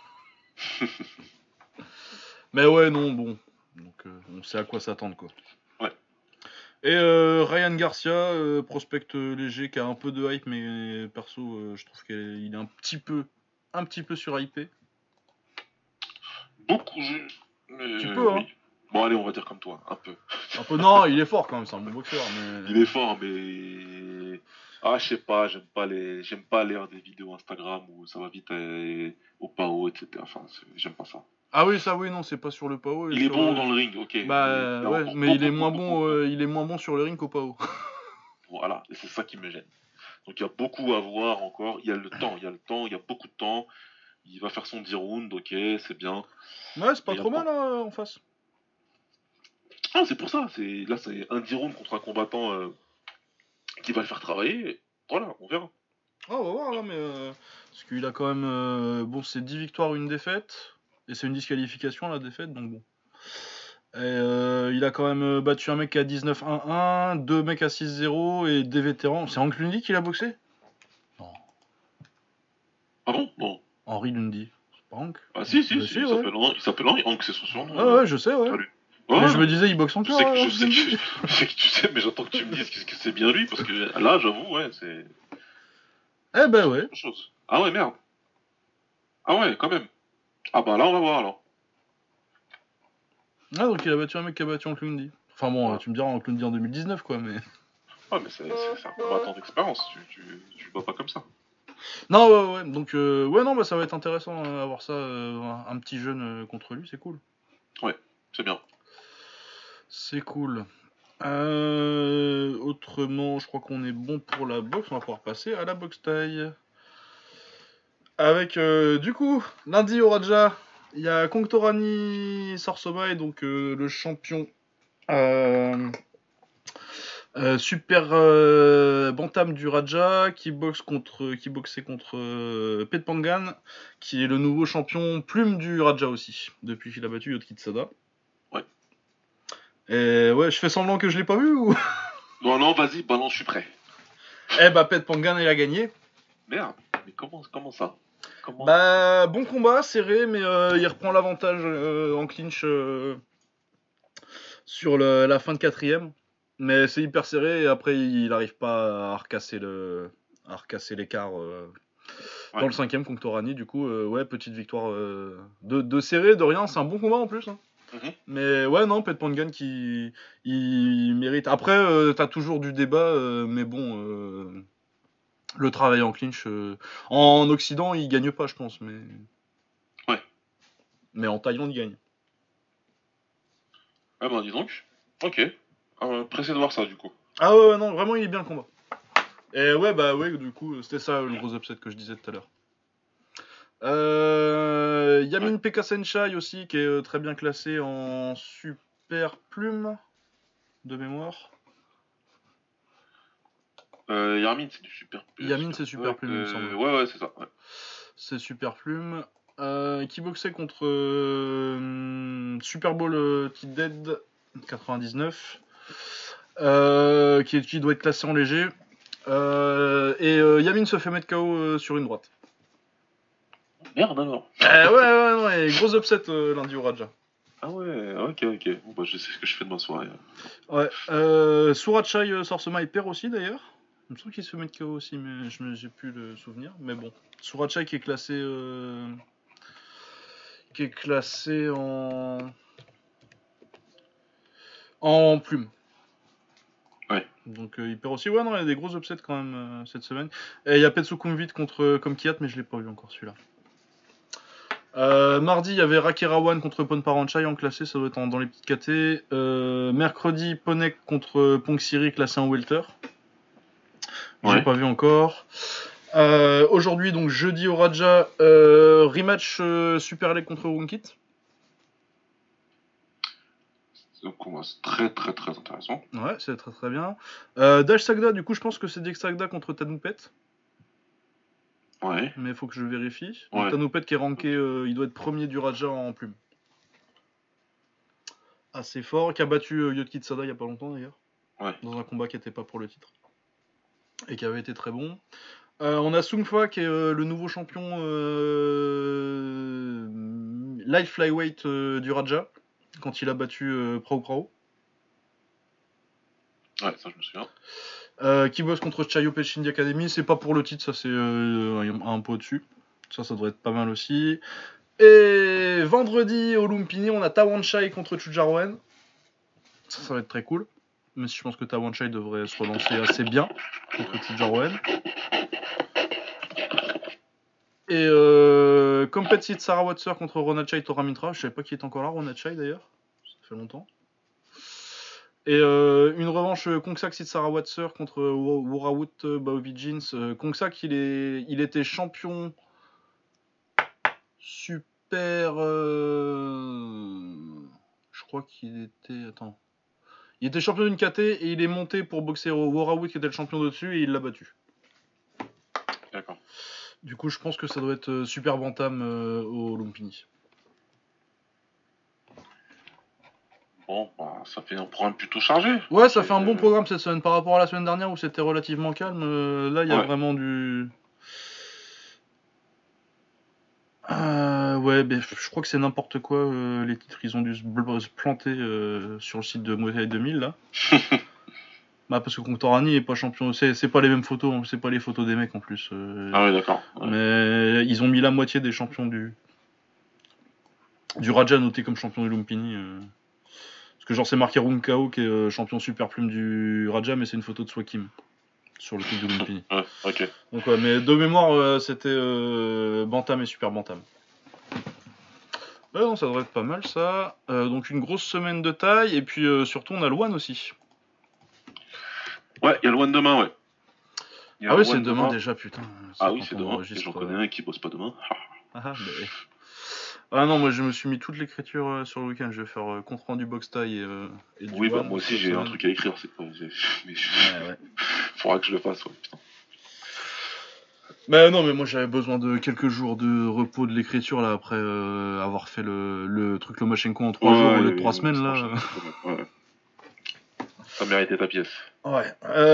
Mais ouais, non, bon. Donc, euh, on sait à quoi s'attendre, quoi. Ouais. Et euh, Ryan Garcia, euh, prospect euh, léger, qui a un peu de hype, mais perso, euh, je trouve qu'il est un petit peu, un petit peu surhypé. Beaucoup, je... mais Tu peux, hein. oui. Bon allez, on va dire comme toi, un peu. Un peu, non, il est fort quand même, c'est un bon boxeur, mais... Il est fort, mais ah je sais pas, j'aime pas les, j'aime pas lire des vidéos Instagram où ça va vite euh, au P A O, et cetera. Enfin, c'est- j'aime pas ça. Ah oui, ça oui, non, c'est pas sur le P A O et Il est sur... bon euh, dans le ring, ok, mais il Bah y a ouais, encore mais il beaucoup, est moins beaucoup, bon, beaucoup. euh, il est moins bon sur le ring qu'au P A O. Voilà, et c'est ça qui me gêne. Donc il y a beaucoup à voir encore. Il y a le temps, il y a le temps, il y a beaucoup de temps. Il va faire son dix rounds, ok, c'est bien. Ouais, c'est pas Mais il y a trop le mal temps. hein, en face. Ah, c'est pour ça. C'est là, c'est un dix rounds contre un combattant euh, qui va le faire travailler. Voilà, on verra. Ah, on va voir là, mais... euh, parce qu'il a quand même... euh, Bon, c'est dix victoires, une défaite. Et c'est une disqualification, la défaite, donc bon. Et euh, il a quand même euh, battu un mec à dix-neuf un un, deux mecs à six zéro et des vétérans. C'est Hank Lundy qui l'a boxé? Non. Ah bon? Non. Henri Lundy. C'est pas Hank? Ah si, si, Bah si, si, il ouais. s'appelle Henri, il s'appelle Henri, Hank, c'est son surnom. Ah euh. ouais, je sais, ouais. Salut. Mais Ouais, je me non, disais, il boxe je encore, sais que, euh, je Hank sais que, Lundy. je sais que tu sais, mais j'attends que tu me dises que, que c'est bien lui, parce que là, j'avoue, ouais, c'est Eh ben c'est ouais. autre chose. Ah ouais, merde. Ah ouais, quand même. Ah bah là, on va voir alors. Ah, donc il a battu un mec qui a battu Hank Lundy. Enfin bon, euh, Voilà. tu me diras Hank Lundy en deux mille dix-neuf, quoi, mais... Ouais, mais c'est c'est- c'est un combattant d'expérience, tu, tu, tu le vois pas comme ça. Non, ouais, ouais. Donc, euh, ouais, non, bah ça va être intéressant euh, d'avoir ça, euh, un, un petit jeune euh, contre lui, c'est cool. Ouais, c'est bien. C'est cool. Euh, autrement, je crois qu'on est bon pour la boxe. On va pouvoir passer à la boxe taille. Avec, euh, du coup, lundi au Raja, il y a Kongtorani Sorsomai, donc euh, le champion euh, euh, super euh, bantam du Raja, qui boxe contre, qui boxait contre euh, Pet Pangan, qui est le nouveau champion plume du Raja aussi, depuis qu'il a battu Yotkitsada. Ouais. Et ouais, je fais semblant que je l'ai pas vu ou? Non, non, vas-y, balance, je suis prêt. Eh bah, Pet Pangan, il a gagné. Merde, mais comment, comment ça? Comment? Bah, bon combat, serré, mais euh, il reprend l'avantage euh, en clinch euh, sur le- la fin de quatrième. Mais c'est hyper serré et après il n'arrive pas à recasser le à recasser l'écart euh, dans Ouais. le cinquième contre Torani. Du coup, euh, ouais, petite victoire euh, de, de serré, de rien. C'est un bon combat en plus. Hein. Mhm. Mais ouais, non, Pet Pangan qui il mérite. Après, euh, t'as toujours du débat, euh, mais bon, euh, le travail en clinch euh, en Occident, il gagne pas, je pense, mais Ouais. mais en Thaïlande, il gagne. Ah bah dis donc. Ok. Euh, pressé de voir ça du coup. Ah ouais, ouais, non, vraiment, il est bien le combat. Et ouais, bah ouais, du coup, c'était ça le gros upset que je disais tout à l'heure. Euh, Ouais. Yamin Pekka Senchai aussi, qui est euh, très bien classé en super plume de mémoire. Euh, Yarmin, c'est du super. euh, Yamin, c'est super ouais, plume, il me semble. euh, ouais, ouais, c'est ça. Ouais. C'est super plume. Euh, qui boxait contre euh, Super Bowl euh, Kid Dead quatre-vingt-dix-neuf. Euh, qui, qui doit être classé en léger. Euh, et euh, Yamin se fait mettre K O euh, sur une droite. Merde alors. Euh, ouais, ouais, non, et gros upset euh, lundi au Raja. Ah ouais, ok, ok. Bon bah je sais ce que je fais de ma soirée. Ouais. Euh, Surachai euh, Sorsoma il perd aussi d'ailleurs. Il me semble qu'il se fait mettre K O aussi, mais je me- j'ai plus le souvenir. Mais bon. Surachai qui est classé. Euh, qui est classé en. En plume. Ouais. Donc euh, il perd aussi. Ouais, non, il y a des gros upsets quand même euh, cette semaine. Et il y a Petsukumvit contre euh, Komkiat, mais je l'ai pas vu encore celui-là. Euh, mardi, il y avait Rakerawan contre Ponparanchai en classé, ça doit être en- dans les petites K T. Euh, mercredi, Ponek contre Ponksiri classé en welter. J'ai Ouais. pas vu encore. Euh, Aujourd'hui, donc jeudi au Raja, euh, rematch euh, Super League contre Runkit. Donc c'est très très très intéressant. Ouais, c'est très très bien. Euh, Dash Sagda, du coup, je pense que c'est Dick Sagda contre Tanoupet. Ouais. Mais il faut que je vérifie. Ouais. Donc Tanopet qui est ranké, euh, il doit être premier du Raja en plume. Assez fort, qui a battu euh, Yotkitsada il y a pas longtemps d'ailleurs. Ouais. Dans un combat qui n'était pas pour le titre. Et qui avait été très bon. Euh, on a Sungfa qui est euh, le nouveau champion euh, light flyweight euh, du Raja. Quand il a battu euh, Prao Prao. Ouais, ça je me souviens. Euh, qui bosse contre Chayo Pechindi Academy, c'est pas pour le titre, ça c'est euh, un, un peu au-dessus. Ça, ça devrait être pas mal aussi. Et vendredi au Lumpini, on a Tawanchai contre Chujarwen. Ça, ça va être très cool. Mais je pense que Tawanchai devrait se relancer assez bien contre Chujarwen. Et euh, Competitive Sarah Watser contre Ronachai Toramitra. Je savais pas qui est encore là, Ronachai d'ailleurs. Ça fait longtemps. Et euh, une revanche Kongsak Sitsara Watser contre Wurawut Baobi Jeans. Euh, Kongsak, il, est, il était champion super. Euh... Je crois qu'il était. Attends. Il était champion d'une K T et il est monté pour boxer Wurawut qui était le champion au-dessus et il l'a battu. D'accord. Du coup, je pense que ça doit être super bantam euh, au Lumpini. Bon, bah, ça fait un programme plutôt chargé. Ouais, ça fait un bon programme cette semaine par rapport à la semaine dernière où c'était relativement calme. Euh, là, il y a ouais. vraiment du. Euh, ouais, ben, je crois que c'est n'importe quoi. Euh, les titres, ils ont dû se, bl- se planter euh, sur le site de Muay Thai deux mille là. Bah, parce que Contorani est pas champion. C'est, c'est pas les mêmes photos, hein, c'est pas les photos des mecs en plus. Euh, ah ouais, d'accord. Ouais. Mais ils ont mis la moitié des champions du. Du Raja noté comme champion du Lumpini. Euh... Parce que genre c'est marqué Runkao qui est euh, champion super plume du Raja, mais c'est une photo de Swakim sur le truc de Lumpini. Ouais, ok. Donc ouais, mais de mémoire euh, c'était euh, Bantam et Super Bantam. Ouais, non, ça devrait être pas mal ça. Euh, donc une grosse semaine de taille et puis euh, surtout on a le One aussi. Ouais, il y a le One demain, ouais. Ah oui, c'est demain, demain déjà, putain. Ah oui, c'est demain. Et j'en connais un qui bosse pas demain. Ah, mais... ah non, moi je me suis mis toute l'écriture euh, sur le week-end. Je vais faire euh, compte rendu box taille et, euh, et du Oui, bah One, moi aussi j'ai semaine. un truc à écrire. C'est pas. Mais je... ouais, ouais. Faudra que je le fasse, ouais, putain. Bah non, mais moi j'avais besoin de quelques jours de repos de l'écriture là après euh, avoir fait le, le truc Lomachenko en trois ouais, jours au lieu de trois semaines là. Ouais. Ça méritait ta pièce. Ouais.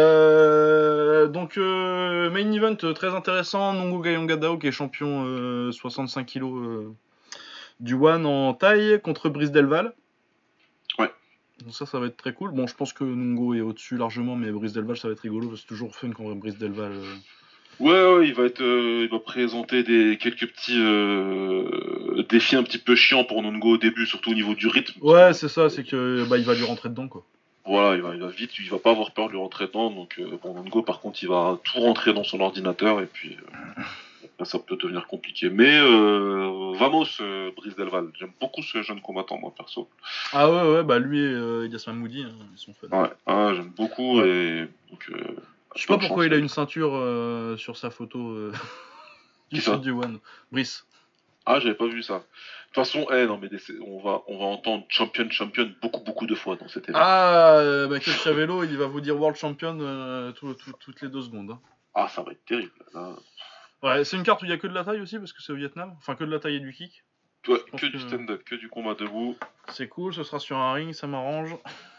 Euh, donc euh, main event très intéressant, Nongo Gayonga Dao qui est champion euh, soixante-cinq kilos euh, du One en taille contre Brice Delval. Ouais. Donc ça, ça va être très cool. Bon, je pense que Nongo est au-dessus largement, mais Brice Delval, ça va être rigolo. C'est toujours fun quand Brice Delval. Euh... Ouais, ouais, il va être, euh, il va présenter des quelques petits euh, défis un petit peu chiants pour Nongo au début, surtout au niveau du rythme. Ouais, c'est ça, c'est que bah il va lui rentrer dedans quoi. Voilà, il va, il va vite, il va pas avoir peur de lui rentrer dedans. Donc euh, bon, Nongo par contre, il va tout rentrer dans son ordinateur et puis euh, là, ça peut devenir compliqué. Mais euh, vamos, euh, Brice Delval, j'aime beaucoup ce jeune combattant moi perso. Ah ouais, ouais, bah lui et euh, Yasman Moudi, hein, ils sont fun. Ouais, ah, j'aime beaucoup ouais. Et donc. Euh, Je sais pas pourquoi il a une ceinture euh, sur sa photo euh, du site du One. Brice. Ah, j'avais pas vu ça. De toute façon, eh, non, mais on va, on va entendre champion, champion beaucoup, beaucoup de fois dans cette émission. Ah, euh, bah, que Chavelo, il va vous dire world champion euh, tout, tout, toutes les deux secondes. Hein. Ah, ça va être terrible. Là. Ouais, c'est une carte où il y a que de la taille aussi, parce que c'est au Vietnam. Enfin, que de la taille et du kick. Ouais, que, que du stand-up, que du combat debout. C'est cool, ce sera sur un ring, ça m'arrange.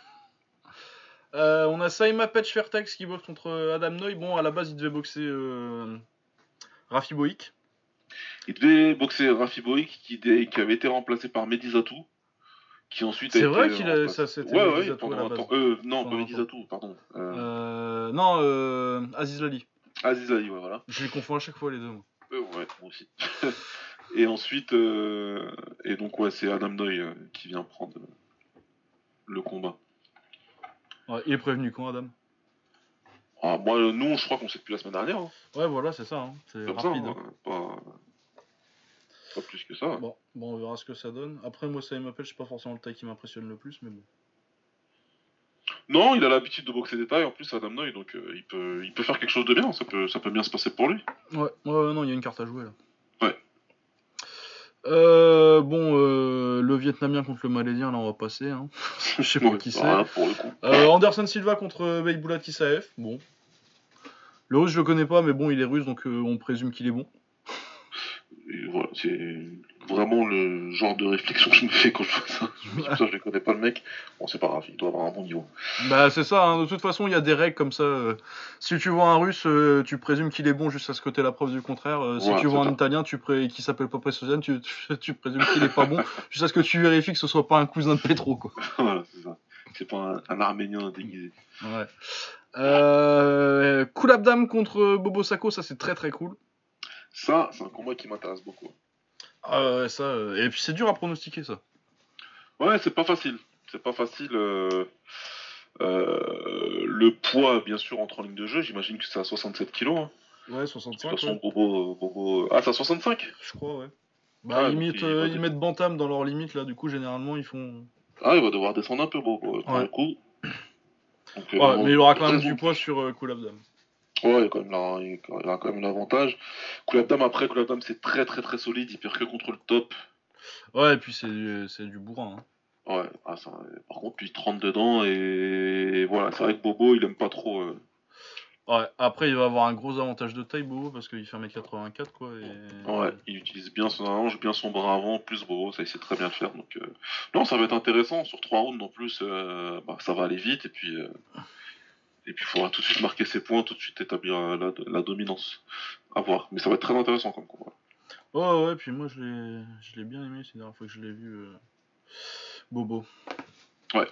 Euh, on a Saima Petch Fairtex qui boxe contre Adam Noy. Bon, à la base, il devait boxer euh, Rafi Boik. Il devait boxer Rafi Boik qui, qui avait été remplacé par Medizatou. Qui ensuite c'est a vrai été qu'il a, ça c'était ouais, Medizatou ouais, à la base. Euh, non, pas Medizatou, pardon. Euh... Euh, non, euh, Aziz Lali. Aziz Lali, ouais, voilà. Je les confonds à chaque fois les deux. Moi. Euh, ouais, moi aussi. Et ensuite, euh... et donc ouais, c'est Adam Noy euh, qui vient prendre euh, le combat. Ouais, il est prévenu quand, Adam? Ah, moi, nous, je crois qu'on sait depuis la semaine dernière. Hein. Ouais, voilà, c'est ça. Hein. C'est comme rapide. ça, hein. Pas... pas plus que ça. Bon, bon, on verra ce que ça donne. Après, moi, ça m'appelle, c'est pas forcément le taille qui m'impressionne le plus, mais bon. Non, il a l'habitude de boxer des tailles, en plus, Adam Noy, donc euh, il, peut, il peut faire quelque chose de bien, ça peut, ça peut bien se passer pour lui. Ouais, ouais, non, il y a une carte à jouer là. Ouais. Euh, bon, euh, le Vietnamien contre le Malaisien, là, on va passer. Hein. Je sais pas ouais, qui c'est. Voilà, pour le coup. Euh, Anderson Silva contre Beyboula Tissaev. Bon. Le russe, je le connais pas, mais bon, il est russe, donc euh, on présume qu'il est bon. voilà, c'est vraiment le genre de réflexion que je me fais quand je vois ça. Je me dis, putain, je ne connais pas le mec. Bon, c'est pas grave, il doit avoir un bon niveau. Bah c'est ça, hein. De toute façon il y a des règles comme ça. euh, Si tu vois un russe, euh, tu présumes qu'il est bon jusqu'à ce que t'aies la preuve du contraire. Euh, si Voilà, tu vois c'est un ça. italien tu pré... qui s'appelle Papa Sosian, tu... tu tu présumes qu'il est pas bon jusqu'à ce que tu vérifies que ce soit pas un cousin de Petro, quoi. Voilà, c'est ça. C'est pas un, un Arménien déguisé. Ouais. Euh... Cool Abdam contre Bobo Sacco, ça c'est très très cool. Ça, c'est un combat qui m'intéresse beaucoup. Ah ouais, ça. euh, Et puis c'est dur à pronostiquer ça. Ouais, c'est pas facile. C'est pas facile. euh, euh, le poids, bien sûr, entre en ligne de jeu. J'imagine que c'est à soixante-sept kilos. Hein. Ouais, De toute soixante-cinq, façon, ouais. Bobo, Bobo. Ah, c'est à soixante-cinq. Je crois, ouais. Bah Ah, ils donc mettent, il euh, va, ils dé- mettent Bantam dans leurs limites là, du coup généralement ils font. ah, il va devoir descendre un peu, Bobo, pour le Ouais. coup. Donc, euh, Ouais, en- mais il aura quand même raison du de poids plus. sur euh, Cool Abdam. Ouais, il, a quand même la- il a quand même l'avantage. Koulabdam, après, Koulabdam, c'est très très très solide. Il perd que contre le top. Ouais, et puis c'est du, c'est du bourrin, hein. Ouais, ah, ça, par contre, lui, il te rentre dedans. Et voilà, c'est vrai que Bobo, il aime pas trop. euh, Ouais, après il va avoir un gros avantage de taille, Bobo, parce qu'il fait un mètre quatre-vingt-quatre, quoi. Ouais, Et... il utilise bien son allonge, bien son bras avant, plus Bobo, ça il sait très bien le faire. Donc, euh, non, ça va être intéressant. Sur trois rounds en plus, euh, bah, ça va aller vite. Et puis, euh, et puis, il faudra tout de suite marquer ses points, tout de suite établir euh, la, la dominance. À voir. Mais ça va être très intéressant comme combat. Ouais, ouais, puis moi je l'ai, je l'ai bien aimé, c'est la dernière fois que je l'ai vu, euh, Bobo. Ouais.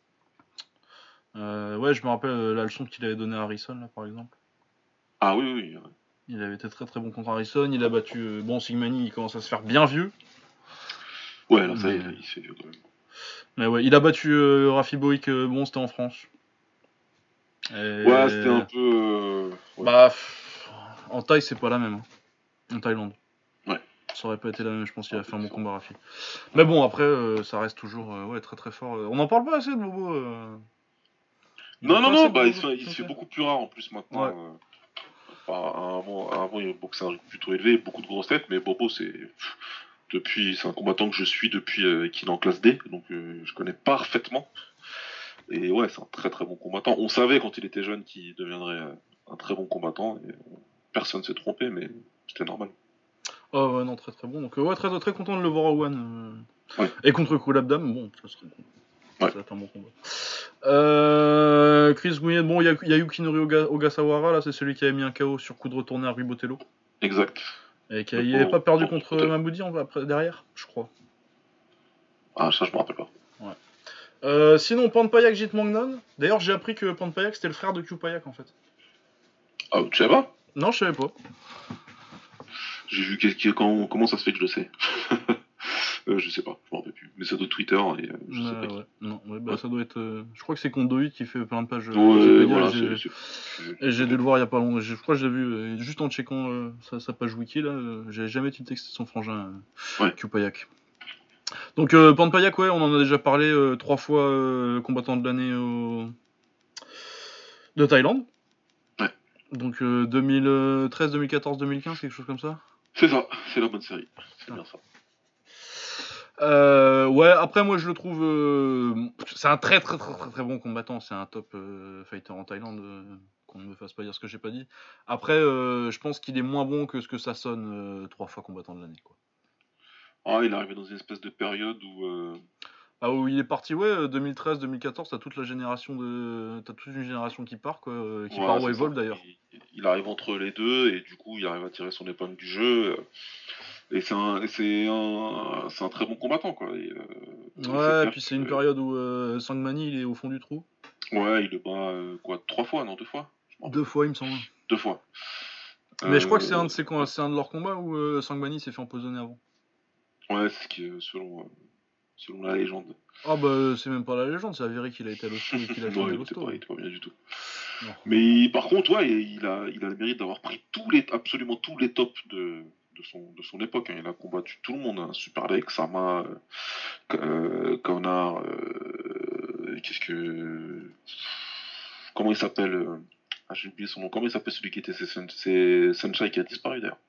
Euh, ouais, je me rappelle euh, la leçon qu'il avait donnée à Harrison, là, par exemple. Ah oui, oui, oui. Il avait été très très bon contre Harrison, il a battu... euh, Bon, Sigmani, il commence à se faire bien vieux. Ouais, là, ça y Mais, est, il s'est vieux quand même. mais ouais, il a battu euh, Rafi Boik, euh, bon, c'était en France. Ouais, c'était Et... un peu. euh, Ouais. Bah, pff, en taille, c'est pas la même, hein, en Thaïlande. Ouais. Ça aurait pas été la même, je pense qu'il Un a peu fait un bon différent. combat, Rafi. Mais bon, après, euh, ça reste toujours euh, ouais, très très fort. Euh, On n'en parle pas assez de Bobo. euh. Il a Non, pas non, assez non, de bah, il Bobo. se, fait, il se fait Ok. beaucoup plus rare en plus Ouais. maintenant. euh. Enfin, avant, avant, il boxait un rythme plutôt élevé, beaucoup de grosses têtes, mais Bobo, c'est. Depuis, c'est un combattant que je suis depuis euh, qu'il est en classe D, donc euh, je connais parfaitement. Et ouais, c'est un très très bon combattant. On savait quand il était jeune qu'il deviendrait euh, un très bon combattant, et euh, personne s'est trompé, mais c'était normal. Oh ouais, non, très très bon. Donc, euh, ouais, très très content de le voir à One. euh. Ouais, Et contre Koulabdam, bon, ça serait bon. ouais. Ça va être un bon combat. Euh, Chris Gouillet, bon, il y a, y a Yukinori Oga- Ogasawara, là, c'est celui qui avait mis un K O sur coup de retourner à Rui Botello. Exact. Et qui Le n'avait pauvre, pas perdu pauvre contre Potel. Mamoudi en- après, derrière, je crois. Ah, ça, je me rappelle pas. Ouais. Euh, sinon, Panpayak Jitmangnon. D'ailleurs, j'ai appris que Panpayak c'était le frère de Kupayak en fait. Ah, tu savais pas? Non, je savais pas. J'ai vu qu'est-ce qui- quand- comment ça se fait que je le sais. euh, je sais pas, je m'en rappelle plus. Mais c'est de Twitter et euh, je sais Euh, pas qui. ouais, non, ouais, bah Ouais, ça doit être. euh, Je crois que c'est Kondoïd qui fait plein de pages euh, ouais, Wikipédia. voilà, Et c'est j'ai c'est- c'est- et c'est j'ai dû le peut-être. voir il y a pas longtemps. Je crois que j'ai vu euh, juste en checkant euh, sa, sa page wiki là. euh, J'avais jamais tilté que c'était son frangin euh, Ouais, Kupayak. Donc euh, Panpayak, ouais, on en a déjà parlé euh, trois fois euh, combattant de l'année au... de Thaïlande. ouais. Donc euh, deux mille treize, deux mille quatorze, deux mille quinze, quelque chose comme ça. C'est ça, c'est la bonne série. C'est Ah. bien ça. Euh, ouais, après moi je le trouve, euh, c'est un très très très très très bon combattant, c'est un top euh, fighter en Thaïlande, euh, qu'on ne me fasse pas dire ce que j'ai pas dit. Après, euh, je pense qu'il est moins bon que ce que ça sonne euh, trois fois combattant de l'année, quoi. Ah, il est arrivé dans une espèce de période où. euh, Ah où il est parti, ouais, euh, deux mille treize, deux mille quatorze, t'as toute la génération de, t'as toute une génération qui part, quoi, euh, qui part Voilà, au c'est ça. Evolve d'ailleurs. Il, il arrive entre les deux et du coup, il arrive à tirer son épingle du jeu. euh, Et c'est un, et c'est un, c'est un très bon combattant, quoi. Et, euh, et c'est Ouais, clair puis c'est une que. période où euh, Sangmani il est au fond du trou. Ouais, il le bat, euh, quoi, trois fois, non, deux fois? Je m'en rappelle Deux plus. fois, il me semble. Deux fois. Mais je crois que c'est un Euh, de, ces, com- c'est un de leurs combats où euh, Sangmani s'est fait empoisonner avant. ouais, c'est ce qui, est selon, euh, selon la légende. Ah bah c'est même pas la légende, c'est avéré qu'il a été à l'hosto et qu'il a Non, fini à il était l'hosto. pas, il était pas bien du tout. Non. Mais par contre, ouais, il a, il a le mérite d'avoir pris tous les, absolument tous les tops de, de, son, de son époque. Hein. Il a combattu tout le monde. Hein. Super Lex, Sama, euh, Connard, euh, qu'est-ce que. Comment il s'appelle euh, Ah, j'ai oublié son nom. Comment il s'appelle celui qui était. C'est Sun- c'est Sunshine qui a disparu d'ailleurs.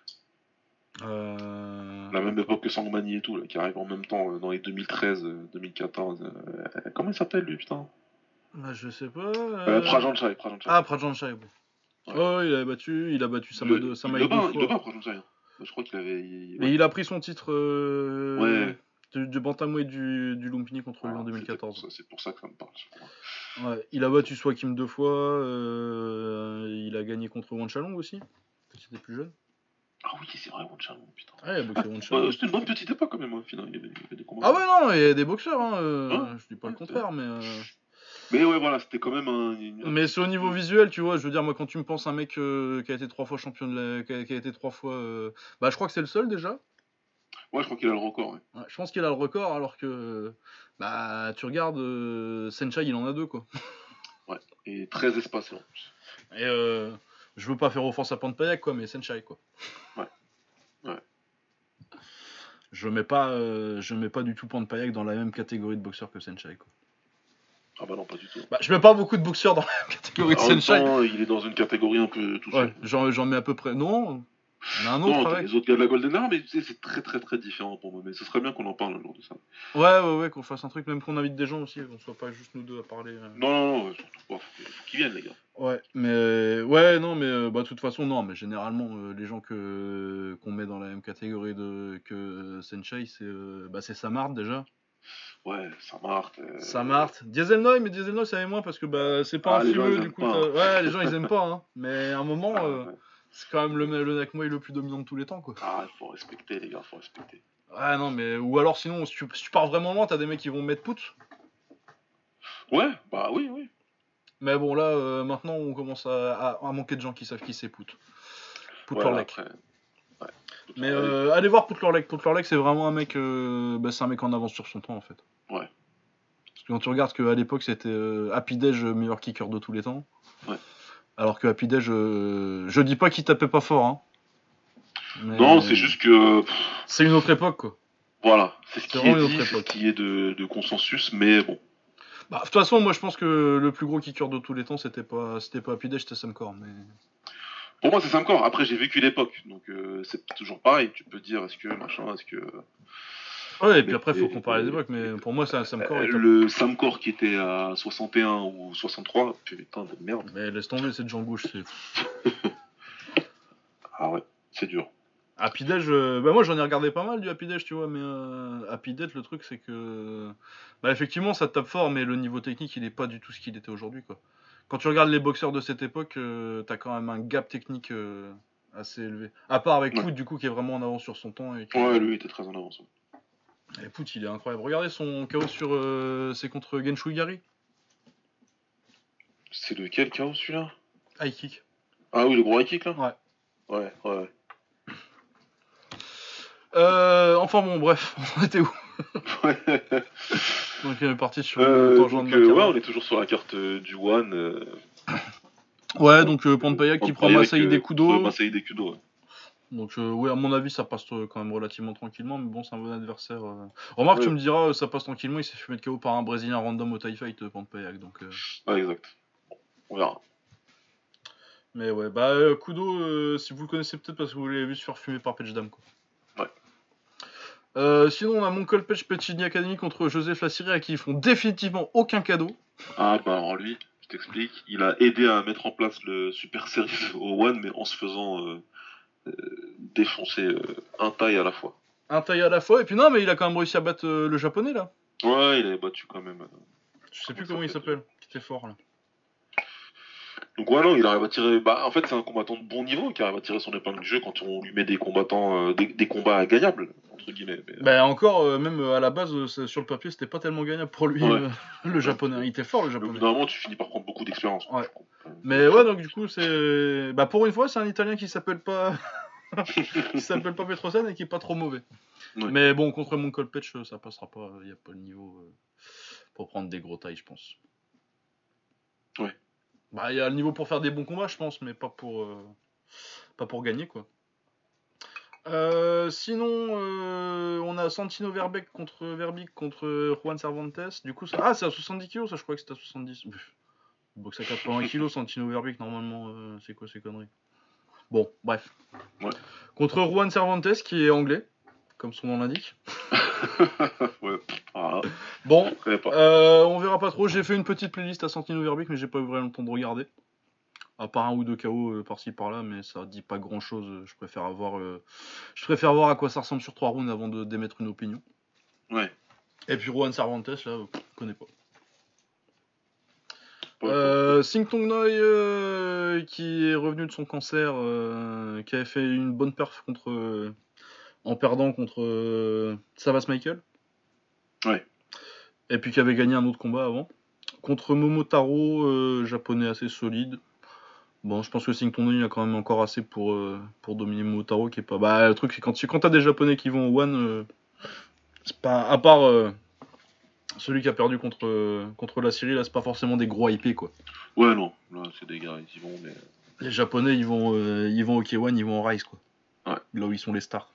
Euh... La même époque que Sangmani et tout, là, qui arrive en même temps euh, dans les deux mille treize, euh, deux mille quatorze. euh, comment il s'appelle lui, putain Bah je sais pas. euh, Euh... Prajanchai, Prajanchai. Ah, Prajan Shai, bon. Ouais. Oh, il a battu, il a battu Il le, Samado, il le Samaï deux bat, il le fois. bat, Prajanchai. Je crois qu'il avait. il- Mais ouais. il a pris son titre euh, Ouais. du, du bantamweight du, du Lumpini contre lui Ah, en c'était deux mille quatorze. pour ça- C'est pour ça que ça me parle. je crois. Ouais, il a battu Swakim deux fois, euh, il a gagné contre Wanchalong aussi, quand il était plus jeune. Ah oui, c'est vrai, Wanchalong, putain. Ah, il a boxé Ah, Wanchalong. bah, c'était une bonne petite époque quand même, au final. Il y avait, il y avait des combats. Ah ouais, non, il y a des boxeurs, hein, euh, Ouais, je dis pas ouais, le contraire, mais... euh, Mais ouais, voilà, c'était quand même un. une- un Mais petit c'est au peu niveau plus- visuel, tu vois, je veux dire, moi, quand tu me penses un mec euh, qui a été trois fois champion de la... qui a, qui a été trois fois... euh, Bah, je crois que c'est le seul, déjà. Ouais, je crois qu'il a le record. Ouais. Ouais, je pense qu'il a le record, alors que... Bah, tu regardes, euh, Senchai, il en a deux, quoi. Ouais. Et très espacé en plus. Et euh, je veux pas faire offense à Panpayak, quoi, mais Senchai, quoi. Ouais. Ouais. Je mets pas, euh, je mets pas du tout Panpayak dans la même catégorie de boxeur que Senchai, quoi. Ah bah non, pas du tout. Bah, je mets pas beaucoup de boxeurs dans la même catégorie de En même Senchai. temps, il est dans une catégorie un peu tout seul. Ouais, j'en, j'en mets à peu près... Non, il y en a un autre Non, t'as avec. les autres gars de la Golden Era, mais tu sais, c'est très très très différent pour moi. Mais ce serait bien qu'on en parle un jour de ça. Ouais, ouais, ouais, qu'on fasse un truc, même qu'on invite des gens aussi, qu'on soit pas juste nous deux à parler. euh. Non, non, non, surtout pas. Faut, faut qu'ils viennent, les gars. Ouais, mais ouais, non, mais euh, bah de toute façon, non, mais généralement, euh, les gens que qu'on met dans la même catégorie de que Senchai, c'est euh, bah c'est Samart déjà. Ouais, Samart. Euh... Samart, Dieselnoy, mais Dieselnoy ça va moins parce que bah c'est pas Ah, un les gens, fumeux, ils du aiment coup, pas. t'as- ouais, les gens ils aiment pas, hein. Mais à un moment, Ah, euh, ouais. c'est quand même le le Nakmoy le plus dominant de tous les temps, quoi. Ah, il faut respecter, les gars, faut respecter. Ouais, non, mais ou alors sinon, si tu, si tu pars vraiment loin, t'as des mecs qui vont mettre Pout. Ouais, bah oui, oui. Mais bon, là, euh, maintenant, on commence à, à, à manquer de gens qui savent qui c'est Pout. Pout Ouais, Lorlek. après. Ouais. Mais Ouais, euh, allez voir Pout Lorlek. Pout Lorlek, c'est vraiment un mec, euh, bah, c'est un mec en avance sur son temps, en fait. Ouais. Parce que quand tu regardes qu'à l'époque, c'était euh, Happy Dej, euh, meilleur kicker de tous les temps. Ouais. Alors que Happy Dej, euh, je dis pas qu'il tapait pas fort, hein. Mais Non, c'est juste que. pff, c'est une autre époque, quoi. Voilà, c'est ce C'est qui vraiment est une dit, autre c'est ce époque. qui est de, de consensus, mais bon. Bah, de toute façon, moi, je pense que le plus gros kicker de tous les temps, c'était pas, c'était pas Happy Dej, c'était Sam Corr. Mais... Pour moi, c'est Sam Corr. Après, j'ai vécu l'époque, donc euh, c'est toujours pareil. Tu peux dire, est-ce que machin, est-ce que. Ouais, et puis Mais- après, il faut et- comparer les et- époques. Mais pour moi, c'est Sam Corr. Euh, il tape- le Sam Corr qui était à soixante et un ou soixante-trois, putain de merde. Mais laisse tomber, c'est de Jean Gauche. C'est... Ah ouais, c'est dur. Happy Dej, euh, bah moi j'en ai regardé pas mal du Happy Dej, tu vois, mais euh, Happy Dej, le truc c'est que. Bah effectivement, ça tape fort, mais le niveau technique il est pas du tout ce qu'il était aujourd'hui, quoi. Quand tu regardes les boxeurs de cette époque, euh, t'as quand même un gap technique euh, assez élevé. À part avec Ouais. Pout, du coup, qui est vraiment en avance sur son temps. Et qui... Ouais, lui il était très en avance. Et Pout, il est incroyable. Regardez son K O sur. Euh, c'est contre Genshu Igari. C'est de quel chaos celui-là? High kick. Ah oui, le gros high kick là? Ouais. Ouais, ouais. Euh, enfin bon, bref, on était où? Ouais. Donc on est parti sur Euh, une tangente donc, euh, Baccarat. ouais, on est toujours sur la carte euh, du One. Euh, Ouais, donc euh, Panpayak qui prend Masai des Kudo. Masai des Kudo, ouais. Donc euh, oui, à mon avis, ça passe euh, quand même relativement tranquillement, mais bon, c'est un bon adversaire. euh. Remarque, Ouais. tu me diras, euh, ça passe tranquillement, il s'est fait mettre K O par un Brésilien random au TIE Fight, euh, Panpayak, donc... euh. Ouais, exact. On verra. Mais ouais, bah euh, Kudo, euh, si vous le connaissez peut-être parce que vous l'avez vu se faire fumer par Petchdam, quoi. Ouais. Euh, sinon, on a mon Kolpech Petchini Academy contre Joseph Lassiri, à qui ils font définitivement aucun cadeau. Ah bah alors lui, je t'explique, il a aidé à mettre en place le Super Series au One, mais en se faisant euh, euh, défoncer euh, un taille à la fois. Un taille à la fois, et puis non, mais il a quand même réussi à battre euh, le japonais, là. Ouais, il avait battu quand même. euh. Je sais plus comment il s'appelle, qui était fort, là. Donc ouais, non, il arrive à tirer... Bah, en fait, c'est un combattant de bon niveau qui arrive à tirer son épingle du jeu quand on lui met des combattants, euh, des, des combats gagnables, entre guillemets. Mais, euh, Bah encore, euh, même euh, à la base, euh, c'est- sur le papier, c'était pas tellement gagnable pour lui, Ouais. euh, le japonais. Il était fort, le au bout japonais. d'un moment, tu finis par prendre beaucoup d'expérience. Ouais. je crois. Mais ouais, donc du coup, c'est... Bah pour une fois, c'est un Italien qui s'appelle pas... qui s'appelle pas Petrosen et qui est pas trop mauvais. Ouais. Mais bon, contre mon Kolpech, ça passera pas. Il y a pas le niveau euh, pour prendre des gros tailles, je pense. Ouais. Bah il y a le niveau pour faire des bons combats, je pense, mais pas pour... euh, pas pour gagner, quoi. Euh, sinon, euh, on a Santino Verbeek contre Verbeek contre Juan Cervantes. Du coup, ça... Ah, c'est à soixante-dix kilos, ça, je crois que c'était à soixante-dix. Pff. Il boxe à quatre-vingts kilos, Santino Verbeek, normalement, euh, c'est quoi ces conneries? Bon, bref. Ouais. Contre Juan Cervantes, qui est anglais, comme son nom l'indique. Ouais. Ah, Bon, je connais pas. euh, on verra pas trop. J'ai fait une petite playlist à Santino Verbeek, mais j'ai pas eu vraiment le temps de regarder. À part un ou deux K O euh, par-ci par-là, mais ça dit pas grand-chose. Je préfère avoir, euh, je préfère voir à quoi ça ressemble sur trois rounds avant de d'émettre une opinion. Ouais. Et puis Juan Cervantes, là, je connais pas. Pas Euh, Sing Tong Noi euh, qui est revenu de son cancer, euh, qui avait fait une bonne perf contre, euh, en perdant contre euh, Savas Michael. Ouais. Et puis qui avait gagné un autre combat avant. Contre Momotaro, euh, japonais assez solide. Bon, je pense que Sing Tong Noi a quand même encore assez pour, euh, pour dominer Momotaro, qui est pas. Bah, le truc, c'est quand, tu- quand t'as des japonais qui vont au One, euh, c'est pas. À part euh, celui qui a perdu contre, euh, contre la Syrie, là, c'est pas forcément des gros hypés, quoi. Ouais, non. Là, c'est des gars, ils y vont, mais. Les japonais, ils vont, euh, ils vont au K un, ils vont en Rise, quoi. Ouais. Là où ils sont les stars.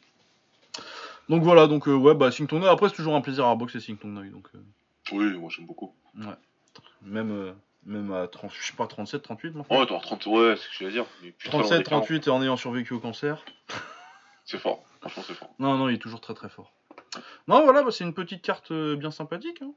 Donc voilà, donc euh, ouais, bah Sing Tong Noi, après c'est toujours un plaisir à boxer Sing Tong Noi, donc euh, Oui, moi j'aime beaucoup. ouais. Même, euh, même à trente, je sais pas, trente-sept, trente-huit maintenant. Ouais, t'as trente, ouais, c'est ce que je veux dire. Mais plus très loin trente-sept, des quarante. trente-huit et en ayant survécu au cancer. C'est fort, franchement c'est fort. Non, non, il est toujours très très fort. Non, voilà, bah, c'est une petite carte euh, bien sympathique. Hein.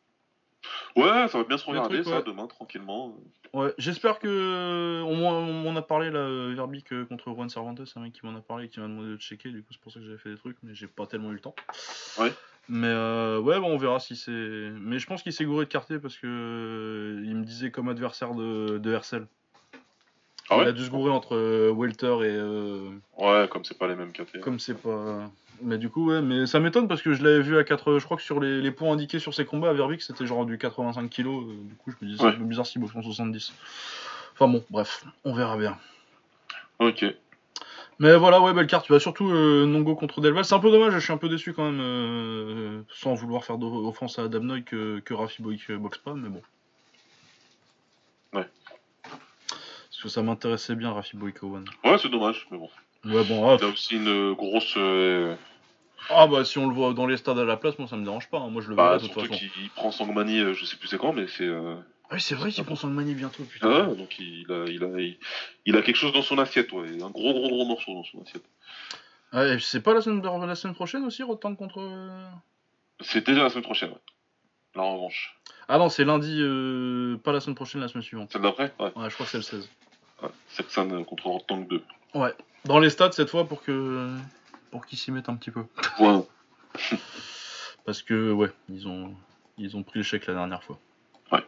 Ouais, ça va bien se Le regarder, truc, ça, ouais. demain, tranquillement. Ouais, j'espère que. On, m'en- on m'en a parlé là, euh, Verbeek euh, contre Juan Cervantes, c'est un mec qui m'en a parlé et qui m'a demandé de checker, du coup c'est pour ça que j'avais fait des trucs, mais j'ai pas tellement eu le temps. Ouais. Mais euh, ouais, bon, on verra si c'est. Mais je pense qu'il s'est gouré de carté parce que euh, il me disait comme adversaire de, de Hercel. Ah Il ouais a dû se gourer entre euh, Welter et. euh, Ouais, comme c'est pas les mêmes catés. Comme c'est pas. Mais du coup, ouais, mais ça m'étonne parce que je l'avais vu à quatre. Je crois que sur les, les points indiqués sur ses combats à Verbeek, c'était genre du quatre-vingt-cinq kilos. euh, Du coup, je me disais, c'est Ouais. un peu bizarre s'il boxe en soixante-dix. Enfin bon, bref, on verra bien. Ok. Mais voilà, ouais, belle carte. Tu vas surtout euh, Nongo contre Delval. C'est un peu dommage, je suis un peu déçu quand même, euh, sans vouloir faire d'offense à Adam Noy, que, que Rafi Boik euh, boxe pas, mais bon. Ouais. Parce que ça m'intéressait bien, Rafi Boik One. Ouais, c'est dommage, mais bon. Ouais, bon, ah, Il a aussi une grosse. euh, ah bah si on le voit dans les stades à la place, moi ça me dérange pas. Hein. Moi je le Bah, verrai de toute surtout façon. qu'il prend Sangmani, euh, je sais plus c'est quand, mais c'est. euh, Ah oui, c'est vrai qu'il prend son manie bientôt, putain. Ah, donc il a, il, a, il, il a quelque chose dans son assiette, ouais. Un gros, gros, gros morceau dans son assiette. Ouais, c'est pas la semaine, la semaine prochaine aussi, Rotan contre. euh, C'est déjà la semaine prochaine, ouais. La revanche. Ah non, c'est lundi, euh, pas la semaine prochaine, la semaine suivante. Celle d'après? Ouais. Ouais, je crois que c'est le seize. Ouais. Sepsan euh, contre Tank deux. Ouais, dans les stades cette fois pour que. Pour qu'ils s'y mettent un petit peu. Ouais. Parce que, ouais, ils ont, ils ont pris le chèque la dernière fois. Ouais.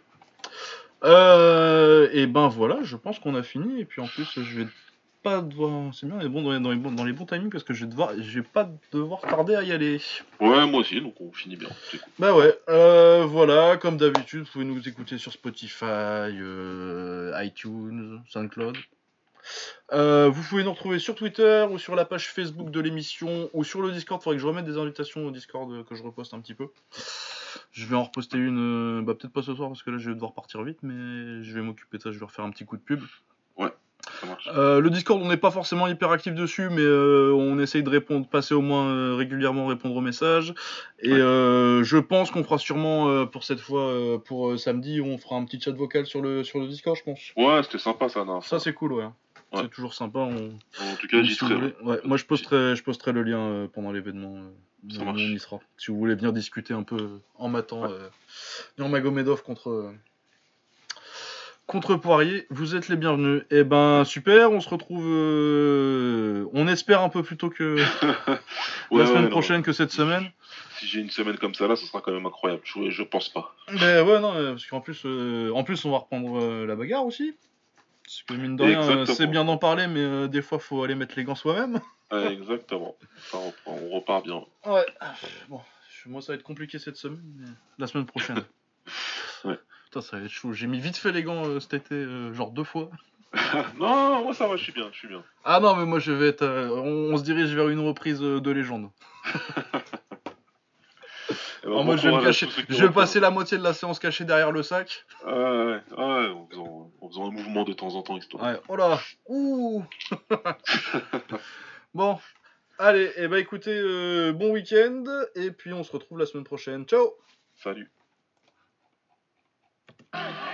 Euh, et ben voilà, je pense qu'on a fini. Et puis en plus, je vais pas devoir. C'est bien, on est bon dans les, dans les bons, dans les bons timings parce que je vais, devoir, je vais pas devoir tarder à y aller. Ouais, moi aussi, donc on finit bien. C'est cool. Bah ouais, euh, voilà, comme d'habitude, vous pouvez nous écouter sur Spotify, euh, iTunes, SoundCloud. Euh, vous pouvez nous retrouver sur Twitter ou sur la page Facebook de l'émission ou sur le Discord. Faudrait que je remette des invitations au Discord euh, que je reposte un petit peu. Je vais en reposter une, euh, bah peut-être pas ce soir parce que là je vais devoir partir vite, mais je vais m'occuper de ça. Je vais refaire un petit coup de pub. Ouais, ça marche. Euh, le Discord, on n'est pas forcément hyper actif dessus, mais euh, on essaye de répondre, passer au moins euh, régulièrement répondre aux messages. Et Ouais. euh, je pense qu'on fera sûrement euh, pour cette fois, euh, pour euh, samedi, on fera un petit chat vocal sur le sur le Discord, je pense. Ouais, c'était sympa ça, non. Ça c'est cool, ouais. Ouais. C'est toujours sympa. On... En tout cas, Donc, j'y si vous serai. voulez- Ouais. ouais, moi je posterai, je posterai le lien euh, pendant l'événement. euh, Ça nous- marche. On y sera. Si vous voulez venir discuter un peu euh, en m'attend, Ouais. euh, Nurmagomedov contre euh, contre Poirier, vous êtes les bienvenus. Et ben super, on se retrouve. euh, On espère un peu plus tôt que Ouais, la semaine ouais, prochaine non. que cette semaine. Si j'ai une semaine comme ça là, ce sera quand même incroyable. Je, je pense pas. Mais ouais, non, euh, parce qu'en plus, euh, en plus, on va reprendre euh, la bagarre aussi. Parce que mine de rien, euh, Exactement. c'est bien d'en parler, mais euh, des fois, faut aller mettre les gants soi-même. Ouais, exactement. Ça reprend, on repart bien. Ouais. Bon, je- moi, ça va être compliqué cette semaine, mais la semaine prochaine. Ouais. Putain, ça va être chaud. J'ai mis vite fait les gants euh, cet été, euh, genre deux fois. Non, moi ça va, je suis bien, je suis bien. Ah non, mais moi, je vais être. euh, on, on se dirige vers une reprise euh, de légende. Eh ben, En bon mode, je vais me courage à cacher. tous ceux qui Je vais reprennent. passer la moitié de la séance cachée derrière le sac. Ouais, ouais, ouais, en faisant, en faisant un mouvement de temps en temps, histoire. Ouais, oh là. Ouh. Bon, allez, et bah écoutez, euh, bon week-end, et puis on se retrouve la semaine prochaine. Ciao. Salut.